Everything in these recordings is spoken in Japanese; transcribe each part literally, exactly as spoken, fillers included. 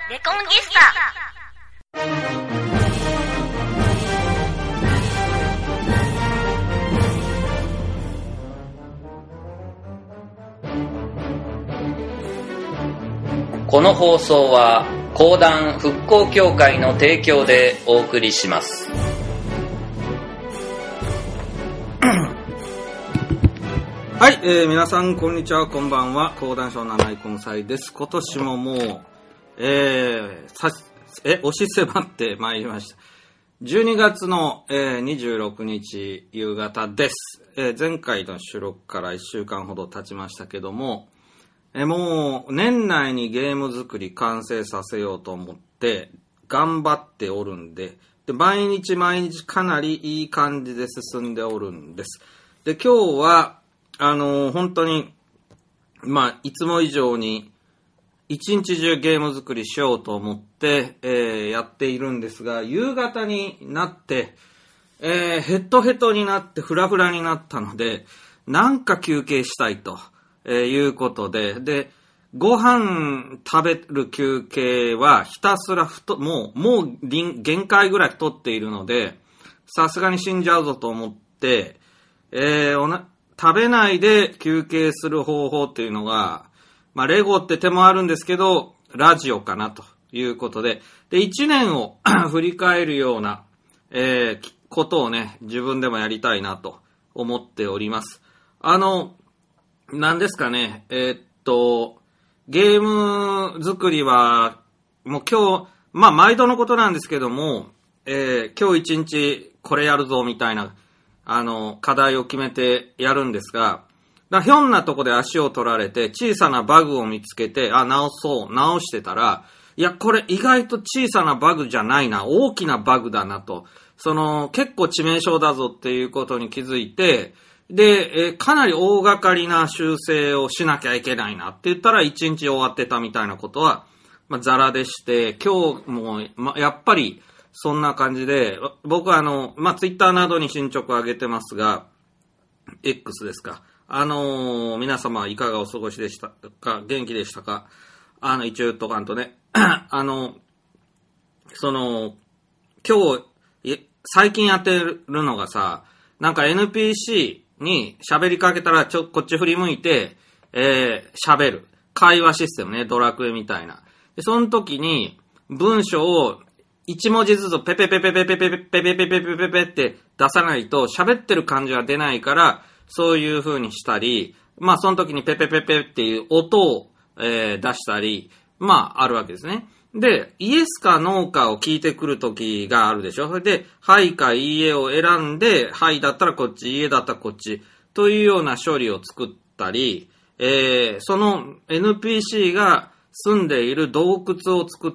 レコンギスタ。 この放送は講談復興協会の提供でお送りします。 はい、えー、皆さんこんにちは、こんばんは。講談師の七井根菜です。今年ももう、えー、さえ押し迫ってまいりました。じゅうにがつの、えー、にじゅうろくにち夕方です。えー、前回の収録からいっしゅうかんほど経ちましたけども、えー、もう年内にゲーム作り完成させようと思って頑張っておるんで、で毎日毎日かなりいい感じで進んでおるんです。で今日はあのー、本当にまあいつも以上に一日中ゲーム作りしようと思って、えー、やっているんですが、夕方になって、えー、ヘッドヘッドになってフラフラになったので、なんか休憩したいと、えー、いうことで、で、ご飯食べる休憩はひたすら太、もう、もう限界ぐらい太っているので、さすがに死んじゃうぞと思って、えー、おな、食べないで休憩する方法っていうのが、まあ、レゴって手もあるんですけど、ラジオかなということで、で、一年を振り返るような、えー、ことをね、自分でもやりたいなと思っております。あの、何ですかね、えー、っと、ゲーム作りは、もう今日、まあ、毎度のことなんですけども、えー、今日一日これやるぞみたいな、あの、課題を決めてやるんですが、だひょんなとこで足を取られて小さなバグを見つけて、あ、直そう、直してたら、いや、これ意外と小さなバグじゃないな、大きなバグだなと、その、結構致命傷だぞっていうことに気づいて、で、えー、かなり大掛かりな修正をしなきゃいけないなって言ったら一日終わってたみたいなことは、まあ、ザラでして、今日も、まあ、やっぱりそんな感じで、僕はあの、まあ、ツイッターなどに進捗を上げてますが、X ですか。あのー、皆様いかがお過ごしでしたか、元気でしたか。あの、一応言っとかんとね。あの、その、今日、最近やってるのがさ、なんか エヌピーシー に喋りかけたら、ちょ、こっち振り向いて、えー、喋る。会話システムね、ドラクエみたいな。で、その時に、文章を一文字ずつペペペペペペペペペペペペペペペって出さないと喋ってる感じは出ないから、そういう風にしたり、まあその時にペペペペっていう音を、えー、出したり、まああるわけですね。で、イエスかノーかを聞いてくる時があるでしょ。それで、はいかいいえを選んで、はいだったらこっち、いいえだったらこっち、というような処理を作ったり、えー、その エヌピーシー が住んでいる洞窟を作って、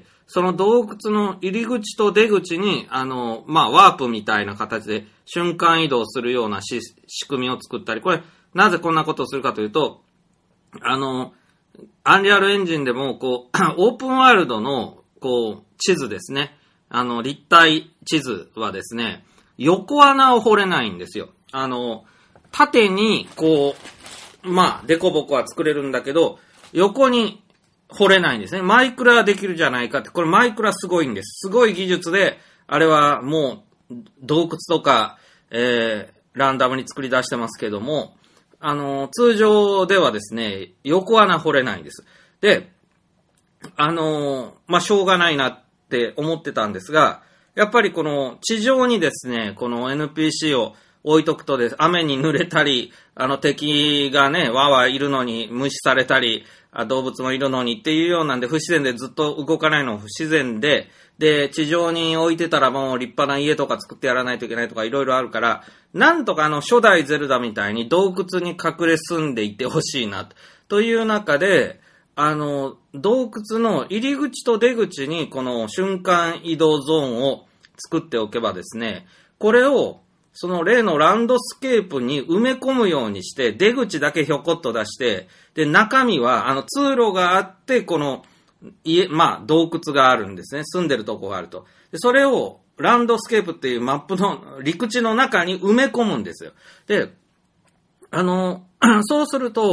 その洞窟の入り口と出口に、あの、まあ、ワープみたいな形で瞬間移動するようなし仕組みを作ったり、これ、なぜこんなことをするかというと、あの、アンリアルエンジンでも、こう、オープンワールドの、こう、地図ですね。あの、立体地図はですね、横穴を掘れないんですよ。あの、縦に、こう、まあ、デコボコは作れるんだけど、横に、掘れないんですね。マイクラはできるじゃないかって、これマイクラすごいんです。すごい技術で、あれはもう洞窟とか、えー、ランダムに作り出してますけども、あのー、通常ではですね、横穴掘れないんです。で、あのー、まあ、しょうがないなって思ってたんですが、やっぱりこの地上にですね、この エヌピーシー を置いとくとです、雨に濡れたり、あの敵がね、わわいるのに無視されたり、動物もいるのにっていうようなんで不自然でずっと動かないの不自然で、で、地上に置いてたらもう立派な家とか作ってやらないといけないとかいろいろあるから、なんとかあの初代ゼルダみたいに洞窟に隠れ住んでいてほしいな、という中で、あの、洞窟の入り口と出口にこの瞬間移動ゾーンを作っておけばですね、これをその例のランドスケープに埋め込むようにして、出口だけひょこっと出して、で、中身は、あの、通路があって、この、家、まあ、洞窟があるんですね。住んでるとこがあると。で、それを、ランドスケープっていうマップの陸地の中に埋め込むんですよ。で、あの、そうすると、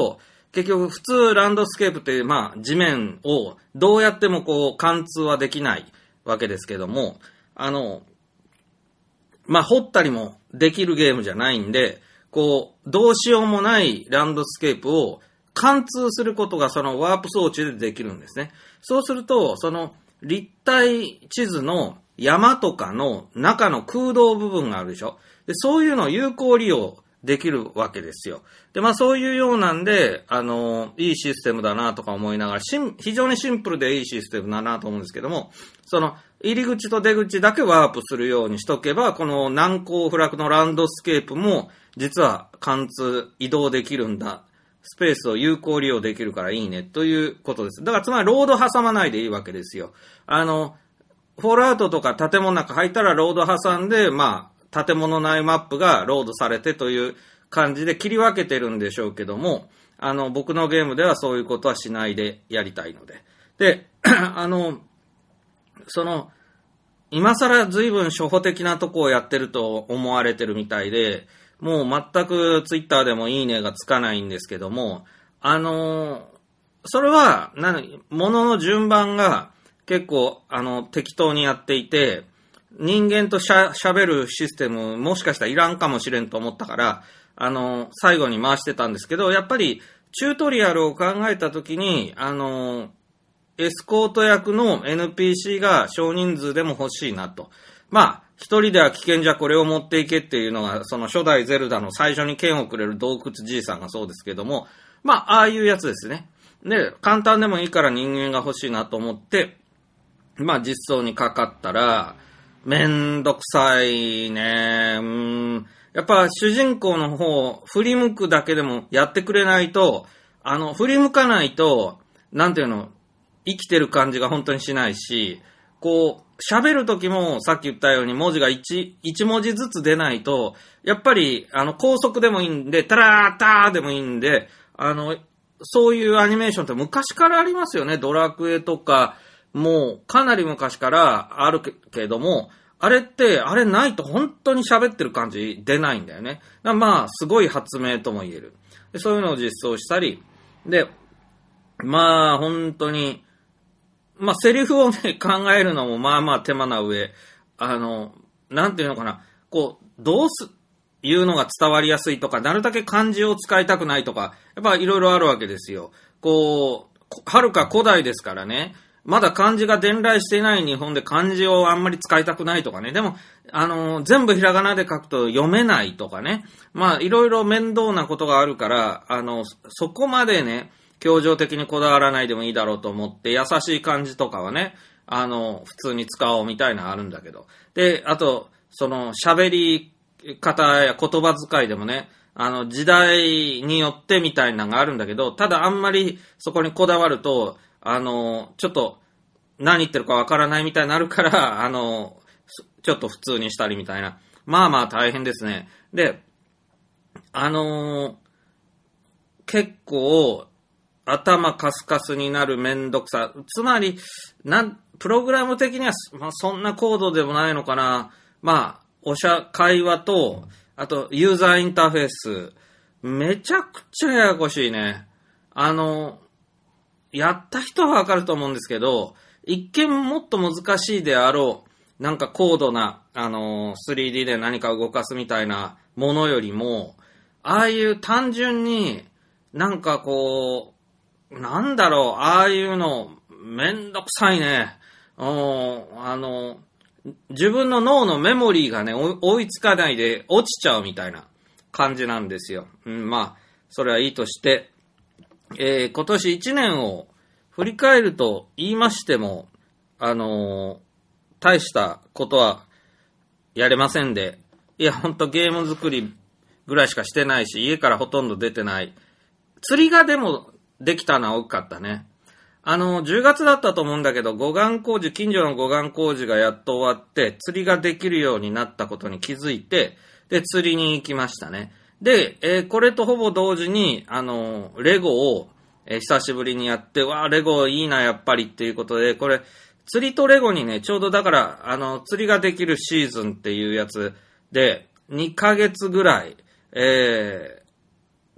結局普通ランドスケープっていう、まあ地面をどうやってもこう貫通はできないわけですけども、あの、まあ掘ったりもできるゲームじゃないんで、こう、どうしようもないランドスケープを貫通することがそのワープ装置でできるんですね。そうすると、その立体地図の山とかの中の空洞部分があるでしょ。で、そういうのを有効利用できるわけですよ。で、まあそういうようなんで、あの、いいシステムだなとか思いながら、しん非常にシンプルでいいシステムだなと思うんですけども、その入り口と出口だけワープするようにしとけば、この難攻不落のランドスケープも実は貫通移動できるんだ。スペースを有効利用できるからいいねということです。だからつまりロード挟まないでいいわけですよ。あの、フォールアウトとか建物の中入ったらロード挟んで、まあ、建物内マップがロードされてという感じで切り分けてるんでしょうけども、あの、僕のゲームではそういうことはしないでやりたいので。で、あの、その、今更随分初歩的なとこをやってると思われてるみたいで、もう全くツイッターでもいいねがつかないんですけども、あのー、それは、なに、ものの順番が結構、あの、適当にやっていて、人間としゃ、喋るシステムもしかしたらいらんかもしれんと思ったから、あのー、最後に回してたんですけど、やっぱり、チュートリアルを考えたときに、あのー、エスコート役の エヌピーシー が少人数でも欲しいなと。まあ、一人では危険じゃこれを持っていけっていうのが、その初代ゼルダの最初に剣をくれる洞窟じいさんがそうですけども、まあ、ああいうやつですね。で、簡単でもいいから人間が欲しいなと思って、まあ実装にかかったら、めんどくさいね。うーん。やっぱ主人公の方、振り向くだけでもやってくれないと、あの、振り向かないと、なんていうの、生きてる感じが本当にしないし、こう、喋るときもさっき言ったように文字が一、一文字ずつ出ないと、やっぱり、あの、高速でもいいんで、タラーターでもいいんで、あの、そういうアニメーションって昔からありますよね。ドラクエとか、もうかなり昔からあるけども、あれって、あれないと本当に喋ってる感じ出ないんだよね。だまあ、すごい発明とも言える。でそういうのを実装したり、で、まあ、本当に、まあ、セリフをね、考えるのもまあまあ手間な上、あの、なんていうのかな、こう、どうす、言うのが伝わりやすいとか、なるだけ漢字を使いたくないとか、やっぱいろいろあるわけですよ。こう、はるか古代ですからね、まだ漢字が伝来していない日本で漢字をあんまり使いたくないとかね、でも、あの、全部ひらがなで書くと読めないとかね、まあいろいろ面倒なことがあるから、あの、そこまでね、教条的にこだわらないでもいいだろうと思って、優しい漢字とかはね、あの、普通に使おうみたいなのあるんだけど。で、あと、その、喋り方や言葉遣いでもね、あの、時代によってみたいなのがあるんだけど、ただあんまりそこにこだわると、あの、ちょっと、何言ってるかわからないみたいになるから、あの、ちょっと普通にしたりみたいな。まあまあ大変ですね。で、あのー、結構、頭カスカスになるめんどくさ。つまり、なん、プログラム的には、まあ、そんなコードでもないのかな。まあ、おしゃ、会話と、あと、ユーザーインターフェース。めちゃくちゃややこしいね。あの、やった人はわかると思うんですけど、一見もっと難しいであろう、なんか高度な、あの、スリーディー で何か動かすみたいなものよりも、ああいう単純になんかこう、なんだろう、ああいうの、めんどくさいね。おあの、自分の脳のメモリーがね、追いつかないで落ちちゃうみたいな感じなんですよ。うん、まあ、それはいいとして、えー、今年いちねんを振り返ると言いましても、あのー、大したことはやれませんで、いや、ほんとゲーム作りぐらいしかしてないし、家からほとんど出てない。釣りがでもできたのは大きかったね。あの、じゅうがつだったと思うんだけど、護岸工事、近所の護岸工事がやっと終わって、釣りができるようになったことに気づいて、で、釣りに行きましたね。で、えー、これとほぼ同時に、あの、レゴを、えー、久しぶりにやって、わー、レゴいいな、やっぱりっていうことで、これ、釣りとレゴにね、ちょうどだから、あの、釣りができるシーズンっていうやつで、にかげつぐらい、えー、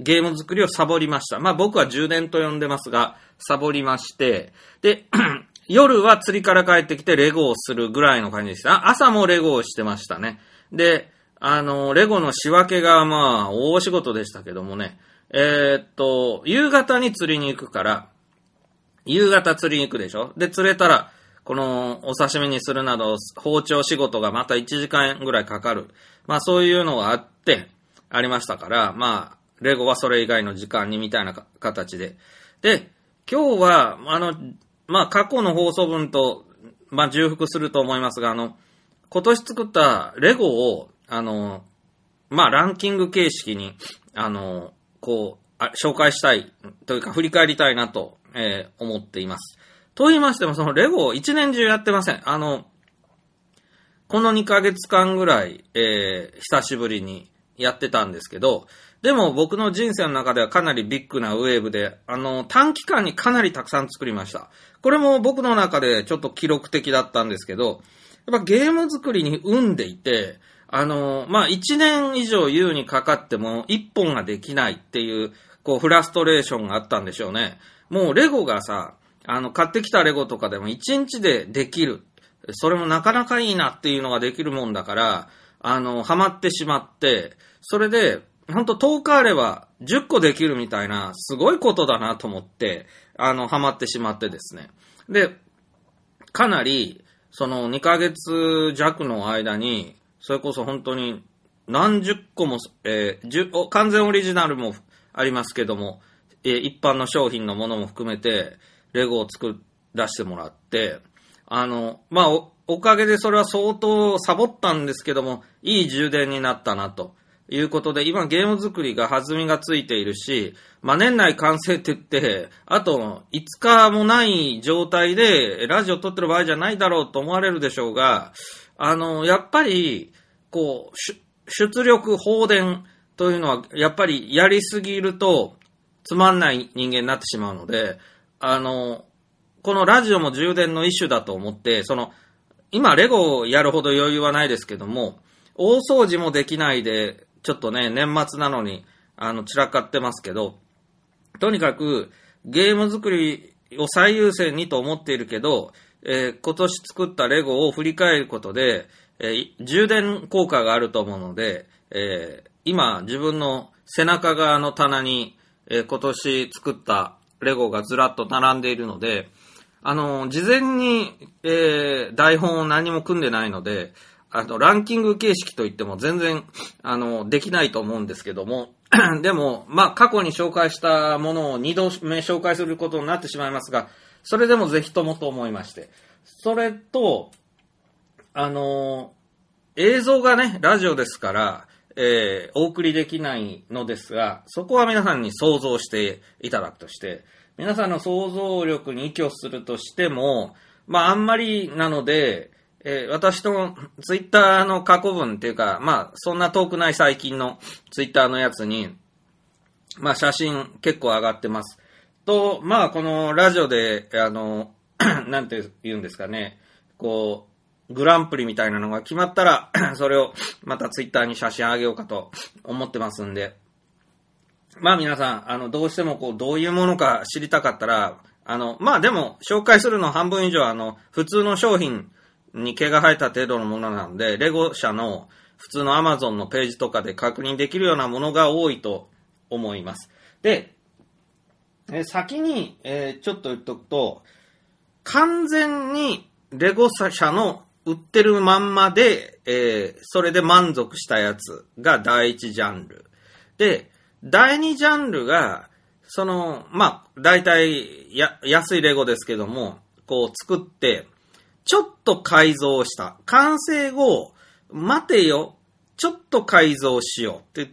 ゲーム作りをサボりました。まあ僕は充電と呼んでますが、サボりまして、で、夜は釣りから帰ってきてレゴをするぐらいの感じでした。朝もレゴをしてましたね。で、あの、レゴの仕分けがまあ大仕事でしたけどもね、えー、っと、夕方に釣りに行くから、夕方釣りに行くでしょ。で、釣れたら、このお刺身にするなど包丁仕事がまたいちじかんぐらいかかる。まあそういうのがあって、ありましたから、まあ、レゴはそれ以外の時間にみたいな形で。で、今日は、あの、まあ過去の放送分と、まあ重複すると思いますが、あの、今年作ったレゴを、あの、まあランキング形式に、あの、こう、あ紹介したいというか振り返りたいなと、えー、思っています。と言いましても、そのレゴを一年中やってません。あの、このにかげつかんぐらい、えー、久しぶりにやってたんですけど、でも僕の人生の中ではかなりビッグなウェーブで、あの、短期間にかなりたくさん作りました。これも僕の中でちょっと記録的だったんですけど、やっぱゲーム作りに運んでいて、あの、まあ、いちねん以上優にかかってもいっぽんができないっていう、こう、フラストレーションがあったんでしょうね。もうレゴがさ、あの、買ってきたレゴとかでもいちにちでできる。それもなかなかいいなっていうのができるもんだから、あの、ハマってしまって、それで、ほんととおかあればじゅっこできるみたいな、すごいことだなと思って、あの、ハマってしまってですね。で、かなり、そのにかげつじゃくの間に、それこそ本当に何十個も、えー、完全オリジナルもありますけども、えー、一般の商品のものも含めて、レゴを作らせてもらって、あの、まあお、おかげでそれは相当サボったんですけども、いい充電になったなということで、今ゲーム作りが弾みがついているし、まあ、年内完成って言って、あといつかもない状態でラジオ撮ってる場合じゃないだろうと思われるでしょうが、あの、やっぱり、こう、出力放電というのは、やっぱりやりすぎるとつまんない人間になってしまうので、あの、このラジオも充電の一種だと思って、その、今レゴをやるほど余裕はないですけども、大掃除もできないで、ちょっとね、年末なのに、あの、散らかってますけど、とにかく、ゲーム作りを最優先にと思っているけど、えー、今年作ったレゴを振り返ることで、えー、充電効果があると思うので、えー、今、自分の背中側の棚に、えー、今年作ったレゴがずらっと並んでいるので、あの、事前に、えー、台本を何も組んでないので、あの、ランキング形式といっても全然、あの、できないと思うんですけども、でも、まあ、過去に紹介したものをにどめ紹介することになってしまいますが、それでもぜひともと思いまして。それと、あの、映像がね、ラジオですから、えー、お送りできないのですが、そこは皆さんに想像していただくとして、皆さんの想像力に依拠するとしても、まあ、あんまりなので、えー、私のツイッターの過去文っていうか、まあ、そんな遠くない最近のツイッターのやつに、まあ、写真結構上がってます。と、まあ、このラジオで、あの、なんて言うんですかね、こう、グランプリみたいなのが決まったら、それをまたツイッターに写真上げようかと思ってますんで、まあ皆さん、あの、どうしてもこう、どういうものか知りたかったら、あの、まあでも、紹介するの半分以上、あの、普通の商品に毛が生えた程度のものなので、レゴ社の普通の Amazon のページとかで確認できるようなものが多いと思います。で、え先に、えー、ちょっと言っとくと、完全にレゴ社の売ってるまんまで、えー、それで満足したやつが第一ジャンル。で、第二ジャンルが、その、まあ、大体や、安いレゴですけども、こう作って、ちょっと改造した。完成後、待てよ、ちょっと改造しようって言って、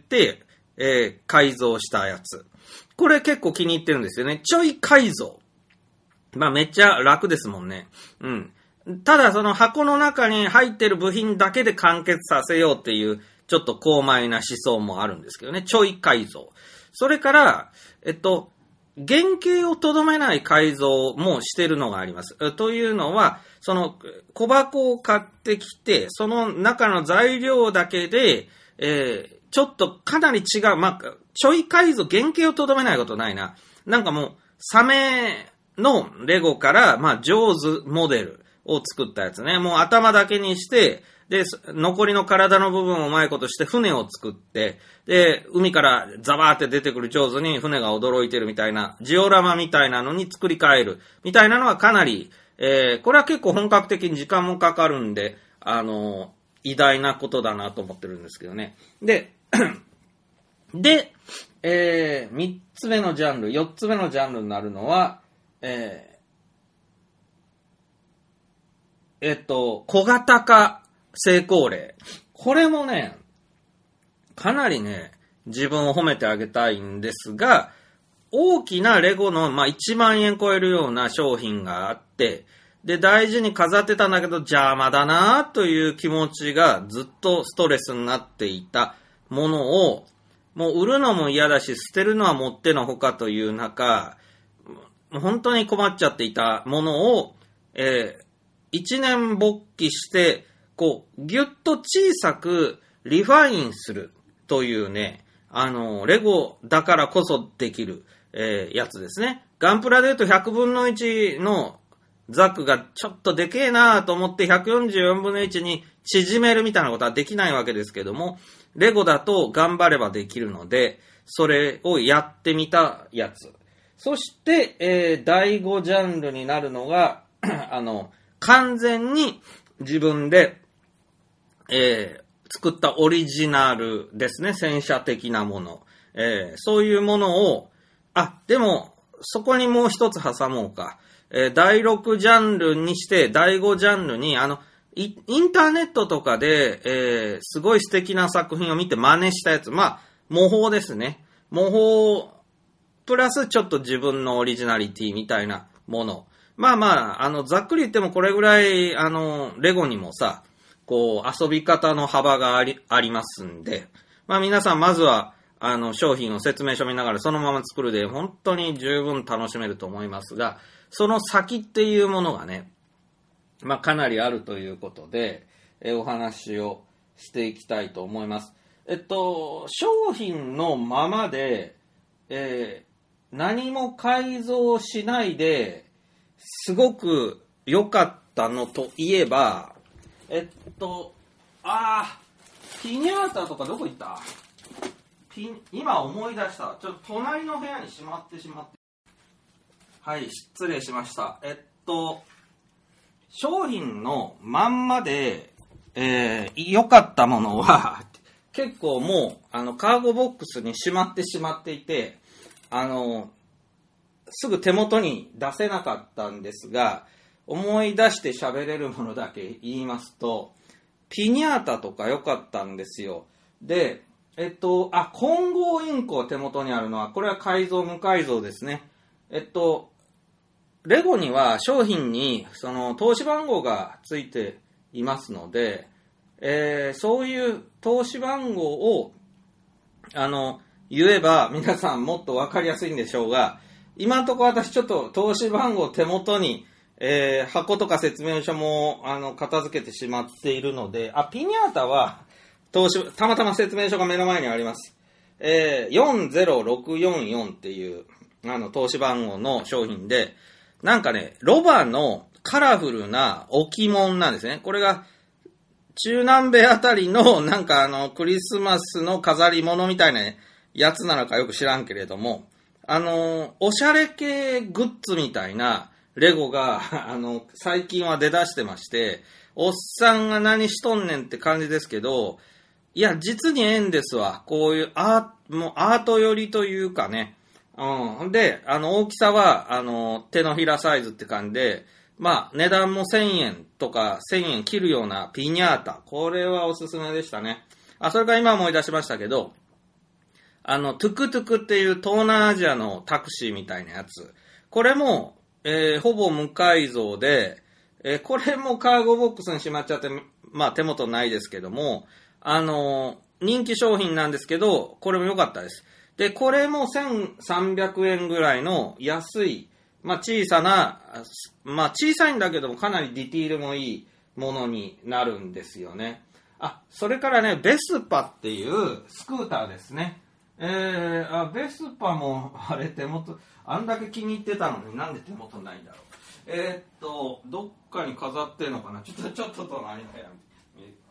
えー、改造したやつ。これ結構気に入ってるんですよね。ちょい改造。まあめっちゃ楽ですもんね。うん。ただその箱の中に入ってる部品だけで完結させようっていう、ちょっと高邁な思想もあるんですけどね。ちょい改造。それから、えっと、原型をとどめない改造もしてるのがあります。というのは、その小箱を買ってきて、その中の材料だけで、えー、 ちょっとかなり違う、まあ、ちょい改造、原型をとどめないことないな。なんかもう、サメのレゴから、まあ、ジョーズモデルを作ったやつね。もう頭だけにして、で、残りの体の部分をうまいことして船を作って、で、海からザバーって出てくるジョーズに船が驚いてるみたいな、ジオラマみたいなのに作り変えるみたいなのはかなり、えー、これは結構本格的に時間もかかるんで、あのー、偉大なことだなと思ってるんですけどね。で、で、えー、三つ目のジャンル、四つ目のジャンルになるのは、えー、えっと、小型化成功例。これもね、かなりね、自分を褒めてあげたいんですが、大きなレゴの、まあ、いちまんえん超えるような商品があって、で、大事に飾ってたんだけど邪魔だなという気持ちがずっとストレスになっていたものを、もう売るのも嫌だし、捨てるのはもってのほかという中、本当に困っちゃっていたものを、えー、一年勃起して、こう、ぎゅっと小さくリファインするというね、あの、レゴだからこそできる、えー、やつですね。ガンプラで言うとひゃくぶんのいちのザクがちょっとでけえなと思ってひゃくよんじゅうよんぶんのいちに縮めるみたいなことはできないわけですけども、レゴだと頑張ればできるので、それをやってみたやつ。そして、えー、だいごジャンルになるのが、あの、完全に自分で、えー、作ったオリジナルですね。戦車的なもの。えー、そういうものを、あ、でも、そこにもう一つ挟もうか。えー、だいろくジャンルにして、だいごジャンルに、あの、インターネットとかで、えー、すごい素敵な作品を見て真似したやつ。まあ、模倣ですね。模倣、プラスちょっと自分のオリジナリティみたいなもの。まあまあ、あの、ざっくり言ってもこれぐらい、あの、レゴにもさ、こう、遊び方の幅があり、ありますんで、まあ皆さんまずは、あの、商品を説明書見ながらそのまま作るで、本当に十分楽しめると思いますが、その先っていうものがね、まあかなりあるということで、えお話をしていきたいと思います。えっと、商品のままで、えー、何も改造しないで、すごく良かったのといえば、えっと、あー、ピニャータとかどこ行った？ピ今思い出した。ちょっと隣の部屋にしまってしまって。はい、失礼しました。えっと、商品のまんまで、えー、良かったものは、結構もう、あの、カーゴボックスにしまってしまっていて、あの、すぐ手元に出せなかったんですが、思い出して喋れるものだけ言いますと、ピニャータとか良かったんですよ。で、えっと、あ、混合インコ手元にあるのは、これは改造無改造ですね。えっと、レゴには商品にその投資番号がついていますので、えー、そういう投資番号を、あの、言えば皆さんもっとわかりやすいんでしょうが、今のところ私ちょっと投資番号手元に、えー、箱とか説明書もあの片付けてしまっているので、あ、ピニャータは投資、たまたま説明書が目の前にあります。えー、よんぜろろくよんよんっていうあの投資番号の商品で、なんかね、ロバのカラフルな置物なんですね。これが中南米あたりのなんかあのクリスマスの飾り物みたいなやつなのかよく知らんけれども、あの、おしゃれ系グッズみたいなレゴが、あの、最近は出だしてまして、おっさんが何しとんねんって感じですけど、いや、実にええんですわ。こういうアート、もうアート寄りというかね。うん。で、あの、大きさは、あの、手のひらサイズって感じで、まあ、値段もせんえんとかせんえん切るようなピニャータ。これはおすすめでしたね。あ、それから今思い出しましたけど、あの、トゥクトゥクっていう東南アジアのタクシーみたいなやつ。これも、えー、ほぼ無改造で、えー、これもカーゴボックスにしまっちゃって、まあ手元ないですけども、あのー、人気商品なんですけど、これも良かったです。で、これもせんさんびゃくえんぐらいの安い、まあ小さな、まあ小さいんだけどもかなりディティールもいいものになるんですよね。 あ、それからね、ベスパっていうスクーターですね。えー、あ、ベスパも、あれ手元、あんだけ気に入ってたのになんで手元ないんだろう。えー、っと、どっかに飾ってるのかな。ちょっと、ちょっと隣の部屋見て。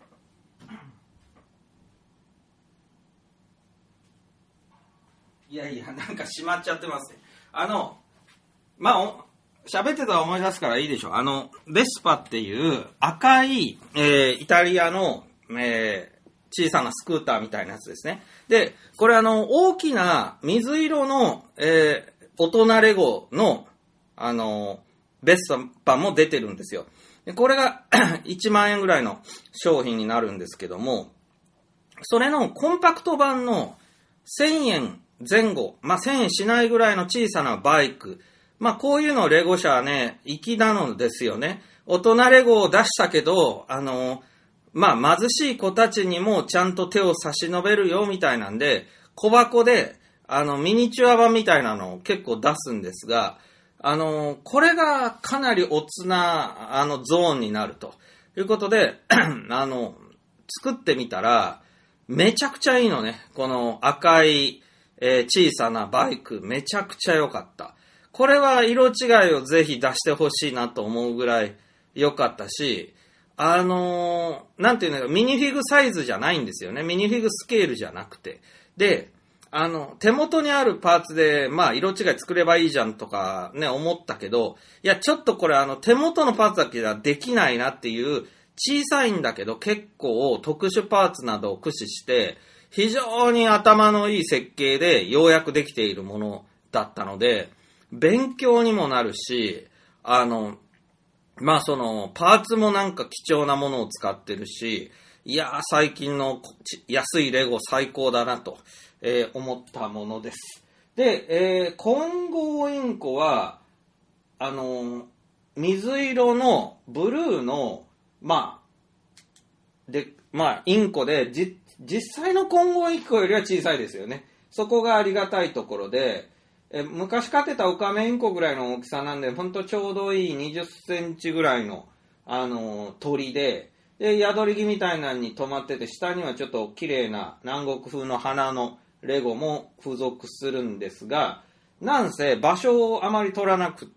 いやいや、なんか閉まっちゃってますね。あの、まあ、喋ってたら思い出すからいいでしょ。あの、ベスパっていう赤い、えー、イタリアの、えー、小さなスクーターみたいなやつですね。で、これあの、大きな水色の、えー、大人レゴの、あの、ベスパも出てるんですよ。でこれがいちまんえんぐらいの商品になるんですけども、それのコンパクト版のせんえんぜん後、まあ、せんえんしないぐらいの小さなバイク、まあ、こういうのレゴ社はね、粋なのですよね。大人レゴを出したけど、あの、まあ、貧しい子たちにもちゃんと手を差し伸べるよみたいなんで、小箱で、あの、ミニチュア版みたいなのを結構出すんですが、あの、これがかなりおつな、あの、ゾーンになるということで、あの、作ってみたら、めちゃくちゃいいのね。この赤い、えー、小さなバイク、めちゃくちゃ良かった。これは色違いをぜひ出してほしいなと思うぐらい良かったし、あのー、なんていうのか、ミニフィグサイズじゃないんですよね。ミニフィグスケールじゃなくて。で、あの、手元にあるパーツで、まあ、色違い作ればいいじゃんとかね、思ったけど、いや、ちょっとこれあの、手元のパーツだけではできないなっていう、小さいんだけど結構特殊パーツなどを駆使して、非常に頭のいい設計でようやくできているものだったので、勉強にもなるし、あの、まあその、パーツもなんか貴重なものを使ってるし、いやー最近の安いレゴ最高だなと、えー、思ったものです。で、えー、混合インコは、あの、水色のブルーの、まあ、で、まあ、インコで、じ、実際の混合インコよりは小さいですよね。そこがありがたいところで、え昔飼ってたオカメインコぐらいの大きさなんで、ほんとちょうどいいにじゅっセンチぐらいの、あの、鳥で、で、宿り木みたいなのに止まってて、下にはちょっと綺麗な南国風の花のレゴも付属するんですが、なんせ場所をあまり取らなくって、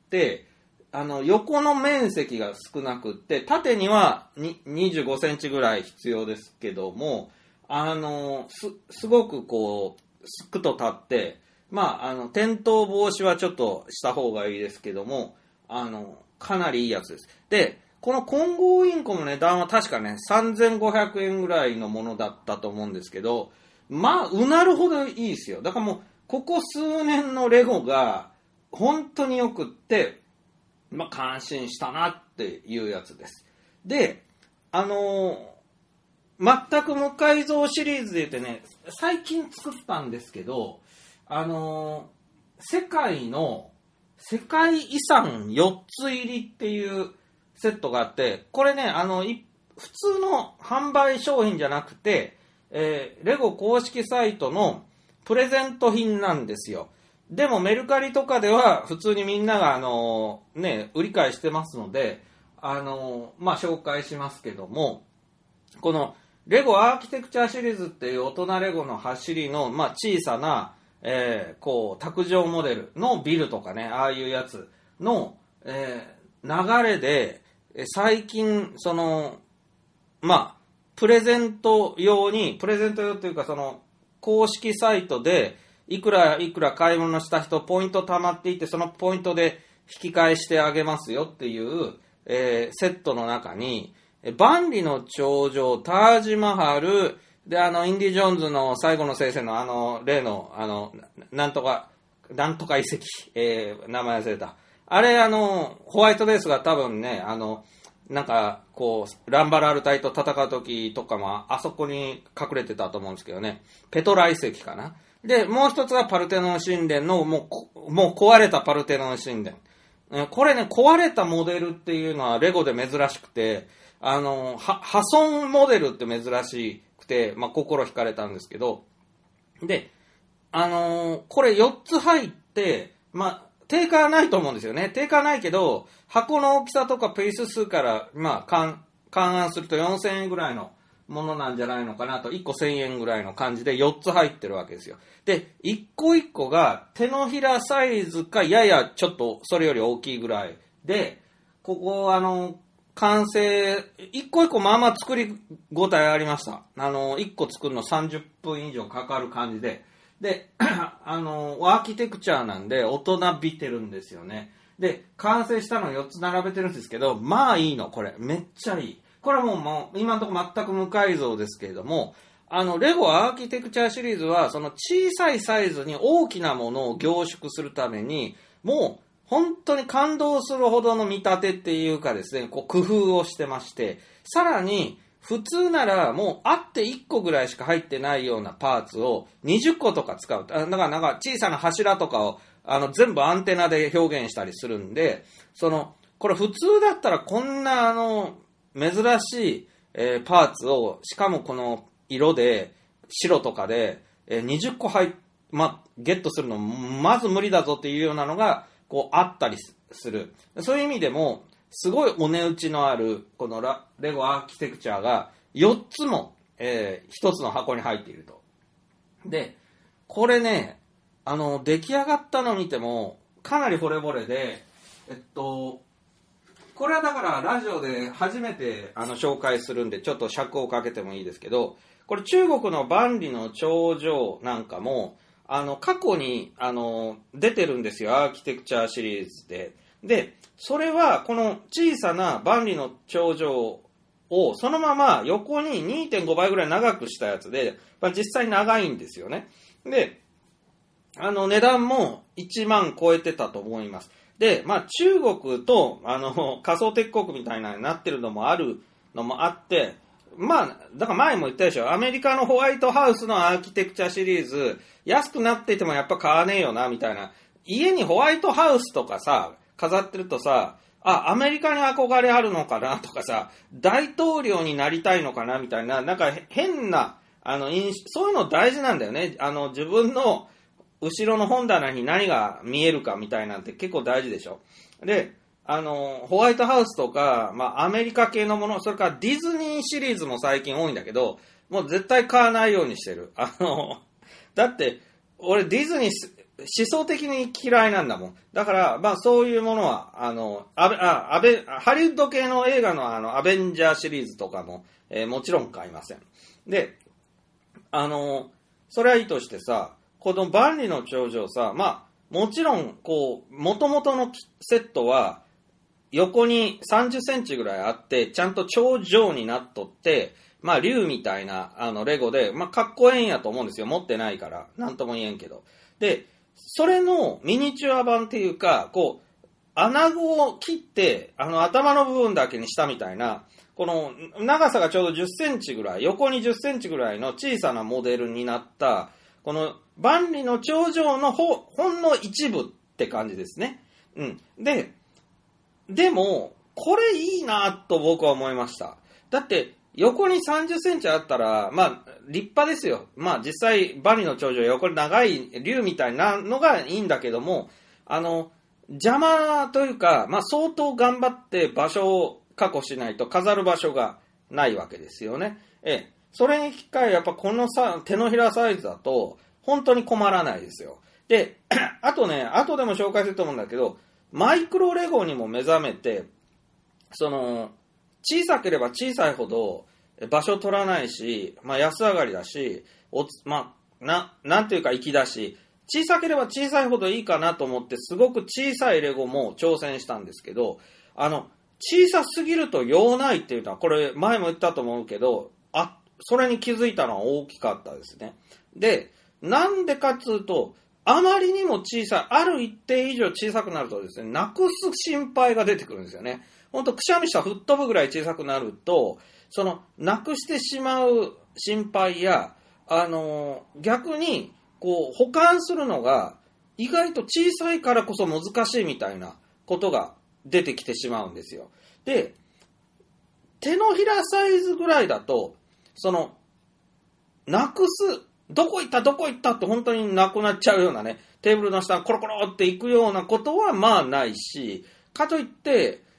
あの、横の面積が少なくって、縦にはにじゅうごセンチぐらい必要ですけども、あの、す、すごくこう、すくと立って、まあ、あの、転倒防止はちょっとした方がいいですけども、あの、かなりいいやつです。で、この混合インコの値段は確かね、さんぜんごひゃくえんぐらいのものだったと思うんですけど、まあ、うなるほどいいですよ。だからもう、ここ数年のレゴが、本当によくって、まあ、感心したなっていうやつです。で、あのー、全く無改造シリーズで言ってね、最近作ったんですけど、あのー、世界の世界遺産よっつ入りっていうセットがあって、これね、あの、い普通の販売商品じゃなくて、えー、レゴ公式サイトのプレゼント品なんですよ。でもメルカリとかでは普通にみんながあのね、売り買いしてますので、あのまあ紹介しますけども、このレゴアーキテクチャシリーズっていう大人レゴの走りのまあ小さな、えー、こう卓上モデルのビルとかね、ああいうやつの、えー、流れで最近そのまあプレゼント用にプレゼント用というかその公式サイトでいくらいくら買い物した人ポイント貯まっていて、そのポイントで引き換えしてあげますよっていう、えー、セットの中に万里の長城、タージマハルで、あのインディ・ジョーンズの最後の聖戦のあの例のあのなんとかなんとか遺跡、えー、名前忘れた、あれあのホワイトベースが多分ね、あのなんかこうランバラール隊と戦う時とかもあそこに隠れてたと思うんですけどね、ペトラ遺跡かな。で、もう一つがパルテノン神殿のもう、もう壊れたパルテノン神殿。これね、壊れたモデルっていうのはレゴで珍しくて、あの、は破損モデルって珍しくて、まあ、心惹かれたんですけど、で、あのー、これよっつ入って、まあ、定価はないと思うんですよね。定価はないけど、箱の大きさとかペース数から、まあ、勘、勘案するとよんせんえんぐらいのものなんじゃないのかなと、いっこせんえんぐらいの感じでよっつ入ってるわけですよ。で、いっこいっこが手のひらサイズかややちょっとそれより大きいぐらいで、ここあの、完成、いっこいっこまあまあ作りごたえありました。あの、いっこ作るのさんじゅっぷん以上かかる感じで。で、あの、アーキテクチャなんで大人びてるんですよね。で、完成したのをよっつ並べてるんですけど、まあいいの、これ。めっちゃいい。これはもう、もう今のところ全く無改造ですけれども、あの、レゴアーキテクチャシリーズは、その小さいサイズに大きなものを凝縮するために、もう、本当に感動するほどの見立てっていうかですね、こう工夫をしてまして、さらに普通ならもうあっていっこぐらいしか入ってないようなパーツをにじゅっことか使う。だからなんか小さな柱とかをあの全部アンテナで表現したりするんで、その、これ普通だったらこんなあの珍しい、えー、パーツを、しかもこの色で白とかで、えー、にじゅっこ入っ、ま、ゲットするのまず無理だぞっていうようなのがこうあったりする。そういう意味でもすごいお値打ちのあるこのラレゴアーキテクチャがよっつも、えー、ひとつの箱に入っていると。で、これね、あの出来上がったのを見てもかなり惚れ惚れで、えっとこれはだからラジオで初めてあの紹介するんでちょっと尺をかけてもいいですけど、これ中国の万里の長城なんかもあの過去にあの出てるんですよ、アーキテクチャシリーズで。で、それはこの小さな万里の長城をそのまま横に にてんご 倍ぐらい長くしたやつで、まあ、実際長いんですよね。で、あの値段もいちまん超えてたと思います。で、まあ中国とあの仮想敵国みたいなになってるのもあるのもあって、まあ、だから前も言ったでしょ、アメリカのホワイトハウスのアーキテクチャシリーズ、安くなっていてもやっぱ買わねえよな、みたいな。家にホワイトハウスとかさ、飾ってるとさ、あ、アメリカに憧れあるのかなとかさ、大統領になりたいのかな、みたいな、なんか変な、あの、そういうの大事なんだよね。あの、自分の後ろの本棚に何が見えるかみたいなんて結構大事でしょ。で、あの、ホワイトハウスとか、まあ、アメリカ系のもの、それからディズニーシリーズも最近多いんだけど、もう絶対買わないようにしてる。あの、だって、俺ディズニー思想的に嫌いなんだもん。だから、まあそういうものは、あの、アベ、あ、アベ、ハリウッド系の映画のあの、アベンジャーシリーズとかも、えー、もちろん買いません。で、あの、それはいいとしてさ、この万里の長城さ、まあ、もちろん、こう、元々のセットは、横にさんじゅっセンチぐらいあって、ちゃんと長城になっとって、まあ、竜みたいな、あの、レゴで、まあ、かっこええんやと思うんですよ。持ってないから。なんとも言えんけど。で、それのミニチュア版っていうか、こう、穴子を切って、あの、頭の部分だけにしたみたいな、この、長さがちょうどじゅっセンチぐらい、横にじゅっセンチぐらいの小さなモデルになった、この、万里の長城のほ、ほんの一部って感じですね。うん。で、でも、これいいなと僕は思いました。だって、横にさんじゅっセンチあったら、まあ、立派ですよ。まあ、実際、万里の長城、横に長い竜みたいなのがいいんだけども、あの、邪魔というか、まあ、相当頑張って場所を確保しないと飾る場所がないわけですよね。ええ。それに引き換え、やっぱこのさ、手のひらサイズだと、本当に困らないですよ。で、あとね、後でも紹介すると思うんだけど、マイクロレゴにも目覚めて、その、小さければ小さいほど場所取らないし、まあ安上がりだし、おつ、まあ、な、なんていうか粋だし、小さければ小さいほどいいかなと思って、すごく小さいレゴも挑戦したんですけど、あの、小さすぎると用ないっていうのは、これ前も言ったと思うけど、あ、それに気づいたのは大きかったですね。で、なんでかっつうと、あまりにも小さい、ある一定以上小さくなるとですね、なくす心配が出てくるんですよね。ほんとくしゃみした吹っ飛ぶぐらい小さくなると、その、なくしてしまう心配や、あのー、逆に、こう、保管するのが、意外と小さいからこそ難しいみたいなことが出てきてしまうんですよ。で、手のひらサイズぐらいだと、その、なくす、どこ行ったどこ行ったって本当になくなっちゃうようなね、テーブルの下にコロコロって行くようなことはまあないし、かといって、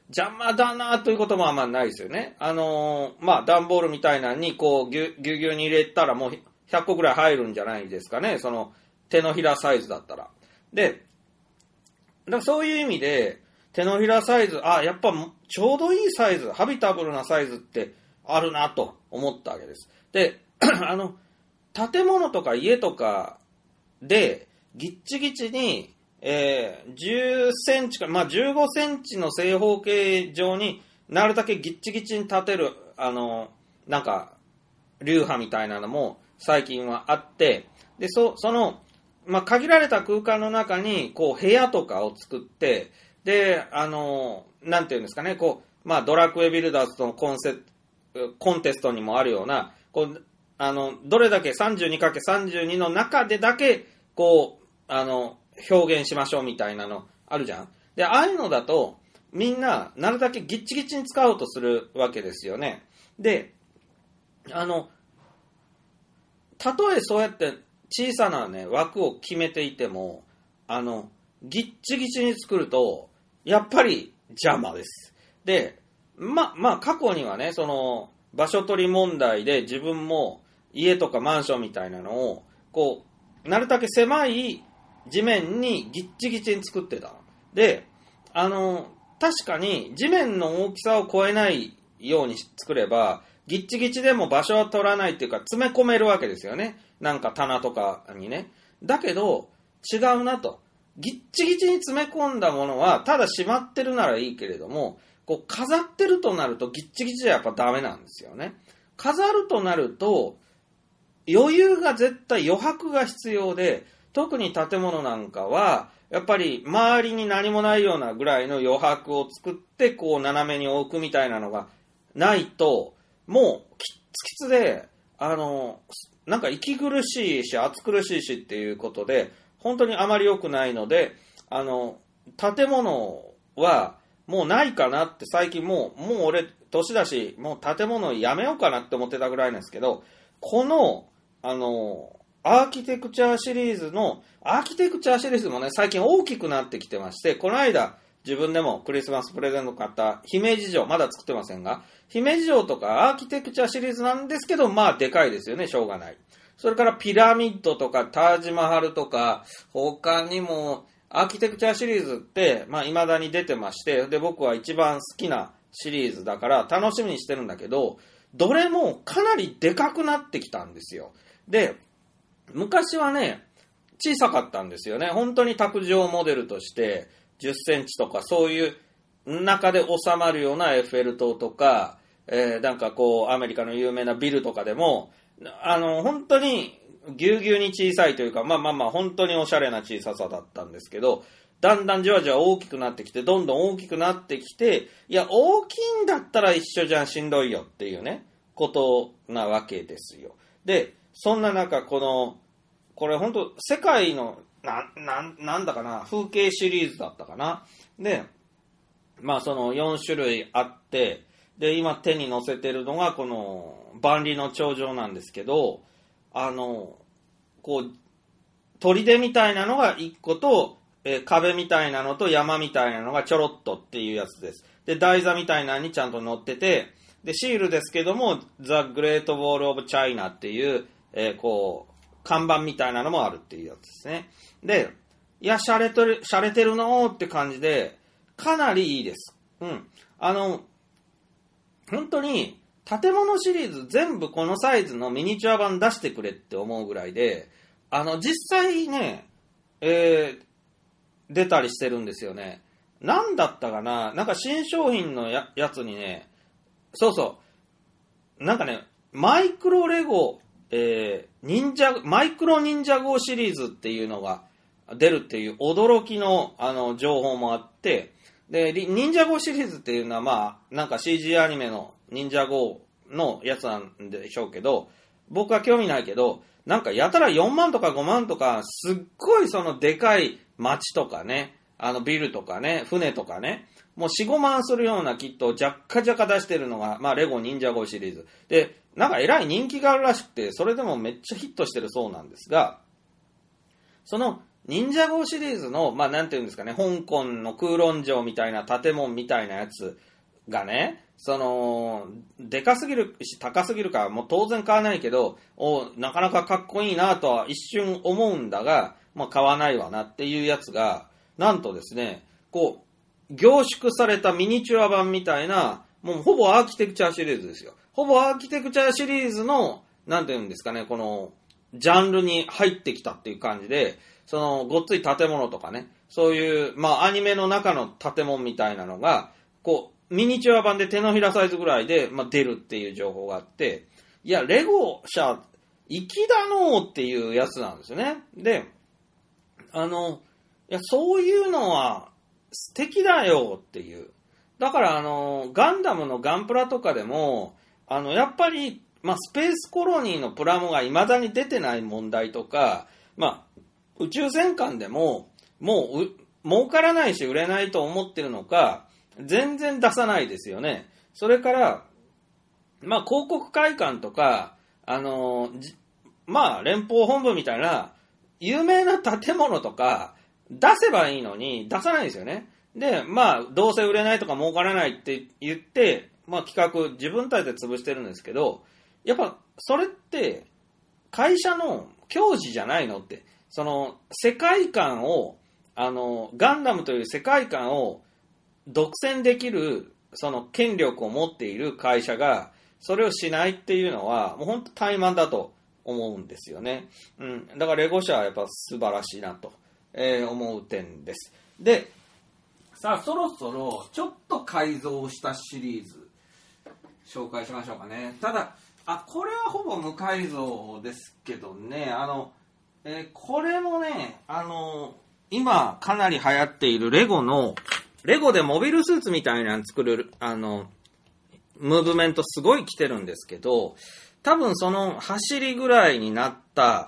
邪魔だなということもあんまないですよね。あのー、まあ、段ボールみたいなのに、こう、ぎゅ、ぎゅうぎゅうに入れたらもうひゃっこぐらい入るんじゃないですかね。その、手のひらサイズだったら。で、だからそういう意味で、手のひらサイズ、あ、やっぱちょうどいいサイズ、ハビタブルなサイズってあるなと思ったわけです。で、あの、建物とか家とかで、ぎっちぎちに、えー、じゅっセンチか、まあ、じゅうごセンチの正方形状になるだけぎっちぎちに立てる、あの、なんか、流派みたいなのも最近はあって、で、そ、その、まあ、限られた空間の中に、こう、部屋とかを作って、で、あの、なんていうんですかね、こう、まあ、ドラクエビルダーズとのコンセ、コンテストにもあるような、こう、あの、どれだけ さんじゅうにかけるさんじゅうに の中でだけ、こう、あの、表現しましょうみたいなのあるじゃん。で、ああいうのだと、みんな、なるだけギッチギチに使おうとするわけですよね。で、あの、たとえそうやって小さなね、枠を決めていても、あの、ギッチギチに作ると、やっぱり邪魔です。で、ま、まあ、過去にはね、その、場所取り問題で自分も家とかマンションみたいなのを、こう、なるだけ狭い地面にギッチギチに作ってた。で、あの、確かに地面の大きさを超えないように作れば、ギッチギチでも場所は取らないっていうか、詰め込めるわけですよね。なんか棚とかにね。だけど、違うなと。ギッチギチに詰め込んだものは、ただしまってるならいいけれども、こう飾ってるとなるとギッチギチじゃやっぱダメなんですよね。飾るとなると、余裕が絶対余白が必要で、特に建物なんかは、やっぱり周りに何もないようなぐらいの余白を作って、こう斜めに置くみたいなのがないと、もうきつきつで、あの、なんか息苦しいし、暑苦しいしっていうことで、本当にあまり良くないので、あの、建物はもうないかなって最近もう、もう俺年だし、もう建物やめようかなって思ってたぐらいなんですけど、この、あの、アーキテクチャシリーズの、アーキテクチャシリーズもね、最近大きくなってきてまして、この間、自分でもクリスマスプレゼント買った姫路城、まだ作ってませんが、姫路城とかアーキテクチャシリーズなんですけど、まあでかいですよね、しょうがない。それからピラミッドとかタージマハルとか、他にもアーキテクチャシリーズって、まあ未だに出てまして、で、僕は一番好きなシリーズだから楽しみにしてるんだけど、どれもかなりでかくなってきたんですよ。で、昔はね、小さかったんですよね。本当に卓上モデルとしてじゅっセンチとかそういう中で収まるようなエッフェル塔とか、えー、なんかこうアメリカの有名なビルとかでも、あの本当にぎゅうぎゅうに小さいというか、まあまあまあ本当におしゃれな小ささだったんですけど、だんだんじわじわ大きくなってきて、どんどん大きくなってきて、いや大きいんだったら一緒じゃんしんどいよっていうね、ことなわけですよ。で、そんな中、この、これ本当世界の、な、な、なんだかな、風景シリーズだったかな。で、まあそのよん種類あって、で、今手に乗せてるのがこの万里の長城なんですけど、あの、こう、砦みたいなのがいっこと、えー、壁みたいなのと山みたいなのがちょろっとっていうやつです。で、台座みたいなのにちゃんと乗ってて、で、シールですけども、The Great Wall of China っていう、えー、こう、看板みたいなのもあるっていうやつですね。で、いや、洒落てる、洒落てるのーって感じで、かなりいいです。うん。あの、本当に、建物シリーズ全部このサイズのミニチュア版出してくれって思うぐらいで、あの、実際ね、えー、出たりしてるんですよね。なんだったかな、なんか新商品の や, やつにね、そうそう、なんかね、マイクロレゴ、えー、忍者、マイクロ忍者号シリーズっていうのが出るっていう驚きのあの情報もあって、で、忍者号シリーズっていうのはまあ、なんか シージー アニメの忍者号のやつなんでしょうけど、僕は興味ないけど、なんかやたらよんまんとかごまんとか、すっごいそのでかい街とかね、あのビルとかね、船とかね、もうよん、ごまんするようなキットをジャッカジャカ出してるのが、まあレゴ忍者号シリーズ。で、なんかえらい人気があるらしくて、それでもめっちゃヒットしてるそうなんですが、その忍者号シリーズの、まあなんていうんですかね、香港の空論城みたいな建物みたいなやつがね、その、でかすぎるし高すぎるからもう当然買わないけど、おなかなかかっこいいなとは一瞬思うんだが、まあ買わないわなっていうやつが、なんとですね、こう、凝縮されたミニチュア版みたいな、もうほぼアーキテクチャシリーズですよ。ほぼアーキテクチャシリーズの、なんていうんですかね、この、ジャンルに入ってきたっていう感じで、その、ごっつい建物とかね、そういう、まあアニメの中の建物みたいなのが、こう、ミニチュア版で手のひらサイズぐらいで、まあ、出るっていう情報があって、いや、レゴ社、粋だのーっていうやつなんですよね。で、あの、いや、そういうのは素敵だよっていう。だから、あの、ガンダムのガンプラとかでも、あの、やっぱり、まあ、スペースコロニーのプラモが未だに出てない問題とか、まあ、宇宙戦艦でも、もう、儲からないし売れないと思ってるのか、全然出さないですよね。それから、まあ、広告会館とか、あの、まあ、連邦本部みたいな、有名な建物とか、出せばいいのに、出さないですよね。で、まあ、どうせ売れないとか儲からないって言って、まあ、企画、自分たちで潰してるんですけど、やっぱ、それって、会社の矜持じゃないのって、その、世界観を、あの、ガンダムという世界観を、独占できるその権力を持っている会社がそれをしないっていうのはもう本当怠慢だと思うんですよね。うん、だからレゴ社はやっぱ素晴らしいなと、えー、思う点です。で、さあそろそろちょっと改造したシリーズ紹介しましょうかね。ただあこれはほぼ無改造ですけどね、あの、えー、これもね、あの今かなり流行っているレゴのレゴでモビルスーツみたいなの作る、あの、ムーブメントすごい来てるんですけど、多分その走りぐらいになった、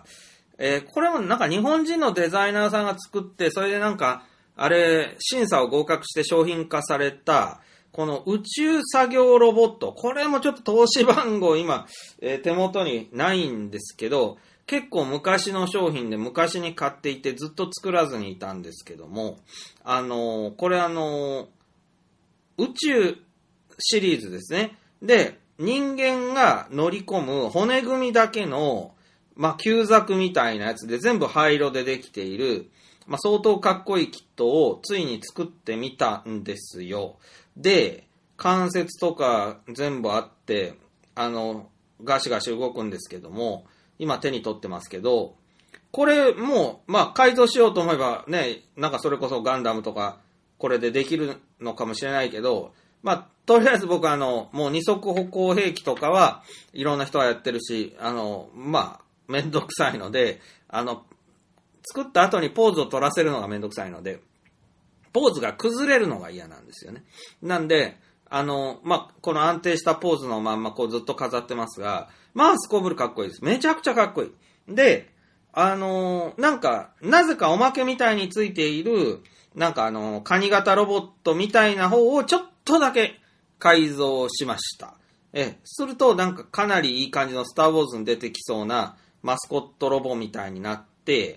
えー、これもなんか日本人のデザイナーさんが作って、それでなんか、あれ、審査を合格して商品化された、この宇宙作業ロボット、これもちょっと投資番号今、えー、手元にないんですけど、結構昔の商品で昔に買っていてずっと作らずにいたんですけども、あのー、これあのー、宇宙シリーズですね。で、人間が乗り込む骨組みだけの、まあ、旧ザみたいなやつで全部灰色でできている、まあ、相当かっこいいキットをついに作ってみたんですよ。で、関節とか全部あって、あの、ガシガシ動くんですけども、今手に取ってますけど、これもう、まあ改造しようと思えばね、なんかそれこそガンダムとかこれでできるのかもしれないけど、まあとりあえず僕はあの、もう二足歩行兵器とかはいろんな人がやってるし、あの、まあめんどくさいので、あの、作った後にポーズを取らせるのがめんどくさいので、ポーズが崩れるのが嫌なんですよね。なんで、あの、まあ、この安定したポーズのまんまこうずっと飾ってますが、まあ、すこぶるかっこいいです。めちゃくちゃかっこいい。で、あのー、なんか、なぜかおまけみたいについている、なんかあのー、カニ型ロボットみたいな方をちょっとだけ改造しました。え、するとなんかかなりいい感じのスターウォーズに出てきそうなマスコットロボみたいになって、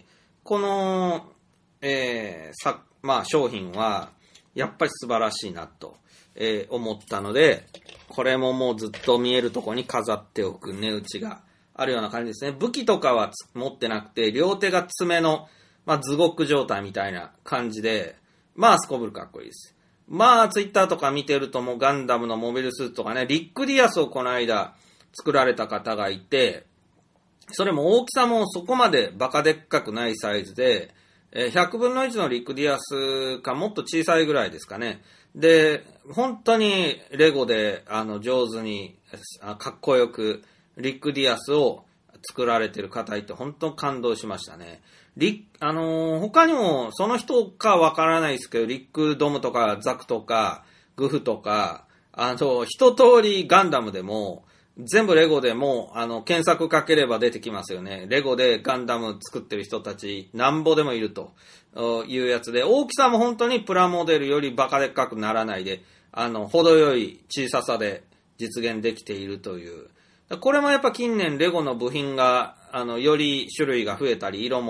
この、えー、さ、まあ商品は、やっぱり素晴らしいなと。えー、思ったので、これももうずっと見えるとこに飾っておく値打ちがあるような感じですね。武器とかは持ってなくて、両手が爪の、まあ、頭獄状態みたいな感じで、まあ、すこぶるかっこいいです。まあ、ツイッターとか見てるともうガンダムのモビルスーツとかね、リック・ディアスをこの間作られた方がいて、それも大きさもそこまでバカでっかくないサイズで、ひゃくぶんのいちのリック・ディアスかもっと小さいぐらいですかね。で、本当にレゴであの上手にかっこよくリック・ディアスを作られてる方いて本当感動しましたね。リあのー、他にもその人かわからないですけど、リック・ドムとかザクとかグフとか、あの、一通りガンダムでも全部レゴでもあの検索かければ出てきますよね。レゴでガンダム作ってる人たちなんぼでもいるというやつで、大きさも本当にプラモデルよりバカでっかくならないで、あの程よい小ささで実現できているという。これもやっぱ近年レゴの部品があのより種類が増えたり色も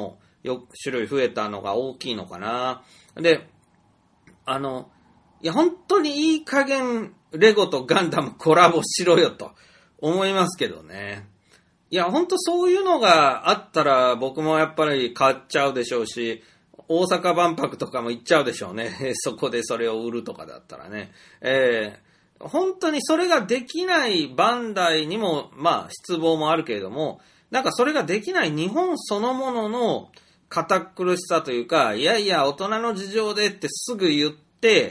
よ種類増えたのが大きいのかな。で、あの、いや、本当にいい加減、レゴとガンダムコラボしろよと思いますけどね。いや、本当そういうのがあったら僕もやっぱり買っちゃうでしょうし、大阪万博とかも行っちゃうでしょうね。そこでそれを売るとかだったらね。えー、本当にそれができないバンダイにも、まあ、失望もあるけれども、なんかそれができない日本そのものの堅苦しさというか、いやいや、大人の事情でってすぐ言って、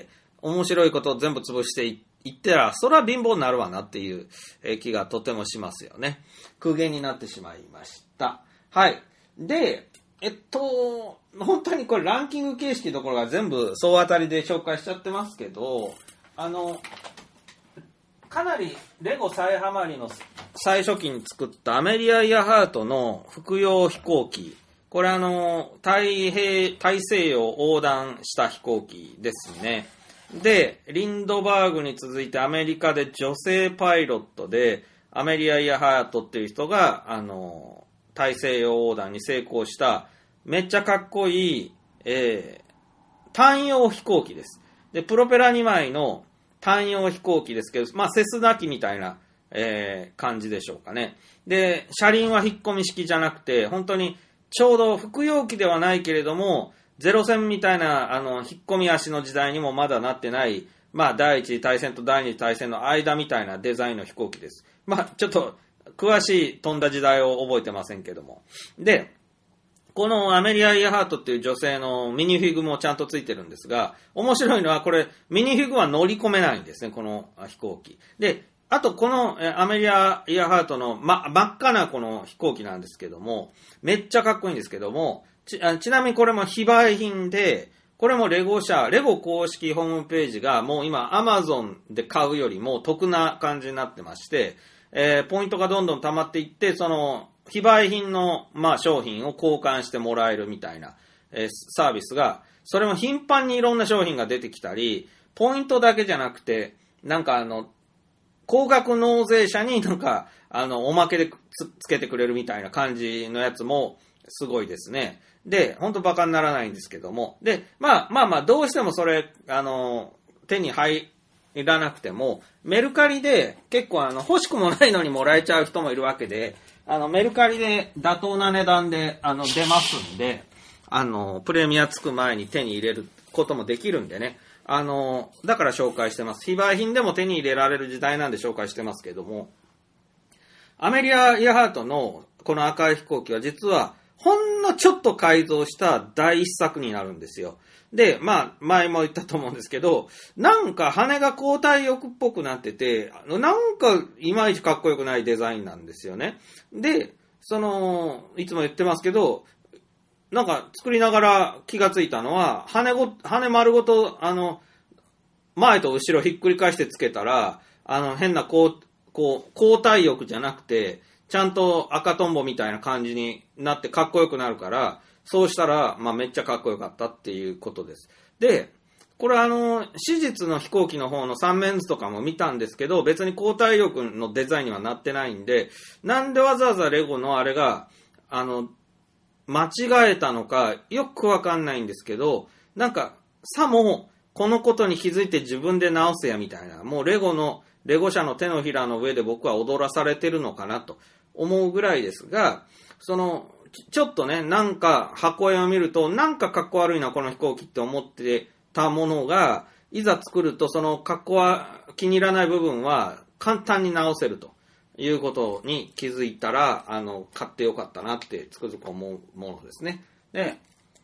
面白いことを全部潰していったら、それは貧乏になるわなっていう気がとてもしますよね。空言になってしまいました。はい。で、えっと、本当にこれランキング形式どころが全部総当たりで紹介しちゃってますけど、あの、かなりレゴ再ハマりの最初期に作ったアメリア・イヤハートの服用飛行機。これあの、太平、大西洋横断した飛行機ですね。で、リンドバーグに続いてアメリカで女性パイロットで、アメリア・イヤハートっていう人が、あの、大西洋横断に成功した、めっちゃかっこいい、えー、単葉飛行機です。で、プロペラにまいの単葉飛行機ですけど、まあ、セスナ機みたいな、えー、感じでしょうかね。で、車輪は引っ込み式じゃなくて、本当にちょうど服用機ではないけれども、ゼロ戦みたいな、あの、引っ込み足の時代にもまだなってない、まあ、第一次大戦と第二次大戦の間みたいなデザインの飛行機です。まあ、ちょっと、詳しい飛んだ時代を覚えてませんけども。で、このアメリア・イヤハートっていう女性のミニフィグもちゃんとついてるんですが、面白いのはこれ、ミニフィグは乗り込めないんですね、この飛行機。で、あとこのアメリア・イヤハートの、ま、真っ赤なこの飛行機なんですけども、めっちゃかっこいいんですけども、ち, ちなみにこれも非売品で、これもレゴ社、レゴ公式ホームページがもう今 Amazon で買うよりも得な感じになってまして、えー、ポイントがどんどん溜まっていって、その、非売品の、まあ、商品を交換してもらえるみたいな、えー、サービスが、それも頻繁にいろんな商品が出てきたり、ポイントだけじゃなくて、なんかあの、高額納税者になんか、あの、おまけで つ, つけてくれるみたいな感じのやつも、すごいですね。で、ほんとバカにならないんですけども。で、まあまあまあ、どうしてもそれ、あの、手に入らなくても、メルカリで結構あの、欲しくもないのにもらえちゃう人もいるわけで、あの、メルカリで妥当な値段で、あの、出ますんで、あの、プレミアつく前に手に入れることもできるんでね。あの、だから紹介してます。非売品でも手に入れられる時代なんで紹介してますけども、アメリア・イヤハートのこの赤い飛行機は実は、ほんのちょっと改造した第一作になるんですよ。で、まあ、前も言ったと思うんですけど、なんか羽が交代翼っぽくなってて、なんかいまいちかっこよくないデザインなんですよね。で、その、いつも言ってますけど、なんか作りながら気がついたのは、羽ご、羽丸ごと、あの、前と後ろひっくり返してつけたら、あの、変なこう、こう、交代翼じゃなくて、ちゃんと赤トンボみたいな感じになってかっこよくなるから、そうしたら、まあめっちゃかっこよかったっていうことです。で、これあの、史実の飛行機の方の三面図とかも見たんですけど、別に交代翼のデザインにはなってないんで、なんでわざわざレゴのあれが、あの、間違えたのか、よくわかんないんですけど、なんか、さも、このことに気づいて自分で直せやみたいな、もうレゴの、レゴ社の手のひらの上で僕は踊らされてるのかなと思うぐらいですが、その、ちょっとね、なんか箱絵を見ると、なんかかっこ悪いな、この飛行機って思ってたものが、いざ作ると、そのかっこは気に入らない部分は簡単に直せるということに気づいたら、あの、買ってよかったなってつくづく思うものですね。で、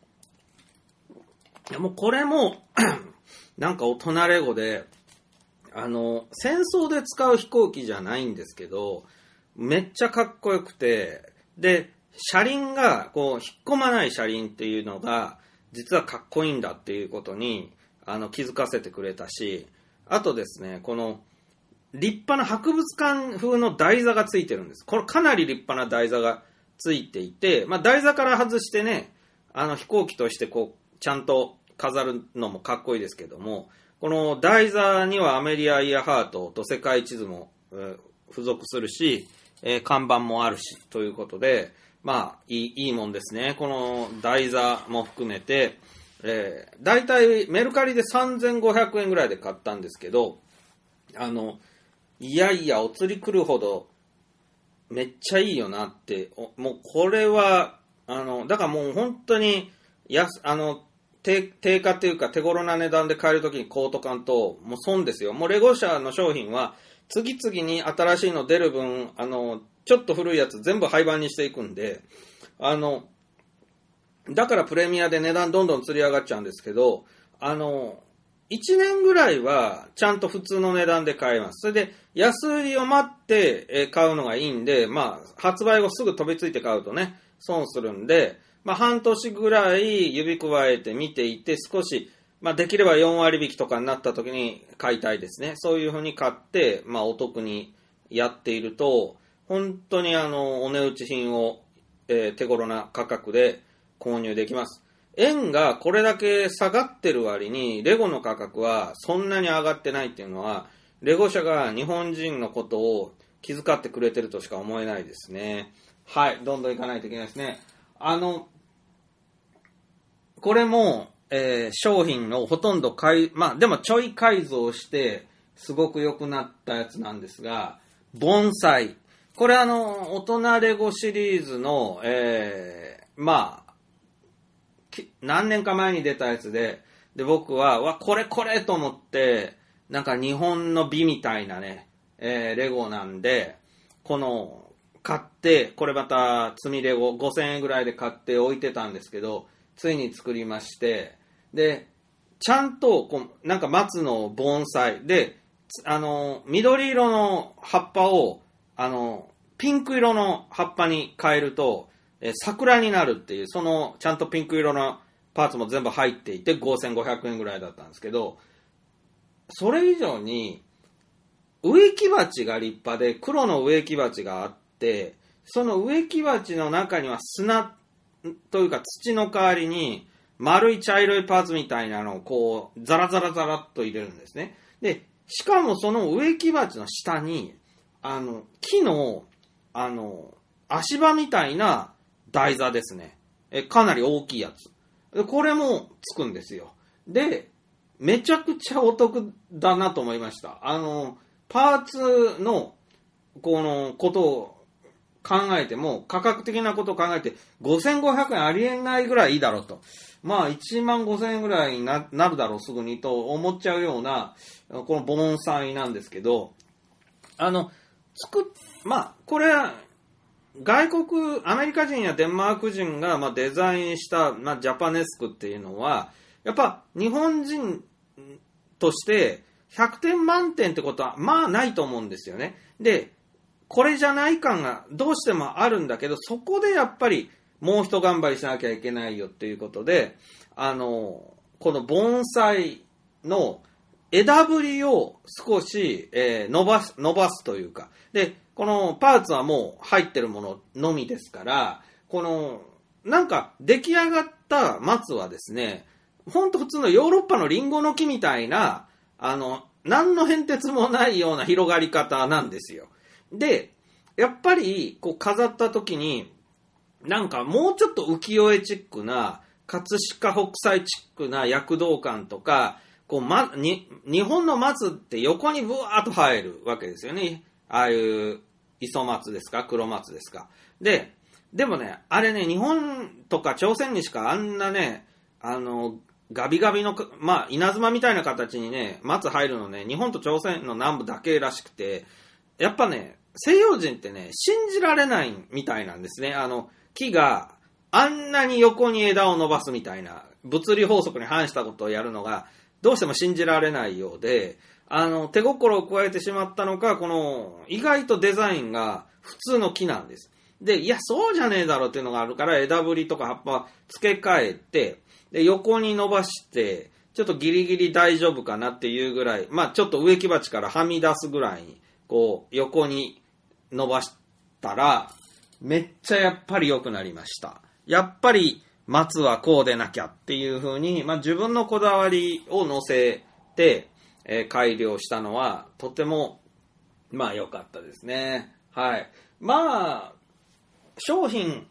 もうこれも、なんか大人レゴで、あの、戦争で使う飛行機じゃないんですけど、めっちゃかっこよくて、で、車輪がこう引っ込まない車輪っていうのが実はかっこいいんだっていうことにあの気づかせてくれたし、あとですね、この立派な博物館風の台座がついてるんです。これかなり立派な台座がついていて、まあ台座から外してね、あの飛行機としてこうちゃんと飾るのもかっこいいですけども、この台座にはアメリア・イヤハートと世界地図も、えー、付属するし、えー、看板もあるしということで、 まあ、いい、いいもんですね。この台座も含めて、えー、だいたいメルカリでさんぜんごひゃくえんぐらいで買ったんですけど、あの、いやいや、お釣り来るほど、めっちゃいいよなって、もうこれは、あの、だからもう本当に、安、あの、低、低価っていうか手頃な値段で買えるときに買うとかんと、もう損ですよ。もうレゴ社の商品は、次々に新しいの出る分、あの、ちょっと古いやつ全部廃盤にしていくんで、あの、だからプレミアで値段どんどん釣り上がっちゃうんですけど、あの、いちねんぐらいはちゃんと普通の値段で買えます。それで安売りを待って買うのがいいんで、まあ発売後すぐ飛びついて買うとね、損するんで、まあ半年ぐらい指加えて見ていて少し、まあできればよんわり引きとかになった時に買いたいですね。そういう風に買って、まあお得にやっていると、本当にあの、お値打ち品を、えー、手頃な価格で購入できます。円がこれだけ下がってる割にレゴの価格はそんなに上がってないっていうのはレゴ社が日本人のことを気遣ってくれてるとしか思えないですね。はい、どんどんいかないといけないですね。あのこれも、えー、商品のほとんど改まあでもちょい改造してすごく良くなったやつなんですが、盆栽、これあの大人レゴシリーズの、えー、まあ何年か前に出たやつで、で、僕は、わ、これこれと思って、なんか日本の美みたいなね、えー、レゴなんで、この、買って、これまた積みレゴごせんえんぐらいで買って置いてたんですけど、ついに作りまして、で、ちゃんと、こう、なんか松の盆栽で、あの、緑色の葉っぱを、あの、ピンク色の葉っぱに変えると、えー、桜になるっていう、そのちゃんとピンク色のパーツも全部入っていてごせんごひゃくえんぐらいだったんですけど、それ以上に植木鉢が立派で黒の植木鉢があって、その植木鉢の中には砂というか土の代わりに丸い茶色いパーツみたいなのをこうザラザラザラっと入れるんですね。で、しかもその植木鉢の下にあの木のあの足場みたいな台座ですね。え、かなり大きいやつ。で、これもつくんですよ。で、めちゃくちゃお得だなと思いました。あの、パーツの、このことを考えても、価格的なことを考えて、ごせんごひゃくえんありえないぐらいいいだろうと。まあ、いちまんごせんえんぐらいになるだろう、すぐにと思っちゃうような、この盆栽なんですけど、あの、つく、まあ、これは、外国、アメリカ人やデンマーク人がまあデザインした、まあ、ジャパネスクっていうのは、やっぱ日本人としてひゃくてん満点ってことはまあないと思うんですよね。で、これじゃない感がどうしてもあるんだけど、そこでやっぱりもう一頑張りしなきゃいけないよっていうことで、あの、この盆栽の枝ぶりを少し、えー、伸ばす、伸ばすというか、で、このパーツはもう入ってるもののみですから、この、なんか出来上がった松はですね、ほんと普通のヨーロッパのリンゴの木みたいな、あの、何の変哲もないような広がり方なんですよ。で、やっぱり、こう飾った時に、なんかもうちょっと浮世絵チックな、葛飾北斎チックな躍動感とか、こう、ま、に、日本の松って横にブワーッと生えるわけですよね。ああいう磯松ですか黒松ですか。で、でもね、あれね、日本とか朝鮮にしかあんなね、あの、ガビガビの、まあ、稲妻みたいな形にね、松入るのね、日本と朝鮮の南部だけらしくて、やっぱね、西洋人ってね、信じられないみたいなんですね。あの、木があんなに横に枝を伸ばすみたいな、物理法則に反したことをやるのが、どうしても信じられないようで、あの、手心を加えてしまったのか、この、意外とデザインが普通の木なんです。で、いや、そうじゃねえだろっていうのがあるから、枝ぶりとか葉っぱ付け替えて、で、横に伸ばして、ちょっとギリギリ大丈夫かなっていうぐらい、まあちょっと植木鉢からはみ出すぐらいに、こう、横に伸ばしたら、めっちゃやっぱり良くなりました。やっぱり、松はこうでなきゃっていう風に、まあ自分のこだわりを乗せて、えー、改良したのは、とても、まあ良かったですね。はい。まあ、商品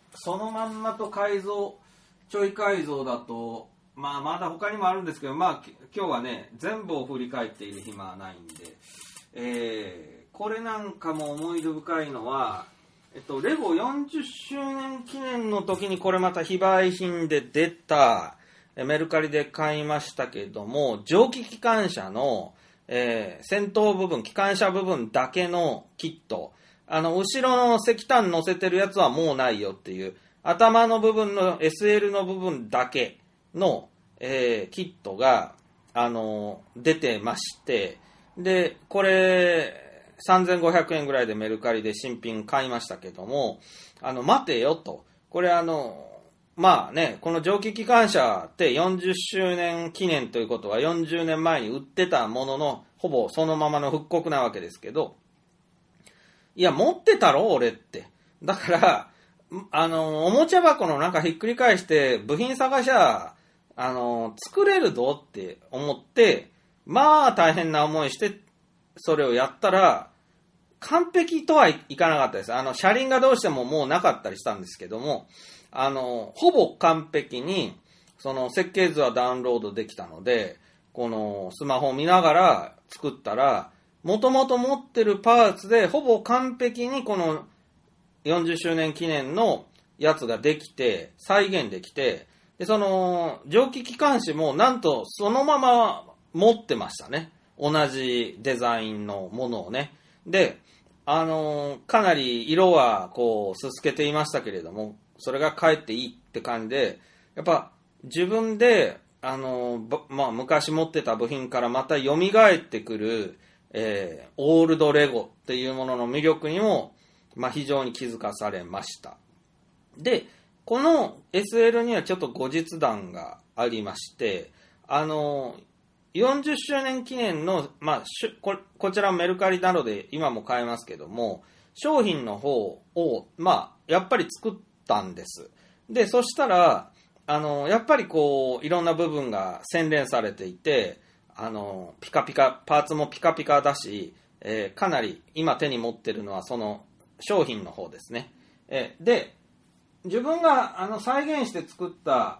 そのまんまと改造、ちょい改造だと、まあまだ他にもあるんですけど、まあ今日はね、全部を振り返っている暇はないんで、えー、これなんかも思い出深いのは、えっと、レゴよんじゅっしゅうねん記念の時にこれまた非売品で出た、メルカリで買いましたけども、蒸気機関車の、えー、先頭部分、機関車部分だけのキット、あの、後ろの石炭乗せてるやつはもうないよっていう、頭の部分の エスエル の部分だけの、えー、キットが、あのー、出てまして、で、これ、さんぜんごひゃくえんぐらいでメルカリで新品買いましたけども、あの、待てよと。これあの、まあね、この蒸気機関車ってよんじゅっしゅうねん記念ということはよんじゅうねんまえに売ってたものの、ほぼそのままの復刻なわけですけど、いや、持ってたろ俺って。だから、あの、おもちゃ箱の中ひっくり返して部品探しゃ、あの、作れるぞって思って、まあ大変な思いして、それをやったら、完璧とはいかなかったです。あの、車輪がどうしてももうなかったりしたんですけども、あの、ほぼ完璧に、その設計図はダウンロードできたので、このスマホを見ながら作ったら、もともと持ってるパーツでほぼ完璧にこのよんじゅっしゅうねん記念のやつができて、再現できて、で、その蒸気機関士もなんとそのまま持ってましたね。同じデザインのものをね。で、あのー、かなり色はこう、すすけていましたけれども、それがかえっていいって感じで、やっぱ自分で、あのー、まあ、昔持ってた部品からまた蘇ってくる、えー、オールドレゴっていうものの魅力にも、まあ、非常に気づかされました。で、この エスエル にはちょっと後日談がありまして、あのー、よんじゅっしゅうねん記念の、まあ、こ, こちらメルカリなどで今も買えますけども、商品の方を、まあ、やっぱり作ったんです。で、そしたら、あの、やっぱりこう、いろんな部分が洗練されていて、あの、ピカピカ、パーツもピカピカだし、えー、かなり今手に持ってるのはその商品の方ですね。えー、で、自分があの再現して作った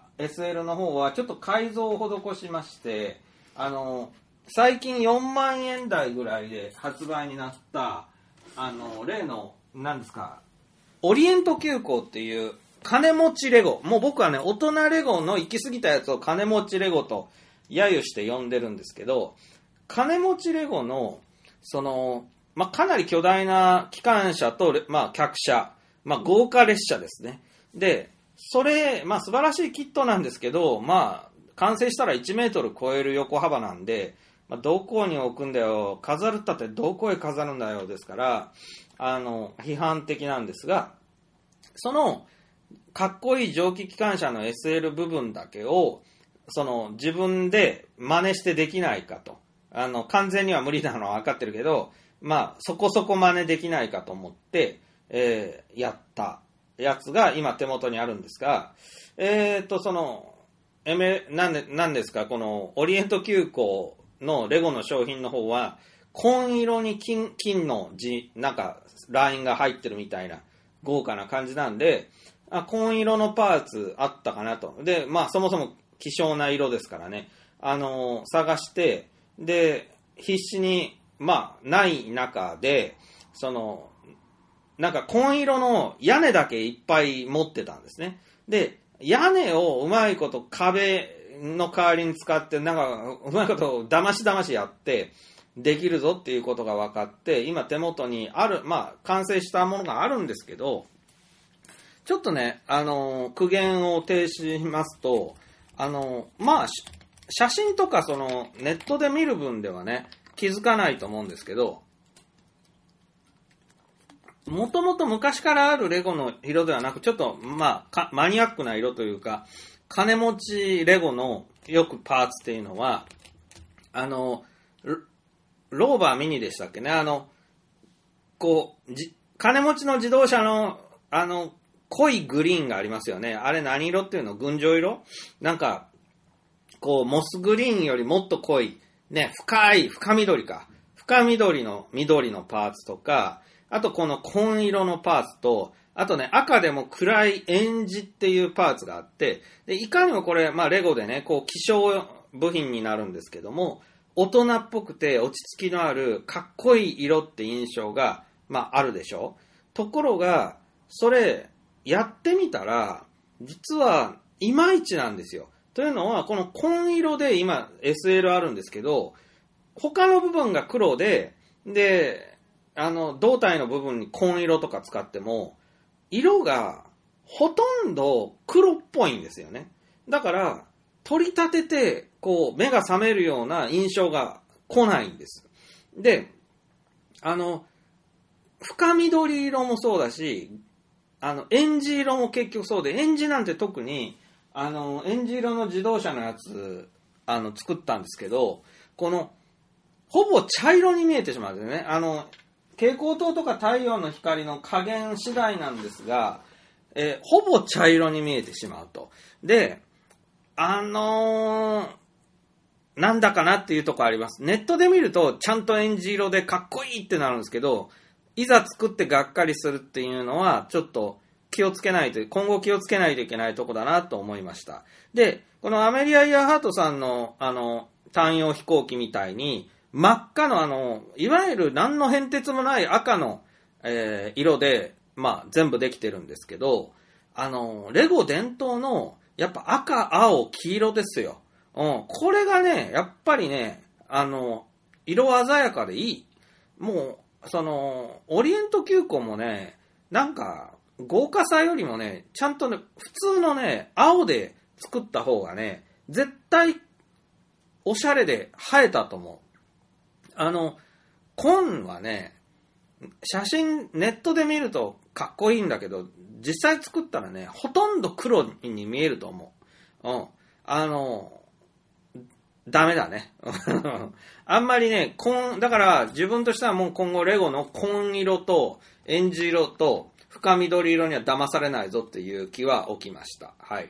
エスエル の方はちょっと改造を施しまして、あの最近よんまんえん台ぐらいで発売になったあの例の何ですかオリエント急行っていう金持ちレゴ、もう僕はね大人レゴの行き過ぎたやつを金持ちレゴと揶揄して呼んでるんですけど、金持ちレゴのその、まあ、かなり巨大な機関車と、まあ、客車、まあ、豪華列車ですね。でそれ、まあ、素晴らしいキットなんですけど、まあ完成したらいちメートル超える横幅なんで、まあ、どこに置くんだよ、飾るったってどこへ飾るんだよですから、あの、批判的なんですが、その、かっこいい蒸気機関車の エスエル 部分だけを、その、自分で真似してできないかと。あの、完全には無理なのは分かってるけど、まあ、そこそこ真似できないかと思って、えー、やったやつが今手元にあるんですが、えーと、その、えめ、なんで、なんですか、このオリエント急行のレゴの商品の方は、紺色に金、金の字、なんか、ラインが入ってるみたいな、豪華な感じなんで、あ、紺色のパーツあったかなと。で、まあ、そもそも希少な色ですからね、あのー、探して、で、必死に、まあ、ない中で、その、なんか紺色の屋根だけいっぱい持ってたんですね。で、屋根をうまいこと壁の代わりに使って、なんかうまいことだましだましやってできるぞっていうことが分かって、今手元にある、まあ完成したものがあるんですけど、ちょっとね、あの、苦言を呈しますと、あの、まあ、写真とかそのネットで見る分ではね、気づかないと思うんですけど、もともと昔からあるレゴの色ではなく、ちょっと、まあ、マニアックな色というか、金持ちレゴのよくパーツっていうのは、あの、ローバーミニでしたっけね、あの、こう、じ金持ちの自動車の、あの、濃いグリーンがありますよね。あれ何色っていうの？群青色？なんか、こう、モスグリーンよりもっと濃い、ね、深い、深緑か。深緑の緑のパーツとか、 あとこの紺色のパーツと、あとね、赤でも暗いエンジっていうパーツがあって、で、いかにもこれ、まあレゴでね、こう希少部品になるんですけども、大人っぽくて落ち着きのあるかっこいい色って印象が、まああるでしょ。ところが、それ、やってみたら、実はいまいちなんですよ。というのは、この紺色で今 エスエル あるんですけど、他の部分が黒で、で、あの、胴体の部分に紺色とか使っても、色がほとんど黒っぽいんですよね。だから、取り立てて、こう、目が覚めるような印象が来ないんです。で、あの、深緑色もそうだし、あの、エンジ色も結局そうで、エンジなんて特に、あの、エンジ色の自動車のやつ、あの、作ったんですけど、この、ほぼ茶色に見えてしまうんですよね。あの、蛍光灯とか太陽の光の加減次第なんですが、えー、ほぼ茶色に見えてしまうと。で、あのー、なんだかなっていうところあります。ネットで見るとちゃんとエンジ色でかっこいいってなるんですけど、いざ作ってがっかりするっていうのはちょっと気をつけないと、今後気をつけないといけないとこだなと思いました。で、このアメリア・イヤーハートさんのあの単葉飛行機みたいに真っ赤のあの、いわゆる何の変哲もない赤の、えー、色で、まあ全部できてるんですけど、あの、レゴ伝統のやっぱ赤、青、黄色ですよ。うん。これがね、やっぱりね、あの、色鮮やかでいい。もう、その、オリエント急行もね、なんか、豪華さよりもね、ちゃんとね、普通のね、青で作った方がね、絶対、おしゃれで映えたと思う。あの、紺はね、写真、ネットで見るとかっこいいんだけど、実際作ったらね、ほとんど黒に見えると思う。うん。あの、ダメだね。あんまりね、紺、だから自分としてはもう今後レゴの紺色とエンジ色と深緑色には騙されないぞっていう気は起きました。はい。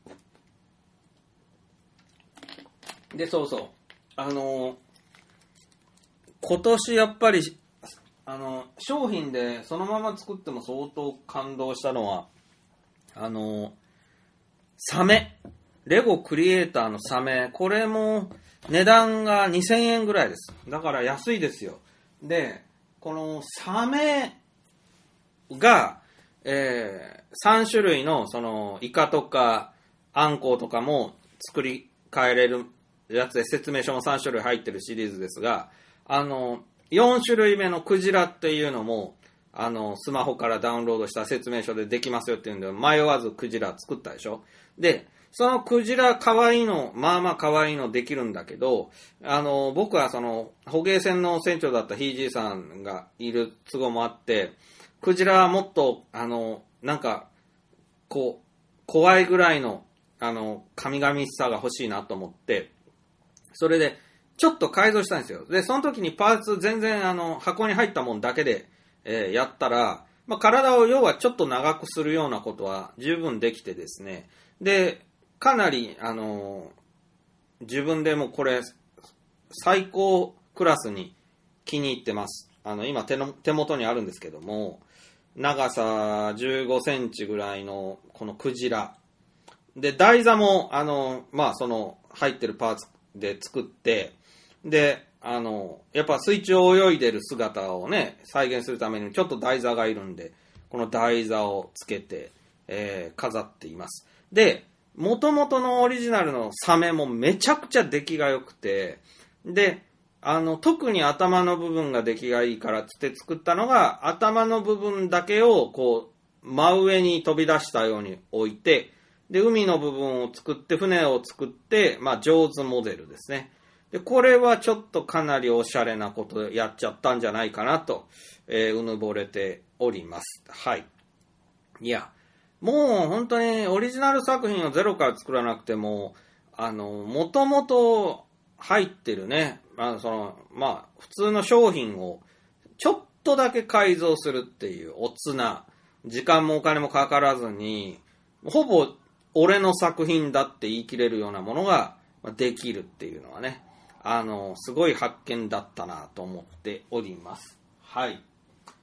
で、そうそう。あの、今年やっぱり、あの、商品でそのまま作っても相当感動したのは、あの、サメ。レゴクリエイターのサメ。これも値段がにせんえんぐらいです。だから安いですよ。で、このサメが、えー、さん種類のそのイカとかアンコウとかも作り変えれるやつで、説明書もさん種類入ってるシリーズですが、あの、よん種類目のクジラっていうのも、あの、スマホからダウンロードした説明書でできますよっていうんで、迷わずクジラ作ったでしょ。で、そのクジラ可愛いの、まあまあ可愛いのできるんだけど、あの、僕はその、捕鯨船の船長だったひいじいさんがいる都合もあって、クジラはもっと、あの、なんか、こう、怖いぐらいの、あの、神々しさが欲しいなと思って、それで、ちょっと改造したんですよ。で、その時にパーツ全然、あの、箱に入ったもんだけで、えー、やったら、まあ、体を要はちょっと長くするようなことは十分できてですね。で、かなり、あのー、自分でもこれ、最高クラスに気に入ってます。あの、今手の、手元にあるんですけども、長さじゅうごセンチぐらいのこのクジラ。で、台座も、あの、まあ、その、入ってるパーツで作って、で、あの、やっぱ水中を泳いでる姿をね、再現するためにちょっと台座がいるんで、この台座をつけて、えー、飾っています。で、元々のオリジナルのサメもめちゃくちゃ出来が良くて、で、あの、特に頭の部分が出来がいいからつって作ったのが、頭の部分だけをこう、真上に飛び出したように置いて、で、海の部分を作って、船を作って、まあ、上手モデルですね。で、これはちょっとかなりおしゃれなことやっちゃったんじゃないかなと、えー、うぬぼれております。はい。いや、もう本当にオリジナル作品をゼロから作らなくても、あの、もともと入ってるね、まあ、その、まあ、普通の商品をちょっとだけ改造するっていうおつな、時間もお金もかからずに、ほぼ俺の作品だって言い切れるようなものができるっていうのはね、あの、すごい発見だったなと思っております。はい。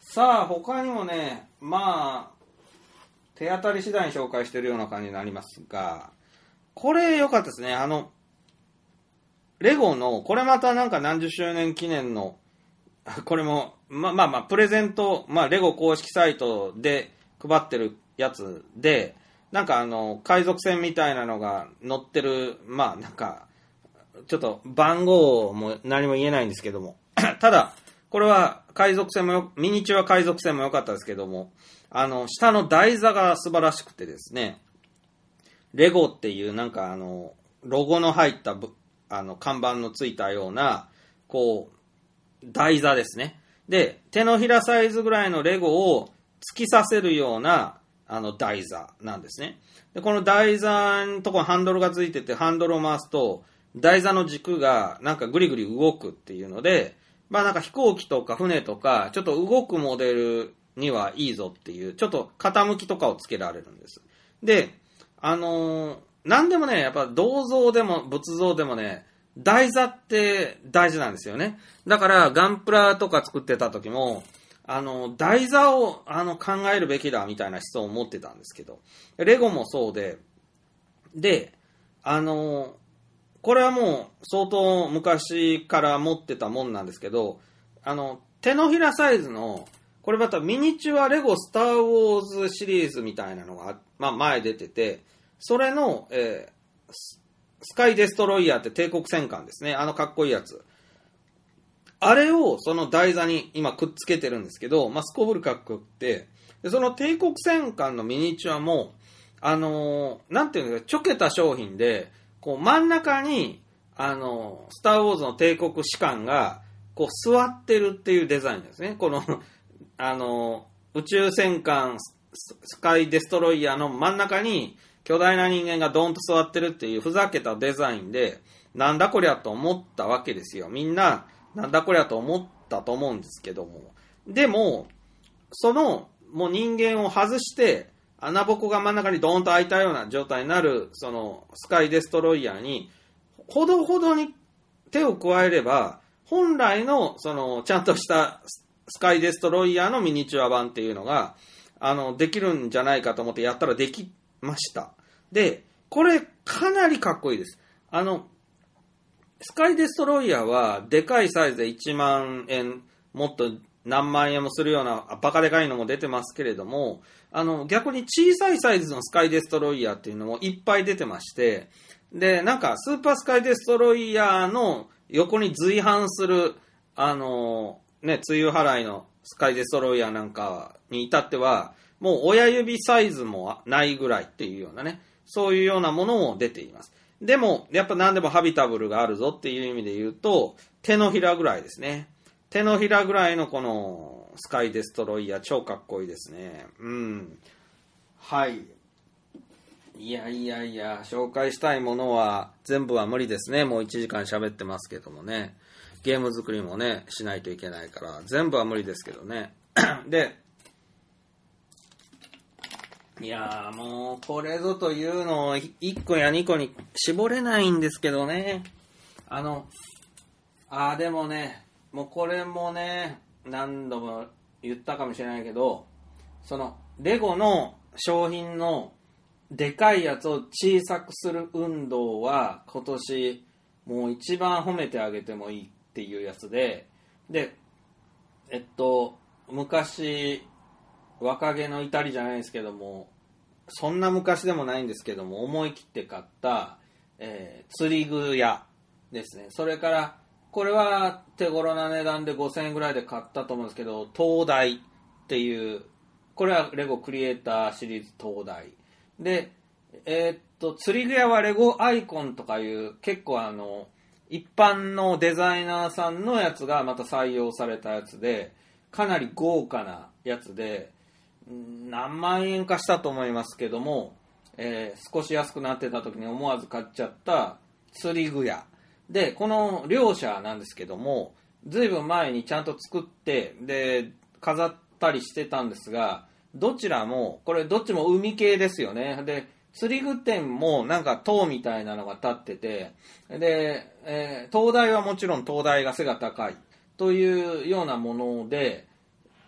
さあ他にもね、まあ手当たり次第に紹介しているような感じになりますが、これ良かったですね。あのレゴのこれまたなんか何十周年記念のこれもまあまあまあプレゼント、まあレゴ公式サイトで配ってるやつで、なんかあの海賊船みたいなのが載ってる、まあなんかちょっと番号も何も言えないんですけどもただこれは海賊船もよ、ミニチュア海賊船も良かったですけども、あの下の台座が素晴らしくてですね、レゴっていうなんかあのロゴの入ったあの看板のついたようなこう台座ですね。で手のひらサイズぐらいのレゴを突き刺せるようなあの台座なんですね。でこの台座のところハンドルがついてて、ハンドルを回すと台座の軸がなんかグリグリ動くっていうので、まあなんか飛行機とか船とかちょっと動くモデルにはいいぞっていう、ちょっと傾きとかをつけられるんです。であのー、なんでもね、やっぱ銅像でも仏像でもね、台座って大事なんですよね。だからガンプラとか作ってた時も、あの台座をあの考えるべきだみたいな思想を持ってたんですけど、レゴもそうで、で、あのこれはもう相当昔から持ってたもんなんですけど、あの手のひらサイズのこれまたミニチュアレゴスターウォーズシリーズみたいなのが、まあ、前出てて、それの、えー、スカイデストロイヤーって帝国戦艦ですね、あのかっこいいやつ、あれをその台座に今くっつけてるんですけど、まあ、すこぶるかっこよくて、でその帝国戦艦のミニチュアもあのー、なんていうんですか、ちょけた商品で、こう真ん中にあのー、スターウォーズの帝国士官がこう座ってるっていうデザインですね。このあの宇宙戦艦スカイデストロイヤーの真ん中に巨大な人間がドーンと座ってるっていうふざけたデザインで、なんだこりゃと思ったわけですよ。みんななんだこりゃと思ったと思うんですけども、でもそのもう人間を外して穴ぼこが真ん中にドーンと開いたような状態になるそのスカイデストロイヤーにほどほどに手を加えれば、本来のそのちゃんとしたスカイデストロイヤーのミニチュア版っていうのがあのできるんじゃないかと思ってやったらできました。でこれかなりかっこいいです。あのスカイデストロイヤーはでかいサイズでいちまんえん、もっと何万円もするようなバカでかいのも出てますけれども、あの逆に小さいサイズのスカイデストロイヤーっていうのもいっぱい出てまして、でなんかスーパースカイデストロイヤーの横に随伴するあのね、梅雨払いのスカイデストロイヤーなんかに至ってはもう親指サイズもないぐらいっていうようなね、そういうようなものも出ています。でもやっぱ何でもハビタブルがあるぞっていう意味で言うと手のひらぐらいですね。手のひらぐらいのこのスカイデストロイヤー超かっこいいですね。うん。はい。いやいやいや、紹介したいものは全部は無理ですね。もういちじかん喋ってますけどもね。ゲーム作りもねしないといけないから全部は無理ですけどねで、いやーもうこれぞというのをいっこやにこに絞れないんですけどね。あのあーでもね、もうこれもね何度も言ったかもしれないけど、そのレゴの商品のでかいやつを小さくする運動は今年もう一番褒めてあげてもいいっていうやつで、でえっと昔若気の至りじゃないですけども、そんな昔でもないんですけども思い切って買った、えー、釣り具屋ですね。それからこれは手頃な値段でごせんえんぐらいで買ったと思うんですけど、灯台っていう、これはレゴクリエイターシリーズ灯台で、えー、っと釣り具屋はレゴアイコンとかいう結構あの一般のデザイナーさんのやつがまた採用されたやつで、かなり豪華なやつで何万円かしたと思いますけども、えー、少し安くなってた時に思わず買っちゃった釣り具屋で、この両者なんですけどもずいぶん前にちゃんと作ってで飾ったりしてたんですが、どちらもこれどっちも海系ですよね。で釣り具店もなんか塔みたいなのが立ってて、で、えー、灯台はもちろん灯台が背が高いというようなもので、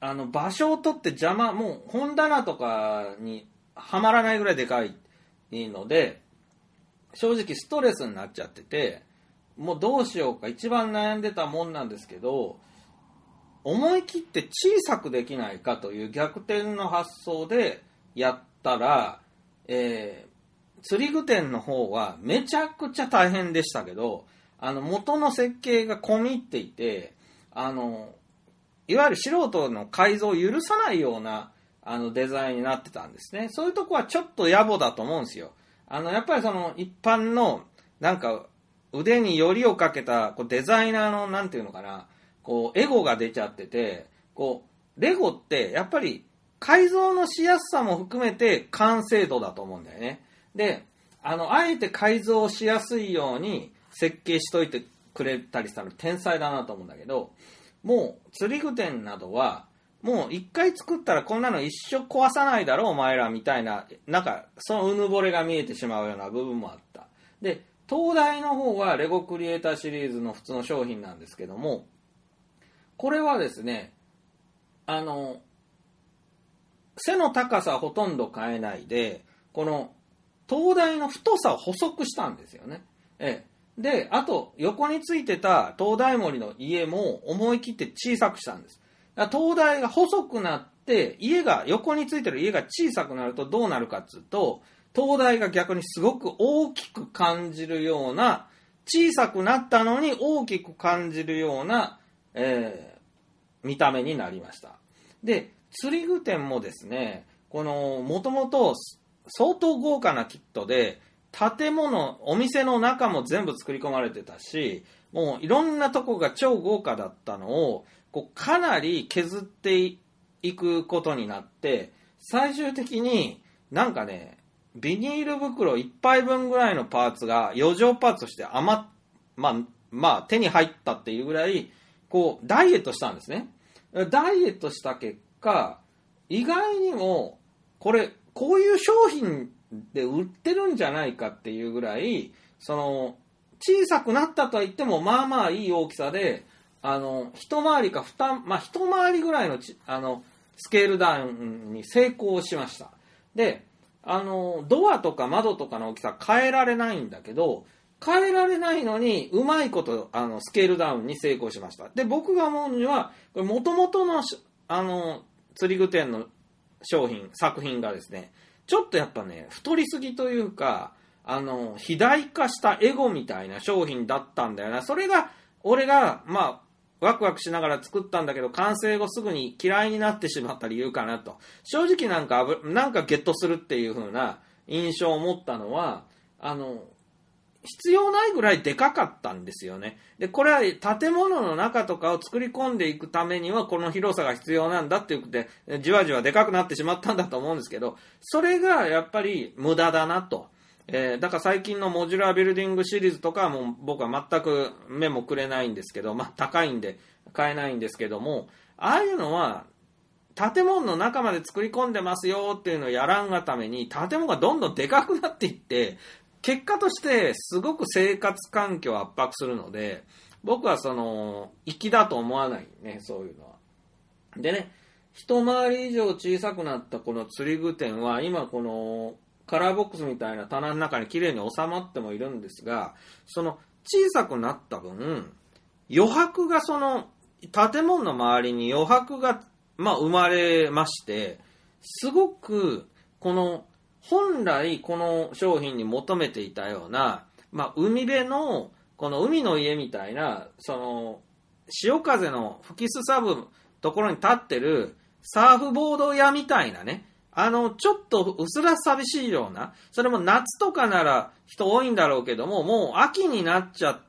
あの場所を取って邪魔、もう本棚とかにはまらないぐらいでかいので、正直ストレスになっちゃってて、もうどうしようか一番悩んでたもんなんですけど、思い切って小さくできないかという逆転の発想でやったら、えー、釣り具店の方はめちゃくちゃ大変でしたけど、あの元の設計が込み入っていて、あのいわゆる素人の改造を許さないようなあのデザインになってたんですね。そういうとこはちょっと野暮だと思うんですよ。あのやっぱりその一般のなんか腕によりをかけたこうデザイナーのなんていうのかな、こうエゴが出ちゃってて、こうレゴってやっぱり改造のしやすさも含めて完成度だと思うんだよね。で、あのあえて改造しやすいように設計しといてくれたりしたら天才だなと思うんだけど、もう釣り具店などはもう一回作ったらこんなの一生壊さないだろお前らみたいな、なんかそのうぬぼれが見えてしまうような部分もあった。で、東大の方はレゴクリエイターシリーズの普通の商品なんですけども、これはですね、あの背の高さはほとんど変えないで、この灯台の太さを細くしたんですよね。ええで、あと横についてた灯台森の家も思い切って小さくしたんです。だから灯台が細くなって家が横についてる家が小さくなるとどうなるかっていうと、灯台が逆にすごく大きく感じるような、小さくなったのに大きく感じるような、えー、見た目になりました。で、釣り具店もですね、このもともと相当豪華なキットで建物、お店の中も全部作り込まれてたし、もういろんなとこが超豪華だったのをこうかなり削っていくことになって、最終的になんかね、ビニール袋いっぱいぶんぐらいのパーツが余剰パーツとして余っ、まあ、まあ手に入ったっていうぐらいこうダイエットしたんですね。ダイエットした結果、意外にもこれこういう商品で売ってるんじゃないかっていうぐらい、その小さくなったとは言ってもまあまあいい大きさで、あの一回りか二、まあ一回りぐらいのちあのスケールダウンに成功しました。で、あのドアとか窓とかの大きさ変えられないんだけど、変えられないのにうまいことあのスケールダウンに成功しました。で、僕が思うにはもともとのあの釣り具店の商品作品がですね、ちょっとやっぱね太りすぎというか、あの肥大化したエゴみたいな商品だったんだよな。それが俺がまあワクワクしながら作ったんだけど、完成後すぐに嫌いになってしまった理由かなと。正直なんかなんかゲットするっていう風な印象を持ったのは、あの必要ないぐらいでかかったんですよね。で、これは建物の中とかを作り込んでいくためにはこの広さが必要なんだって言ってじわじわでかくなってしまったんだと思うんですけど、それがやっぱり無駄だなと。えー、だから最近のモジュラービルディングシリーズとかはもう僕は全く目もくれないんですけど、まあ高いんで買えないんですけども、ああいうのは建物の中まで作り込んでますよっていうのをやらんがために建物がどんどんでかくなっていって、結果としてすごく生活環境を圧迫するので、僕はその粋だと思わないね、そういうのは。でね、一回り以上小さくなったこの釣り具店は今このカラーボックスみたいな棚の中にきれいに収まってもいるんですが、その小さくなった分余白が、その建物の周りに余白がまあ生まれまして、すごくこの本来この商品に求めていたような、まあ海辺のこの海の家みたいな、その潮風の吹きすさぶところに立ってるサーフボード屋みたいなね、あのちょっとうすら寂しいような、それも夏とかなら人多いんだろうけども、もう秋になっちゃって、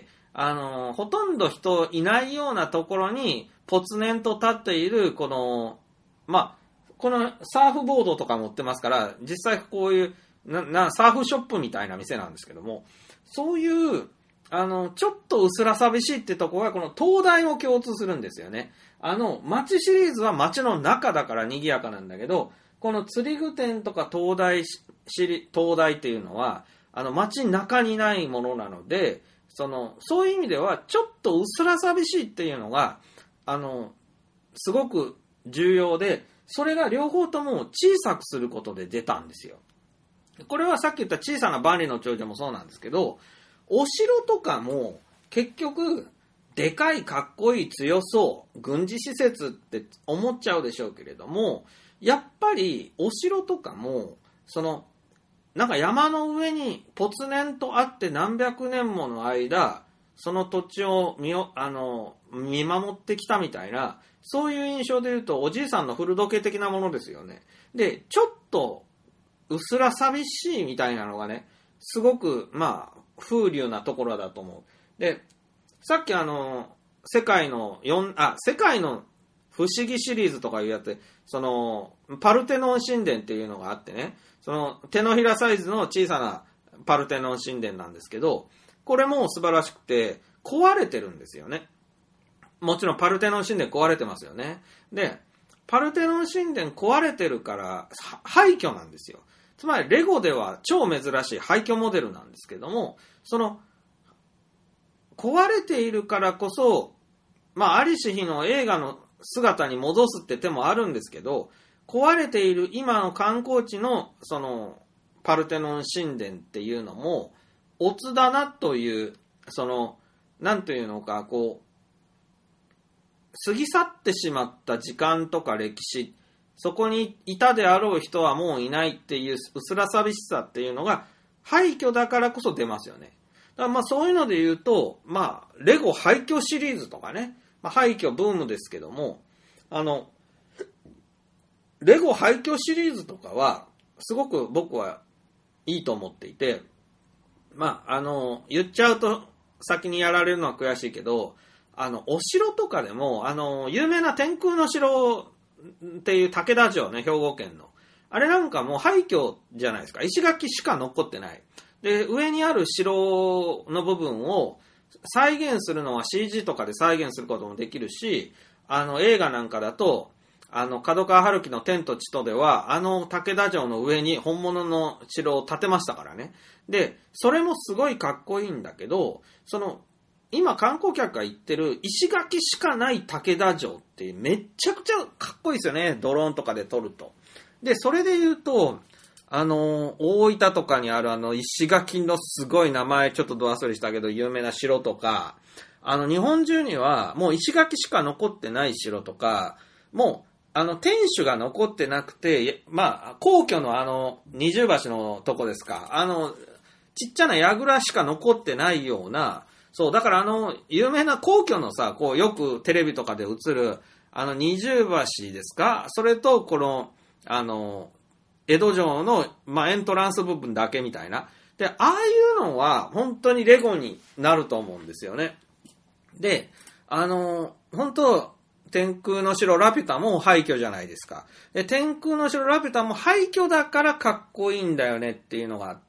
あのほとんど人いないようなところにぽつねんと立っているこの、まあこのサーフボードとか持ってますから、実際こういうななサーフショップみたいな店なんですけども、そういうあのちょっとうすら寂しいってとこがこの灯台も共通するんですよね。あの街シリーズは街の中だから賑やかなんだけど、この釣り具店とか灯台灯台っていうのはあの街中にないものなので、そのそういう意味ではちょっとうすら寂しいっていうのがあのすごく重要で、それが両方とも小さくすることで出たんですよ。これはさっき言った小さな万里の長者もそうなんですけど、お城とかも結局でかいかっこいい強そう軍事施設って思っちゃうでしょうけれども、やっぱりお城とかもそのなんか山の上にぽつねんとあって何百年もの間その土地を 見, あの見守ってきたみたいな、そういう印象で言うとおじいさんの古時計的なものですよね。でちょっとうすら寂しいみたいなのがね、すごくまあ風流なところだと思う。でさっきあの世界の4あ世界の不思議シリーズとかいうやつ、そのパルテノン神殿っていうのがあってね、その手のひらサイズの小さなパルテノン神殿なんですけど、これも素晴らしくて壊れてるんですよね。もちろんパルテノン神殿壊れてますよね。でパルテノン神殿壊れてるから廃墟なんですよ。つまりレゴでは超珍しい廃墟モデルなんですけども、その壊れているからこそ、まあありし日の映画の姿に戻すって手もあるんですけど、壊れている今の観光地のそのパルテノン神殿っていうのもオツだなという、そのなんというのか、こう過ぎ去ってしまった時間とか歴史、そこにいたであろう人はもういないっていう薄ら寂しさっていうのが廃墟だからこそ出ますよね。だからまあそういうので言うと、まあレゴ廃墟シリーズとかね、まあ、廃墟ブームですけども、あのレゴ廃墟シリーズとかはすごく僕はいいと思っていて、まああの言っちゃうと先にやられるのは悔しいけど、あのお城とかでもあの有名な天空の城っていう竹田城ね、兵庫県のあれなんかもう廃墟じゃないですか。石垣しか残ってない。で上にある城の部分を再現するのは シージー とかで再現することもできるし、あの映画なんかだとあの角川春樹の天と地とではあの竹田城の上に本物の城を建てましたからね。でそれもすごいかっこいいんだけど、その今観光客が行ってる石垣しかない竹田城ってめっちゃくちゃかっこいいですよね、ドローンとかで撮ると。でそれで言うとあの大分とかにあるあの石垣のすごい名前ちょっとど忘れしたけど有名な城とか、あの日本中にはもう石垣しか残ってない城とか、もうあの天守が残ってなくて、まあ皇居のあの二重橋のとこですか、あのちっちゃな櫓しか残ってないような、そうだからあの有名な皇居のさ、こうよくテレビとかで映るあの二重橋ですか、それとこのあの江戸城の、まあ、エントランス部分だけみたいな。で、ああいうのは本当にレゴになると思うんですよね。で、あの、本当、天空の城ラピュタも廃墟じゃないですか。で、天空の城ラピュタも廃墟だからかっこいいんだよねっていうのがあって、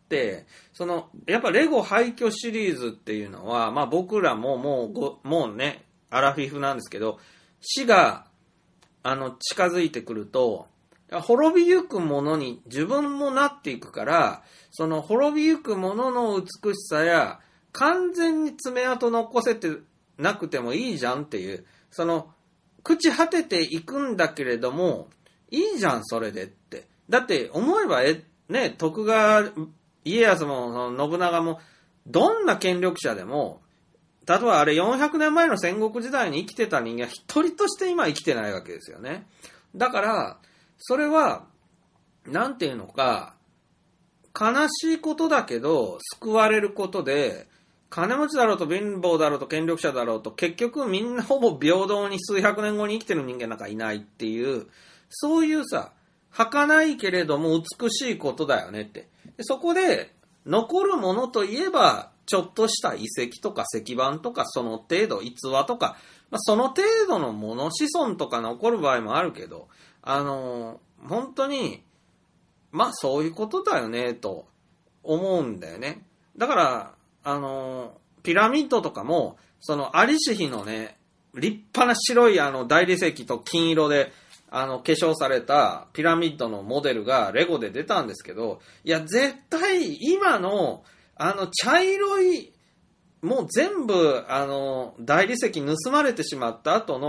その、やっぱレゴ廃墟シリーズっていうのは、まあ僕らももうご、もうね、アラフィフなんですけど、死が、あの、近づいてくると、滅びゆくものに自分もなっていくから、その滅びゆくものの美しさや完全に爪痕残せてなくてもいいじゃんっていう、その朽ち果てていくんだけれどもいいじゃんそれでって。だって思えばえね、徳川家康もその信長もどんな権力者でも、例えばあれよんひゃくねんまえの戦国時代に生きてた人間は一人として今生きてないわけですよね。だからそれは、なんていうのか、悲しいことだけど、救われることで、金持ちだろうと貧乏だろうと権力者だろうと、結局みんなほぼ平等に数百年後に生きてる人間なんかいないっていう、そういうさ、儚いけれども美しいことだよねって。でそこで、残るものといえば、ちょっとした遺跡とか石板とかその程度、逸話とか、まあ、その程度のもの、子孫とか残る場合もあるけど、あのー、本当に、まあそういうことだよね、と思うんだよね。だから、あのー、ピラミッドとかも、その、ありし日のね、立派な白いあの大理石と金色で、あの、化粧されたピラミッドのモデルがレゴで出たんですけど、いや、絶対今の、あの、茶色い、もう全部、あの、大理石盗まれてしまった後の、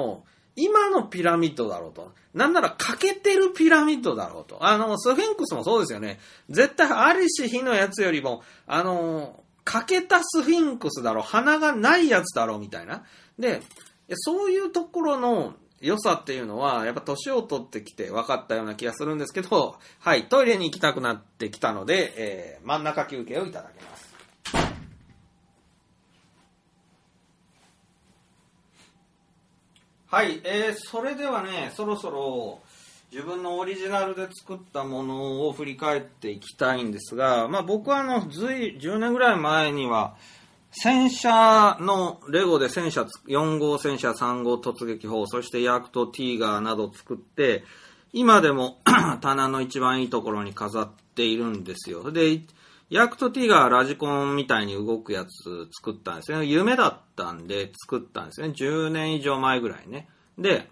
今のピラミッドだろうと。なんなら欠けてるピラミッドだろうと。あの、スフィンクスもそうですよね。絶対ありし日のやつよりも、あの、欠けたスフィンクスだろう、鼻がないやつだろうみたいな。で、そういうところの良さっていうのは、やっぱ年を取ってきて分かったような気がするんですけど、はい、トイレに行きたくなってきたので、えー、真ん中休憩をいただきます。はい、えー、それではね、そろそろ自分のオリジナルで作ったものを振り返っていきたいんですが、まあ僕はあの、ずい、じゅうねんぐらい前には、戦車のレゴで戦車、よん号戦車、さん号突撃砲、そしてヤクト、ティーガーなどを作って、今でも棚の一番いいところに飾っているんですよ。で、ヤクト T がラジコンみたいに動くやつ作ったんですね。夢だったんで作ったんですね。じゅうねん以上前ぐらいね。で、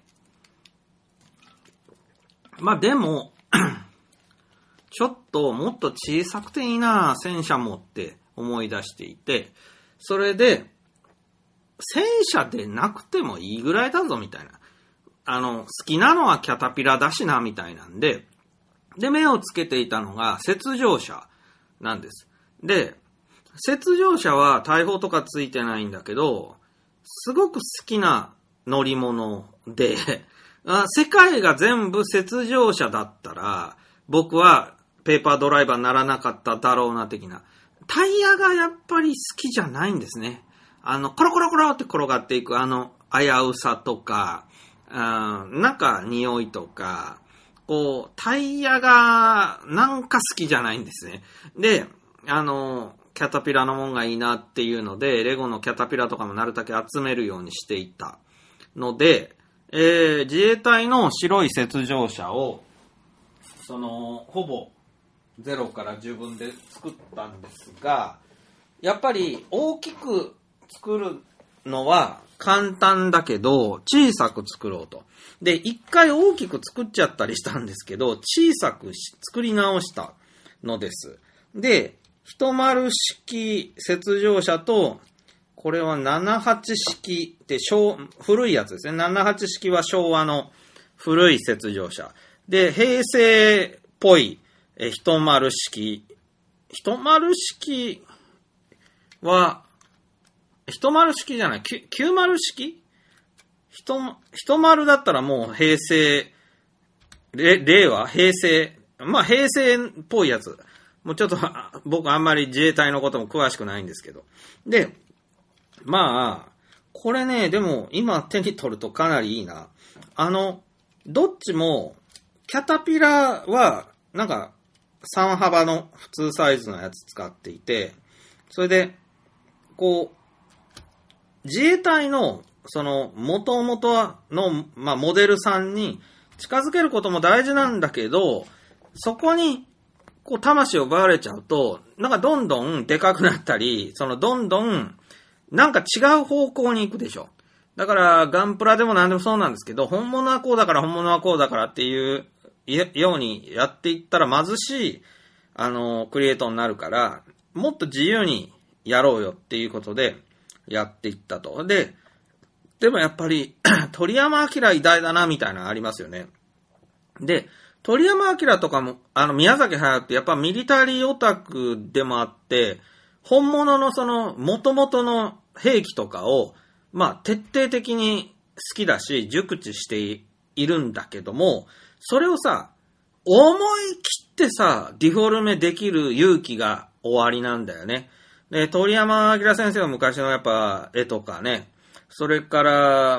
まあでも、ちょっともっと小さくていいな戦車もって思い出していて、それで、戦車でなくてもいいぐらいだぞみたいな。あの、好きなのはキャタピラだしなみたいなんで、で、目をつけていたのが雪上車なんです。で、雪上車は大砲とかついてないんだけど、すごく好きな乗り物で、世界が全部雪上車だったら、僕はペーパードライバーにならなかっただろうな的な。タイヤがやっぱり好きじゃないんですね。あの、コロコロコロって転がっていくあの危うさとか、あなんか匂いとか、こう、タイヤがなんか好きじゃないんですね。で、あの、キャタピラのもんがいいなっていうので、レゴのキャタピラとかもなるだけ集めるようにしていたので、えー、自衛隊の白い雪上車を、その、ほぼゼロから自分で作ったんですが、やっぱり大きく作るのは簡単だけど、小さく作ろうと。で、一回大きく作っちゃったりしたんですけど、小さく作り直したのです。で、一丸式雪上車と、これはななはち式って昭古いやつですね。ななはち式は昭和の古い雪上車。で、平成っぽいえ一丸式。一丸式は、一丸式じゃない、九丸式一、一丸だったらもう平成、令和平成、まあ平成っぽいやつ。もうちょっと僕あんまり自衛隊のことも詳しくないんですけど。で、まあ、これね、でも今手に取るとかなりいいな。あの、どっちも、キャタピラは、なんか、さん幅の普通サイズのやつ使っていて、それで、こう、自衛隊の、その、元々の、まあ、モデルさんに近づけることも大事なんだけど、そこに、こう、魂を奪われちゃうと、なんかどんどんでかくなったり、その、どんどん、なんか違う方向に行くでしょ。だから、ガンプラでも何でもそうなんですけど、本物はこうだから本物はこうだからっていうようにやっていったら貧しい、あの、クリエイトになるから、もっと自由にやろうよっていうことでやっていったと。で、でもやっぱり、鳥山明偉大だなみたいなのありますよね。で、鳥山明とかも、あの、宮崎駿ってやっぱミリタリーオタクでもあって、本物のその、元々の兵器とかを、まあ、徹底的に好きだし、熟知しているんだけども、それをさ、思い切ってさ、ディフォルメできる勇気が終わりなんだよね。で、鳥山明先生の昔のやっぱ絵とかね、それから、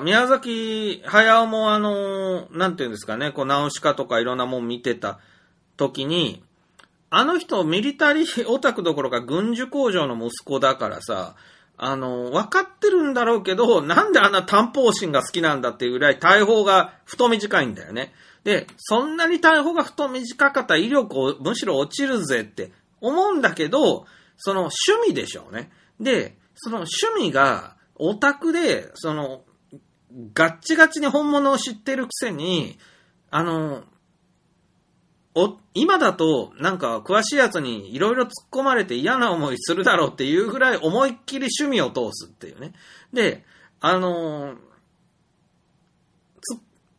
宮崎駿もあの、なんていうんですかね、こう、ナウシカとかいろんなもん見てた時に、あの人、ミリタリーオタクどころか軍需工場の息子だからさ、あの、分かってるんだろうけど、なんであんな短砲心が好きなんだっていうぐらい大砲が太短いんだよね。で、そんなに大砲が太短かったら威力をむしろ落ちるぜって思うんだけど、その趣味でしょうね。で、その趣味がオタクで、その、ガッチガチに本物を知ってるくせに、あの、お、今だとなんか詳しいやつにいろいろ突っ込まれて嫌な思いするだろうっていうぐらい思いっきり趣味を通すっていうね。で、あのー、突っ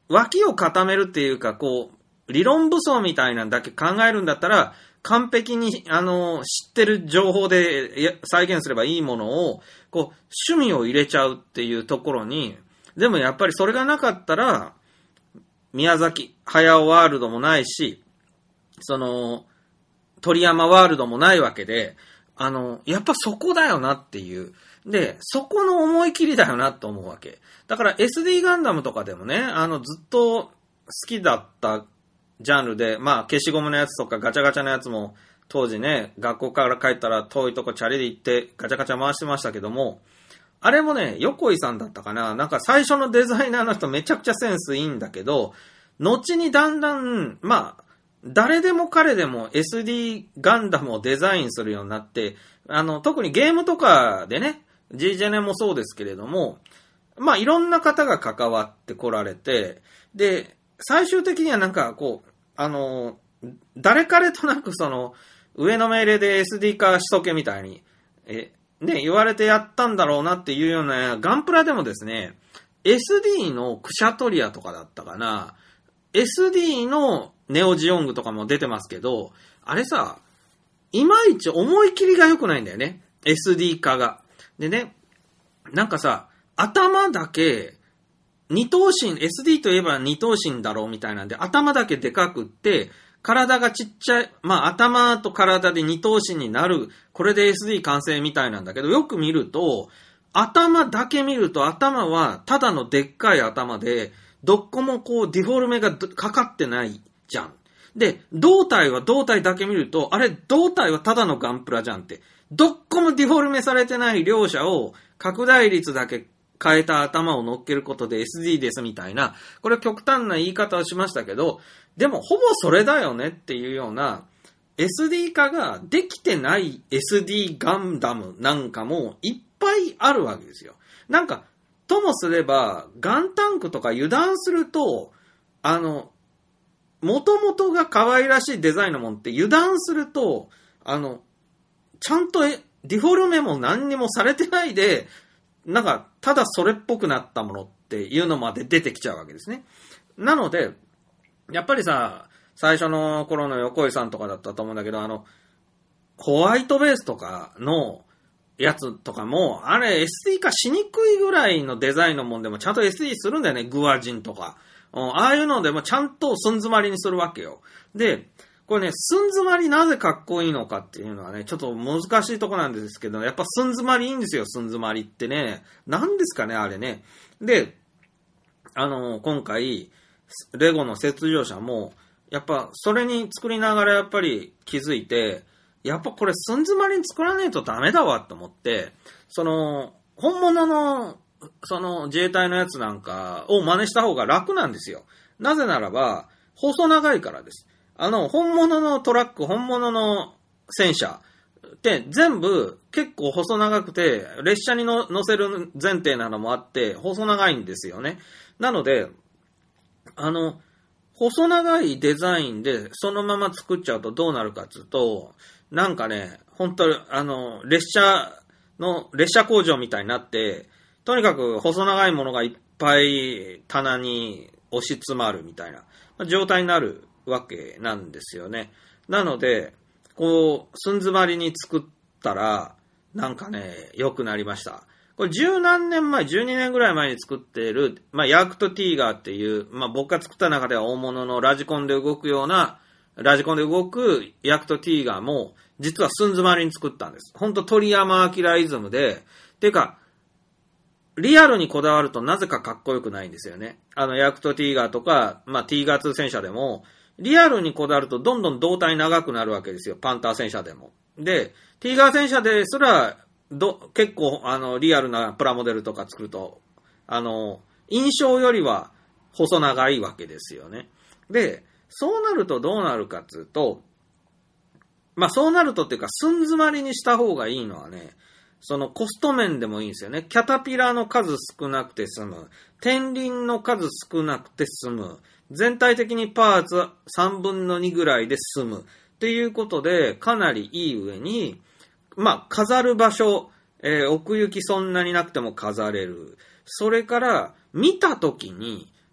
脇を固めるっていうか、こう、理論武装みたいなんだけ考えるんだったら、完璧に、あの、知ってる情報で再現すればいいものを、こう、趣味を入れちゃうっていうところに、でもやっぱりそれがなかったら、宮崎駿ワールドもないし、その、鳥山ワールドもないわけで、あの、やっぱそこだよなっていう。で、そこの思い切りだよなと思うわけ。だから エスディー ガンダムとかでもね、あの、ずっと好きだったジャンルで、まあ、消しゴムのやつとかガチャガチャのやつも、当時ね、学校から帰ったら遠いとこチャリで行ってガチャガチャ回してましたけども、あれもね、横井さんだったかな、なんか最初のデザイナーの人めちゃくちゃセンスいいんだけど、後にだんだん、まあ、誰でも彼でも エスディー ガンダムをデザインするようになって、あの、特にゲームとかでね、G ジェネもそうですけれども、まあいろんな方が関わってこられて、で、最終的にはなんかこう、あの、誰彼となくその、上の命令で エスディー 化しとけみたいに、え、ね、言われてやったんだろうなっていうような、ガンプラでもですね、エスディー のクシャトリアとかだったかな、エスディー のネオジオングとかも出てますけど、あれさ、いまいち思い切りが良くないんだよね。エスディー 化が。でね、なんかさ、頭だけ、二頭身、エスディー といえば二頭身だろうみたいなんで、頭だけでかくって、体がちっちゃい、まあ頭と体で二頭身になる、これで エスディー 完成みたいなんだけど、よく見ると、頭だけ見ると頭はただのでっかい頭で、どっこもこうディフォルメがかかってないじゃん。で、胴体は胴体だけ見ると、あれ胴体はただのガンプラじゃんって。どっこもディフォルメされてない両者を拡大率だけ変えた頭を乗っけることで エスディー ですみたいな、これ極端な言い方をしましたけど、でもほぼそれだよねっていうような エスディー 化ができてない エスディー ガンダムなんかもいっぱいあるわけですよ。なんか、ともすればガンタンクとか油断すると、あの、元々が可愛らしいデザインのもんって油断すると、あの、ちゃんとディフォルメも何にもされてないで、なんか、ただそれっぽくなったものっていうのまで出てきちゃうわけですね。なので、やっぱりさ、最初の頃の横井さんとかだったと思うんだけど、あの、ホワイトベースとかのやつとかも、あれ エスディー 化しにくいぐらいのデザインのもんでもちゃんと エスディー するんだよね、グアジンとか。ああいうのでもちゃんと寸詰まりにするわけよ。で、これね、寸詰まりなぜかっこいいのかっていうのはね、ちょっと難しいとこなんですけど、やっぱ寸詰まりいいんですよ、寸詰まりってね。なんですかね、あれね。で、あの、今回、レゴの雪上車も、やっぱそれに作りながらやっぱり気づいて、やっぱこれ寸詰まりに作らないとダメだわと思って、その、本物の、その自衛隊のやつなんかを真似した方が楽なんですよ。なぜならば、細長いからです。あの、本物のトラック、本物の戦車って全部結構細長くて、列車にの乗せる前提なのもあって、細長いんですよね。なので、あの、細長いデザインでそのまま作っちゃうとどうなるかっていうと、なんかね、本当あの、列車の、列車工場みたいになって、とにかく細長いものがいっぱい棚に押し詰まるみたいな状態になるわけなんですよね。なので、こう、寸詰まりに作ったら、なんかね、良くなりました。これ十何年前、じゅうにねんぐらい前に作っている、まあ、ヤークトティーガーっていう、まあ、僕が作った中では大物のラジコンで動くような、ラジコンで動くヤークトティーガーも、実は寸詰まりに作ったんです。ほんと鳥山明イズムで、ていうか、リアルにこだわるとなぜかかっこよくないんですよね。あの、ヤクトティーガーとか、まあ、ティーガーツー戦車でも、リアルにこだわるとどんどん胴体長くなるわけですよ。パンター戦車でも。で、ティーガー戦車ですら、ど、結構、あの、リアルなプラモデルとか作ると、あの、印象よりは細長いわけですよね。で、そうなるとどうなるかっていうと、まあ、そうなるとっていうか、寸詰まりにした方がいいのはね、そのコスト面でもいいんですよね。キャタピラの数少なくて済む。天輪の数少なくて済む。全体的にパーツさんぶんのにぐらいで済む。っていうことで、かなりいい上に、まあ、飾る場所、えー、奥行きそんなになくても飾れる。それから、見たときに、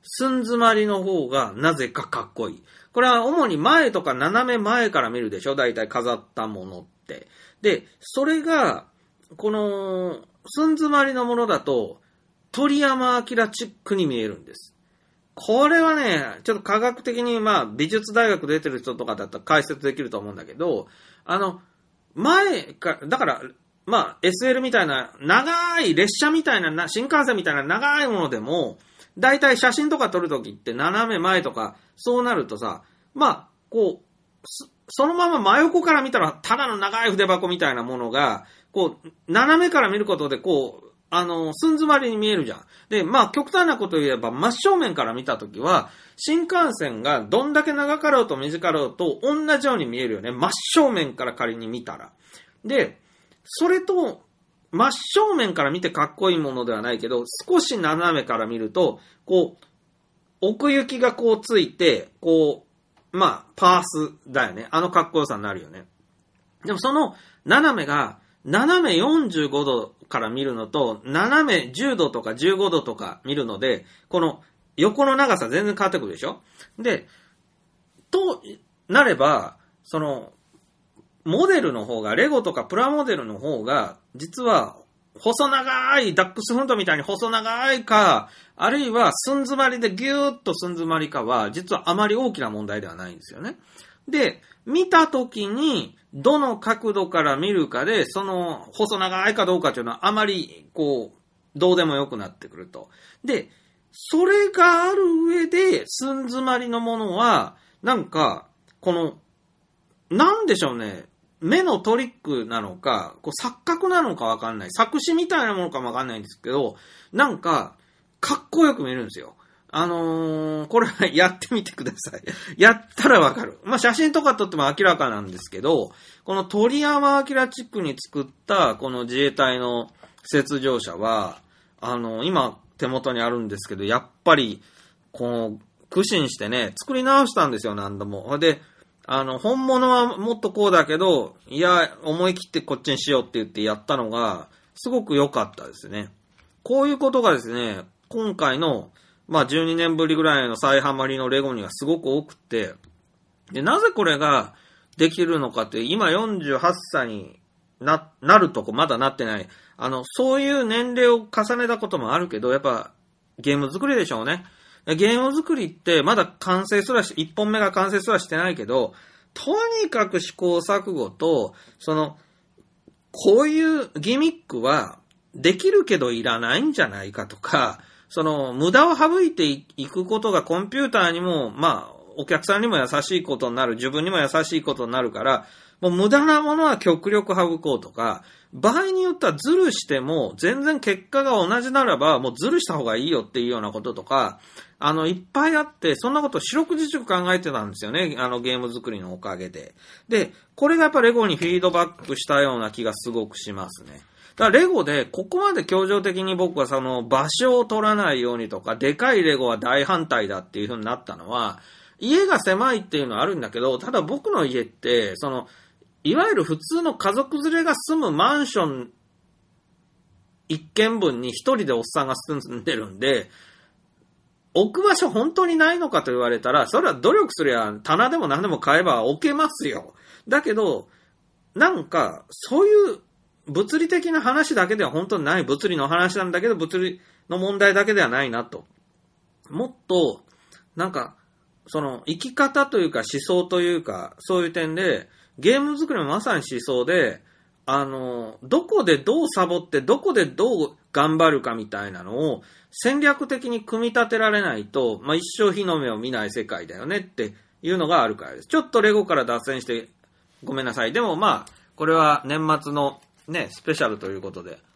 寸詰まりの方がなぜかかっこいい。これは主に前とか斜め前から見るでしょ、大体飾ったものって。で、それが、この、寸詰まりのものだと、鳥山明チックに見えるんです。これはね、ちょっと科学的に、まあ、美術大学出てる人とかだったら解説できると思うんだけど、あの、前か、だから、まあ、エスエル みたいな、長い列車みたいな、新幹線みたいな長いものでも、だいたい写真とか撮るときって斜め前とか、そうなるとさ、まあ、こう、そのまま真横から見たら、ただの長い筆箱みたいなものが、こう、斜めから見ることで、こう、あの、寸詰まりに見えるじゃん。で、まあ、極端なことを言えば、真正面から見たときは、新幹線がどんだけ長かろうと短かろうと、同じように見えるよね。真正面から仮に見たら。で、それと、真正面から見てかっこいいものではないけど、少し斜めから見ると、こう、奥行きがこうついて、こう、まあ、パースだよね。あのかっこよさになるよね。でもその斜めが、斜めよんじゅうごどから見るのと、斜めじゅうどとかじゅうごどとか見るので、この横の長さ全然変わってくるでしょ？で、となれば、その、モデルの方が、レゴとかプラモデルの方が、実は、細長い、ダックスフントみたいに細長いか、あるいは寸詰まりでギューッと寸詰まりかは、実はあまり大きな問題ではないんですよね。で、見たときに、どの角度から見るかで、その細長いかどうかというのはあまり、こう、どうでもよくなってくると。で、それがある上で、寸詰まりのものは、なんか、この、なんでしょうね、目のトリックなのか、こう錯覚なのかわかんない。錯視みたいなものかもわかんないんですけど、なんか、かっこよく見えるんですよ。あのー、これやってみてください。やったらわかる。まあ、写真とか撮っても明らかなんですけど、この鳥山明地区に作ったこの自衛隊の雪上車は、あのー、今手元にあるんですけど、やっぱり、この、苦心してね、作り直したんですよ、何度も。で、あの、本物はもっとこうだけど、いや、思い切ってこっちにしようって言ってやったのが、すごく良かったですね。こういうことがですね、今回の、まあ、じゅうにねんぶりぐらいの再ハマりのレゴにはすごく多くて、で、なぜこれができるのかって、今よんじゅうはっさいにな、なるとこまだなってない。あの、そういう年齢を重ねたこともあるけど、やっぱ、ゲーム作りでしょうね。ゲーム作りってまだ完成すらし、一本目が完成すらしてないけど、とにかく試行錯誤と、その、こういうギミックはできるけどいらないんじゃないかとか、その、無駄を省いていくことがコンピューターにも、まあ、お客さんにも優しいことになる、自分にも優しいことになるから、もう無駄なものは極力省こうとか、場合によってはズルしても全然結果が同じならばもうズルした方がいいよっていうようなこととか、あの、いっぱいあって、そんなことを四六時中考えてたんですよね。あのゲーム作りのおかげで。で、これがやっぱレゴにフィードバックしたような気がすごくしますね。だからレゴでここまで協情的に僕はその場所を取らないようにとか、でかいレゴは大反対だっていう風になったのは、家が狭いっていうのはあるんだけど、ただ僕の家って、その、いわゆる普通の家族連れが住むマンション一軒分に一人でおっさんが住んでるんで、置く場所本当にないのかと言われたら、それは努力すりゃ棚でも何でも買えば置けますよ。だけど、なんか、そういう物理的な話だけでは本当にない。物理の話なんだけど、物理の問題だけではないなと。もっと、なんか、その生き方というか思想というか、そういう点で、ゲーム作りもまさに思想で、あの、どこでどうサボって、どこでどう頑張るかみたいなのを戦略的に組み立てられないと、まあ、一生日の目を見ない世界だよねっていうのがあるからです。ちょっとレゴから脱線してごめんなさい。でもまあ、これは年末のね、スペシャルということで。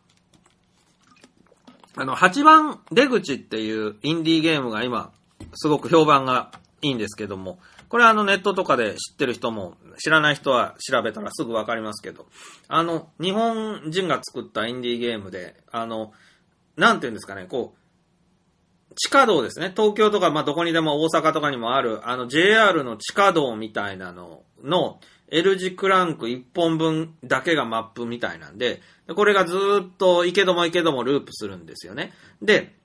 あの、はちばん出口っていうインディーゲームが今、すごく評判がいいんですけども、これはあのネットとかで知ってる人も知らない人は調べたらすぐわかりますけど、あの日本人が作ったインディーゲームで、あのなんていうんですかね、こう地下道ですね、東京とかまあどこにでも大阪とかにもあるあの ジェイアール の地下道みたいなのの L 字クランクいっぽんぶんだけがマップみたいなんで、これがずーっと行けども行けどもループするんですよね。で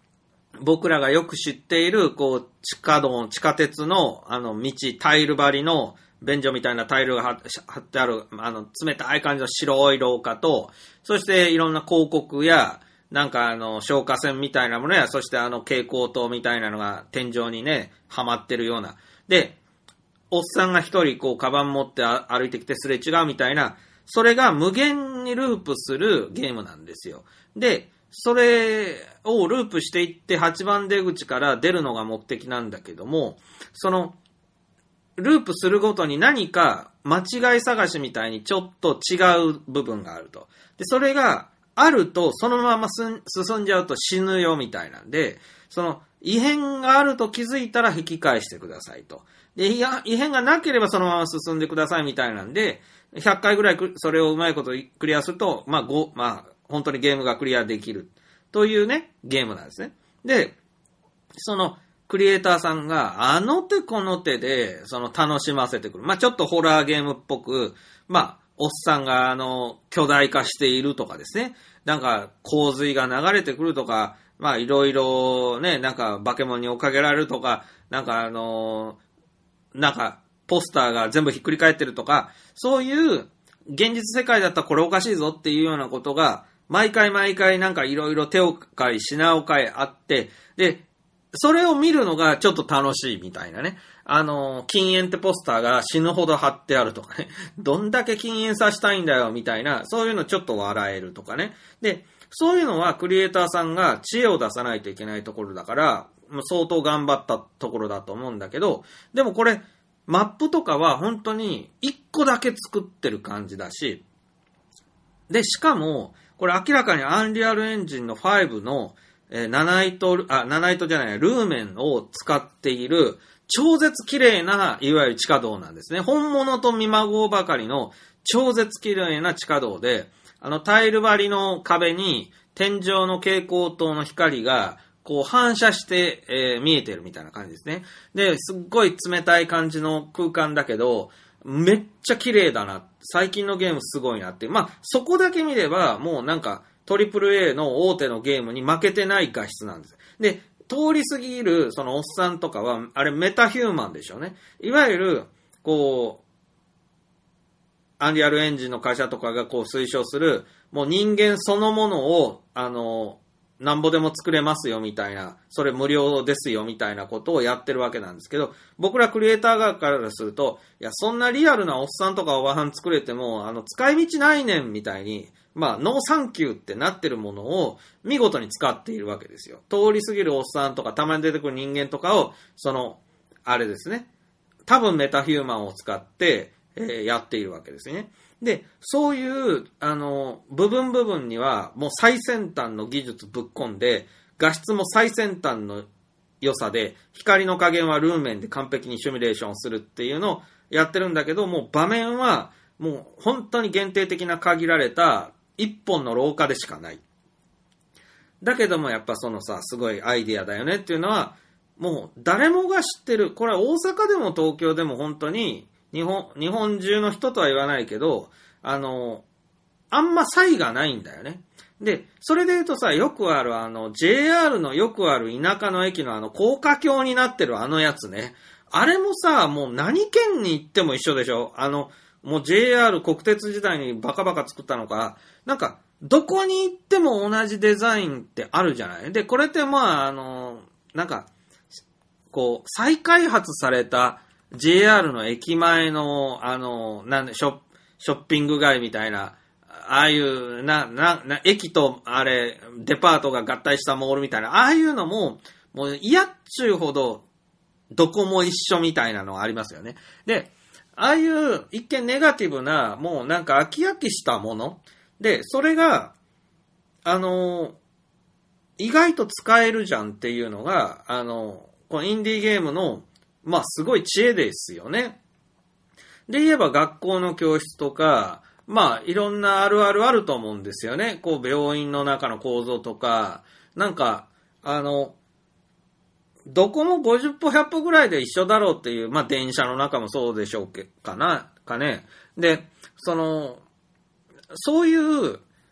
僕らがよく知っている、こう、地下道、地下鉄の、あの、道、タイル張りの、便所みたいなタイルが貼ってある、あの、冷たい感じの白い廊下と、そしていろんな広告や、なんかあの、消火栓みたいなものや、そしてあの、蛍光灯みたいなのが天井にね、はまってるような。で、おっさんが一人、こう、カバン持って歩いてきてすれ違うみたいな、それが無限にループするゲームなんですよ。で、それをループしていってはちばん出口から出るのが目的なんだけども、その、ループするごとに何か間違い探しみたいにちょっと違う部分があると。で、それがあるとそのまま進んじゃうと死ぬよみたいなんで、その異変があると気づいたら引き返してくださいと。で、異変がなければそのまま進んでくださいみたいなんで、ひゃっかいぐらいそれをうまいことクリアすると、まあご、まあ本当にゲームがクリアできるというね、ゲームなんですね。で、その、クリエイターさんがあの手この手でその楽しませてくる。まあちょっとホラーゲームっぽく、まあおっさんがあの巨大化しているとかですね。なんか洪水が流れてくるとか、まあいろいろね、なんか化け物に追っかけられるとか、なんかあのなんかポスターが全部ひっくり返ってるとか、そういう現実世界だったらこれおかしいぞっていうようなことが毎回毎回なんかいろいろ手を変え品を変えあって、でそれを見るのがちょっと楽しいみたいなね。あの、禁煙ってポスターが死ぬほど貼ってあるとかね。どんだけ禁煙させたいんだよみたいな、そういうのちょっと笑えるとかね。で、そういうのはクリエイターさんが知恵を出さないといけないところだから、相当頑張ったところだと思うんだけど、でもこれ、マップとかは本当に一個だけ作ってる感じだし、で、しかも、これ明らかにアンリアルエンジンのファイブのえー、ナナイト、あ、ナナイトじゃない、ルーメンを使っている超絶綺麗な、いわゆる地下道なんですね。本物と見まごうばかりの超絶綺麗な地下道で、あのタイル張りの壁に天井の蛍光灯の光がこう反射して、えー、見えてるみたいな感じですね。で、すっごい冷たい感じの空間だけど、めっちゃ綺麗だな。最近のゲームすごいなって。まあ、そこだけ見れば、もうなんか、トリプル A の大手のゲームに負けてない画質なんです。で、通り過ぎるそのおっさんとかは、あれメタヒューマンでしょうね。いわゆる、こう、アンリアルエンジンの会社とかがこう推奨する、もう人間そのものを、あの、なんぼでも作れますよみたいな、それ無料ですよみたいなことをやってるわけなんですけど、僕らクリエイター側からすると、いや、そんなリアルなおっさんとかおばはん作れても、あの、使い道ないねんみたいに、まあ、ノーサンキューってなってるものを見事に使っているわけですよ。通り過ぎるおっさんとか、たまに出てくる人間とかを、その、あれですね。多分メタヒューマンを使って、えー、やっているわけですね。で、そういう、あの、部分部分には、もう最先端の技術ぶっ込んで、画質も最先端の良さで、光の加減はルーメンで完璧にシミュレーションするっていうのをやってるんだけど、もう場面は、もう本当に限定的な限られた一本の廊下でしかない。だけどもやっぱそのさ、すごいアイディアだよねっていうのは、もう誰もが知ってる。これは大阪でも東京でも本当に、日本、日本中の人とは言わないけど、あの、あんま差異がないんだよね。で、それで言うとさ、よくあるあの、ジェイアール のよくある田舎の駅のあの、高架橋になってるあのやつね。あれもさ、もう何県に行っても一緒でしょ。あの、もう ジェイアール 国鉄時代にバカバカ作ったのか、なんか、どこに行っても同じデザインってあるじゃないで、これってまあ、あの、なんか、こう、再開発された ジェイアール の駅前の、あの、なんで、ショップ、ショッピング街みたいな、ああいう、な、な、な、駅と、あれ、デパートが合体したモールみたいな、ああいうのも、もう嫌っちゅうほど、どこも一緒みたいなのがありますよね。で、ああいう一見ネガティブな、もうなんか飽き飽きしたもの。で、それが、あの、意外と使えるじゃんっていうのが、あの、このインディーゲームの、まあすごい知恵ですよね。で言えば学校の教室とか、まあいろんなあるあるあると思うんですよね。こう病院の中の構造とか、なんか、あの、どこもごじゅっぽひゃっぽぐらいで一緒だろうっていう、まあ電車の中もそうでしょうけかな、かね。で、その、そういう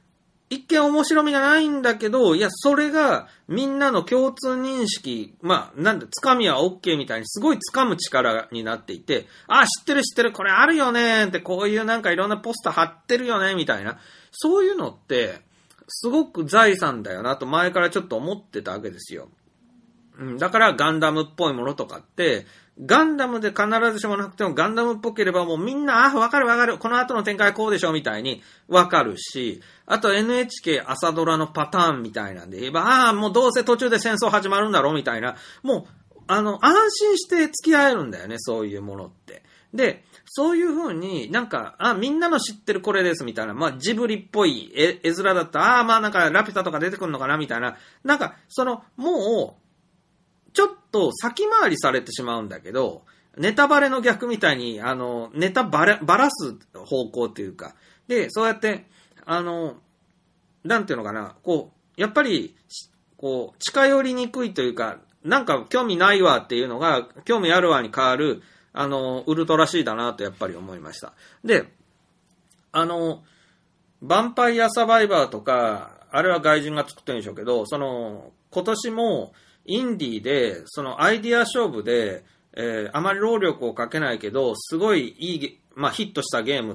一見面白みがないんだけど、いや、それがみんなの共通認識、まあ、なんで、つかみは OK みたいにすごい掴む力になっていて、あ、知ってる知ってる、これあるよねって、こういうなんかいろんなポスター貼ってるよねみたいな、そういうのって、すごく財産だよなと前からちょっと思ってたわけですよ。うん、だからガンダムっぽいものとかって、ガンダムで必ずしもなくてもガンダムっぽければもうみんな、あ、わかるわかる、この後の展開こうでしょみたいにわかるし、あと エヌエイチケー 朝ドラのパターンみたいなんで言えば、ああ、もうどうせ途中で戦争始まるんだろうみたいな、もう、あの、安心して付き合えるんだよね、そういうものって。で、そういう風になんか、あ、みんなの知ってるこれですみたいな、まあジブリっぽい絵、絵面だったら、ああ、まあなんかラピュタとか出てくるのかなみたいな、なんか、その、もう、ちょっと先回りされてしまうんだけど、ネタバレの逆みたいに、あの、ネタバラ、ばらす方向というか、で、そうやって、あの、なんていうのかな、こう、やっぱり、こう、近寄りにくいというか、なんか興味ないわっていうのが、興味あるわに変わる、あの、ウルトラ C だなとやっぱり思いました。で、あの、ヴァンパイアサバイバーとか、あれは外人が作ってるんでしょうけど、その、今年も、インディーで、そのアイディア勝負で、えー、あまり労力をかけないけど、すごいいい、まあヒットしたゲームって、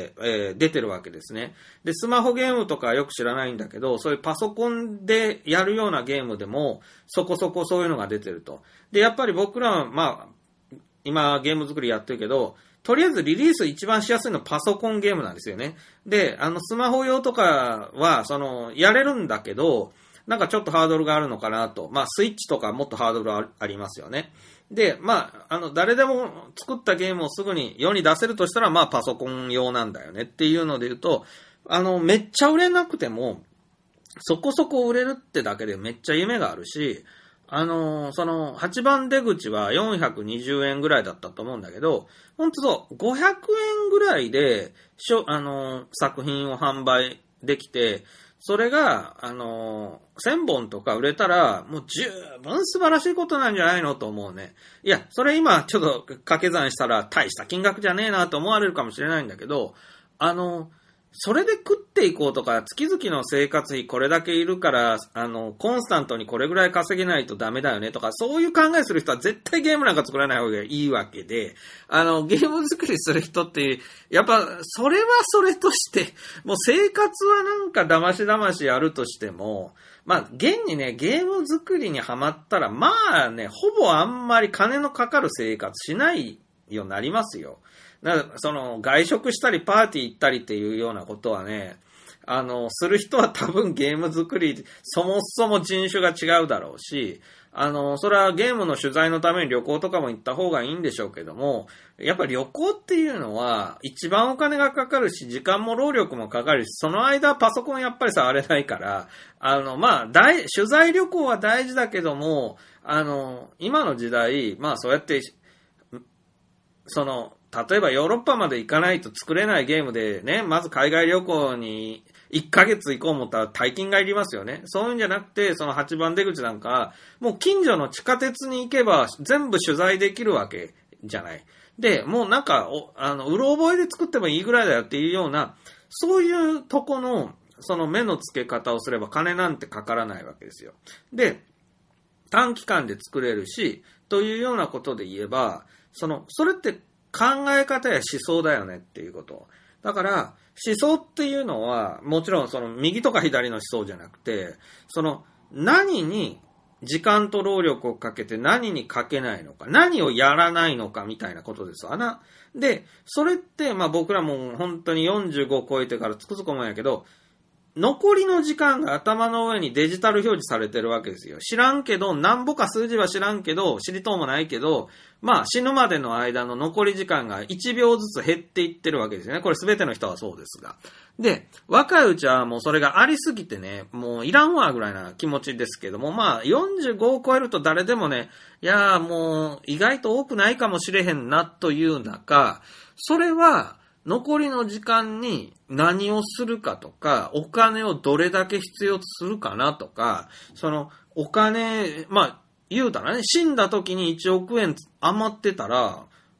えー、出てるわけですね。で、スマホゲームとかよく知らないんだけど、そういうパソコンでやるようなゲームでも、そこそこそういうのが出てると。で、やっぱり僕らは、まあ、今ゲーム作りやってるけど、とりあえずリリース一番しやすいのはパソコンゲームなんですよね。で、あの、スマホ用とかは、その、やれるんだけど、なんかちょっとハードルがあるのかなと。まあ、スイッチとかもっとハードルありますよね。で、まあ、あの、誰でも作ったゲームをすぐに世に出せるとしたら、まあ、パソコン用なんだよねっていうので言うと、あの、めっちゃ売れなくても、そこそこ売れるってだけでめっちゃ夢があるし、あの、その、はちばん出口はよんひゃくにじゅうえんぐらいだったと思うんだけど、ほんとそう、ごひゃくえんぐらいで、しょ、あの、作品を販売できて、それが、あのー、せんぼんとか売れたら、もう十分素晴らしいことなんじゃないのと思うね。いや、それ今ちょっと掛け算したら大した金額じゃねえなと思われるかもしれないんだけど、あの、それで食っていこうとか、月々の生活費これだけいるから、あの、コンスタントにこれぐらい稼げないとダメだよねとか、そういう考えする人は絶対ゲームなんか作らない方がいいわけで、あの、ゲーム作りする人って、やっぱ、それはそれとして、もう生活はなんか騙し騙しやるとしても、まあ、現にね、ゲーム作りにハマったら、まあね、ほぼあんまり金のかかる生活しないようになりますよ。だからその外食したりパーティー行ったりっていうようなことはね、あの、する人は多分ゲーム作り、そもそも人種が違うだろうし、あの、それはゲームの取材のために旅行とかも行った方がいいんでしょうけども、やっぱり旅行っていうのは一番お金がかかるし、時間も労力もかかるし、その間パソコンやっぱり触れないから、あの、まあ、大、取材旅行は大事だけども、あの、今の時代、まあそうやって、その、例えばヨーロッパまで行かないと作れないゲームでね、まず海外旅行にいっかげつ行こう思ったら大金がいりますよね。そういうんじゃなくて、そのはちばん出口なんか、もう近所の地下鉄に行けば全部取材できるわけじゃない。で、もうなんか、おあの、うろ覚えで作ってもいいぐらいだよっていうような、そういうとこの、その目の付け方をすれば金なんてかからないわけですよ。で、短期間で作れるし、というようなことで言えば、その、それって考え方や思想だよねっていうこと。だから、思想っていうのは、もちろんその右とか左の思想じゃなくて、その何に時間と労力をかけて何にかけないのか、何をやらないのかみたいなことですわな。で、それって、まあ僕らも本当によんじゅうご超えてからつくづく思うんやけど、残りの時間が頭の上にデジタル表示されてるわけですよ。知らんけど、なんぼか数字は知らんけど、知りとうもないけど、まあ死ぬまでの間の残り時間がいちびょうずつ減っていってるわけですよね。これ全ての人はそうですが。で、若いうちはもうそれがありすぎてね、もういらんわぐらいな気持ちですけども、まあよんじゅうごを超えると誰でもね、いやーもう意外と多くないかもしれへんなという中、それは、残りの時間に何をするかとか、お金をどれだけ必要とするかなとか、そのお金、まあ言うたらね、死んだ時にいちおくえん余ってたら、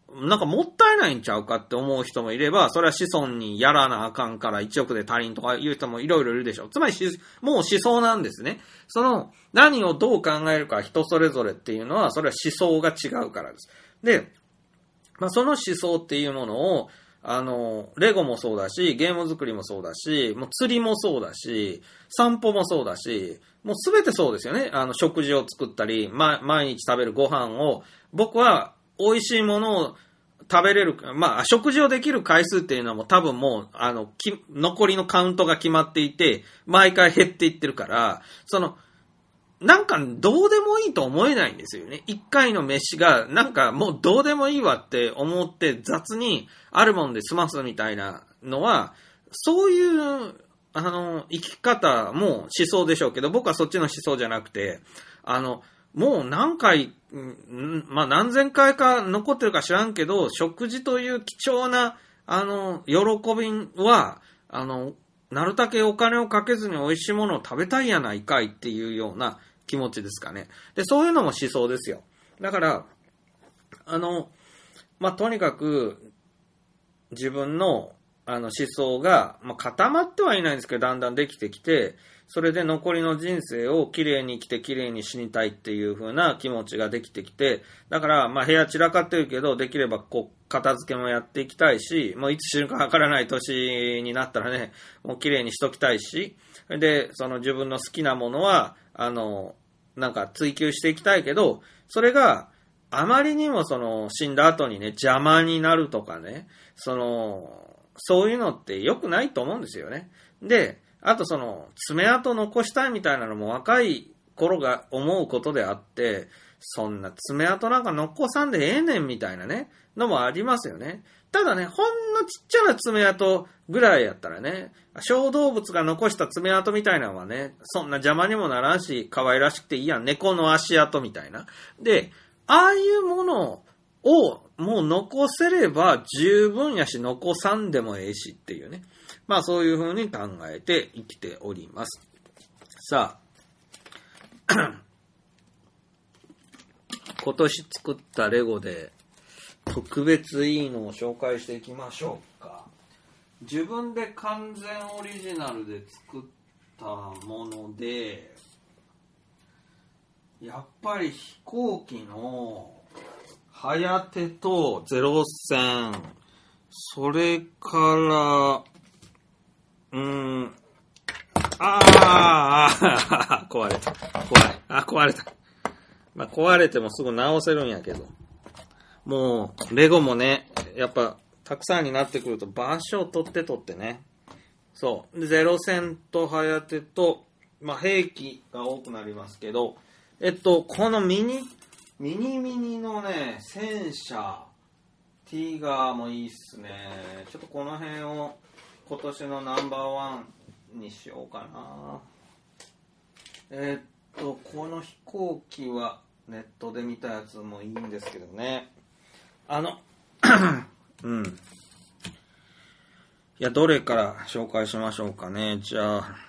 なんかもったいないんちゃうかって思う人もいれば、それは子孫にやらなあかんからいちおくで足りんとかいう人もいろいろいるでしょう。つまりし、もう思想なんですね。その、何をどう考えるか人それぞれっていうのは、それは思想が違うからです。で、まあ、その思想っていうものを、あの、レゴもそうだし、ゲーム作りもそうだし、もう釣りもそうだし、散歩もそうだし、もうすべてそうですよね。あの、食事を作ったり、ま、毎日食べるご飯を、僕は美味しいものを食べれる、まあ、食事をできる回数っていうのはもう多分もう、あの、き、残りのカウントが決まっていて、毎回減っていってるから、その、なんかどうでもいいと思えないんですよね。一回の飯がなんかもうどうでもいいわって思って雑にあるもんで済ますみたいなのは、そういうあの生き方も思想でしょうけど、僕はそっちの思想じゃなくて、あのもう何回、まあ何千回か残ってるか知らんけど、食事という貴重なあの喜びはあのなるだけお金をかけずに美味しいものを食べたいやないかいっていうような気持ちですかね。で、そういうのも思想ですよ。だから、あの、まあ、とにかく、自分の、あの、思想が、まあ、固まってはいないんですけど、だんだんできてきて、それで残りの人生をきれいに生きてきれいに死にたいっていう風な気持ちができてきて、だから、まあ、部屋散らかってるけど、できれば、こう、片付けもやっていきたいし、もういつ死ぬかわからない年になったらね、もうきれいにしときたいし、で、その自分の好きなものは、あの、なんか追求していきたいけど、それがあまりにもその死んだ後にね、邪魔になるとかね、その、そういうのって良くないと思うんですよね。で、あとその、爪痕残したいみたいなのも若い頃が思うことであって、そんな爪痕なんか残さんでええねんみたいなね、のもありますよね。ただね、ほんのちっちゃな爪痕ぐらいやったらね、小動物が残した爪痕みたいなのはね、そんな邪魔にもならんし、可愛らしくていいやん。猫の足跡みたいな。で、ああいうものをもう残せれば十分やし、残さんでもええしっていうね。まあそういう風に考えて生きております。さあ、今年作ったレゴで特別いいのを紹介していきましょうか。自分で完全オリジナルで作ったもので、やっぱり飛行機のはやてとゼロ戦、それからうーんああ壊れた壊れあ壊れたまあ壊れてもすぐ直せるんやけど、もうレゴもね、やっぱたくさんになってくると場所を取って取ってね、そうでゼロ戦とはやてと、まあ、兵器が多くなりますけど、えっとこのミニミニミニのね戦車ティガーもいいっすね。ちょっとこの辺を今年のナンバーワンにしようかな。えっとこの飛行機はネットで見たやつもいいんですけどね、あのうんいやどれから紹介しましょうかね。じゃあ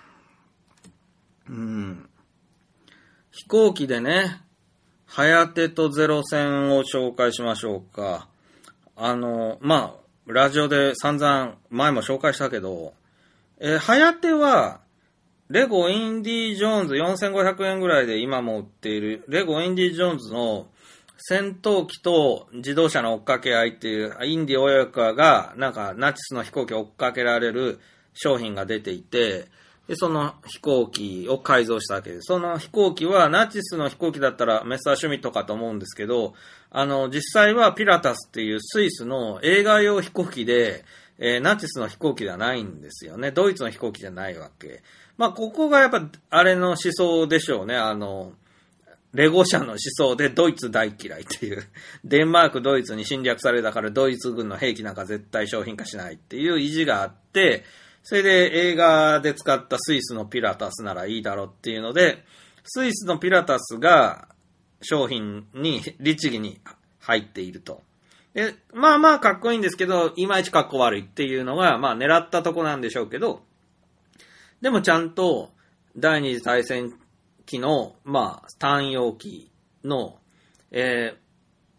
うん飛行機でね、はやてとゼロ戦を紹介しましょうか。あのまあラジオで散々前も紹介したけど、えー、はやてはレゴインディ・ジョーンズよんせんごひゃくえんぐらいで今も売っているレゴインディ・ジョーンズの戦闘機と自動車の追っかけ合いっていうインディ親子がなんかナチスの飛行機を追っかけられる商品が出ていて、でその飛行機を改造したわけです。その飛行機はナチスの飛行機だったらメッサーシュミットかと思うんですけど、あの実際はピラタスっていうスイスの映画用飛行機で、えー、ナチスの飛行機ではないんですよね。ドイツの飛行機じゃないわけ。まあここがやっぱあれの思想でしょうね。あのレゴ社の思想でドイツ大嫌いっていう、デンマークドイツに侵略されたからドイツ軍の兵器なんか絶対商品化しないっていう意地があって、それで映画で使ったスイスのピラタスならいいだろうっていうので、スイスのピラタスが商品に律儀に入っていると。でまあまあかっこいいんですけど、いまいちかっこ悪いっていうのがまあ狙ったとこなんでしょうけど、でもちゃんと第二次大戦機のまあ単葉機の、えー、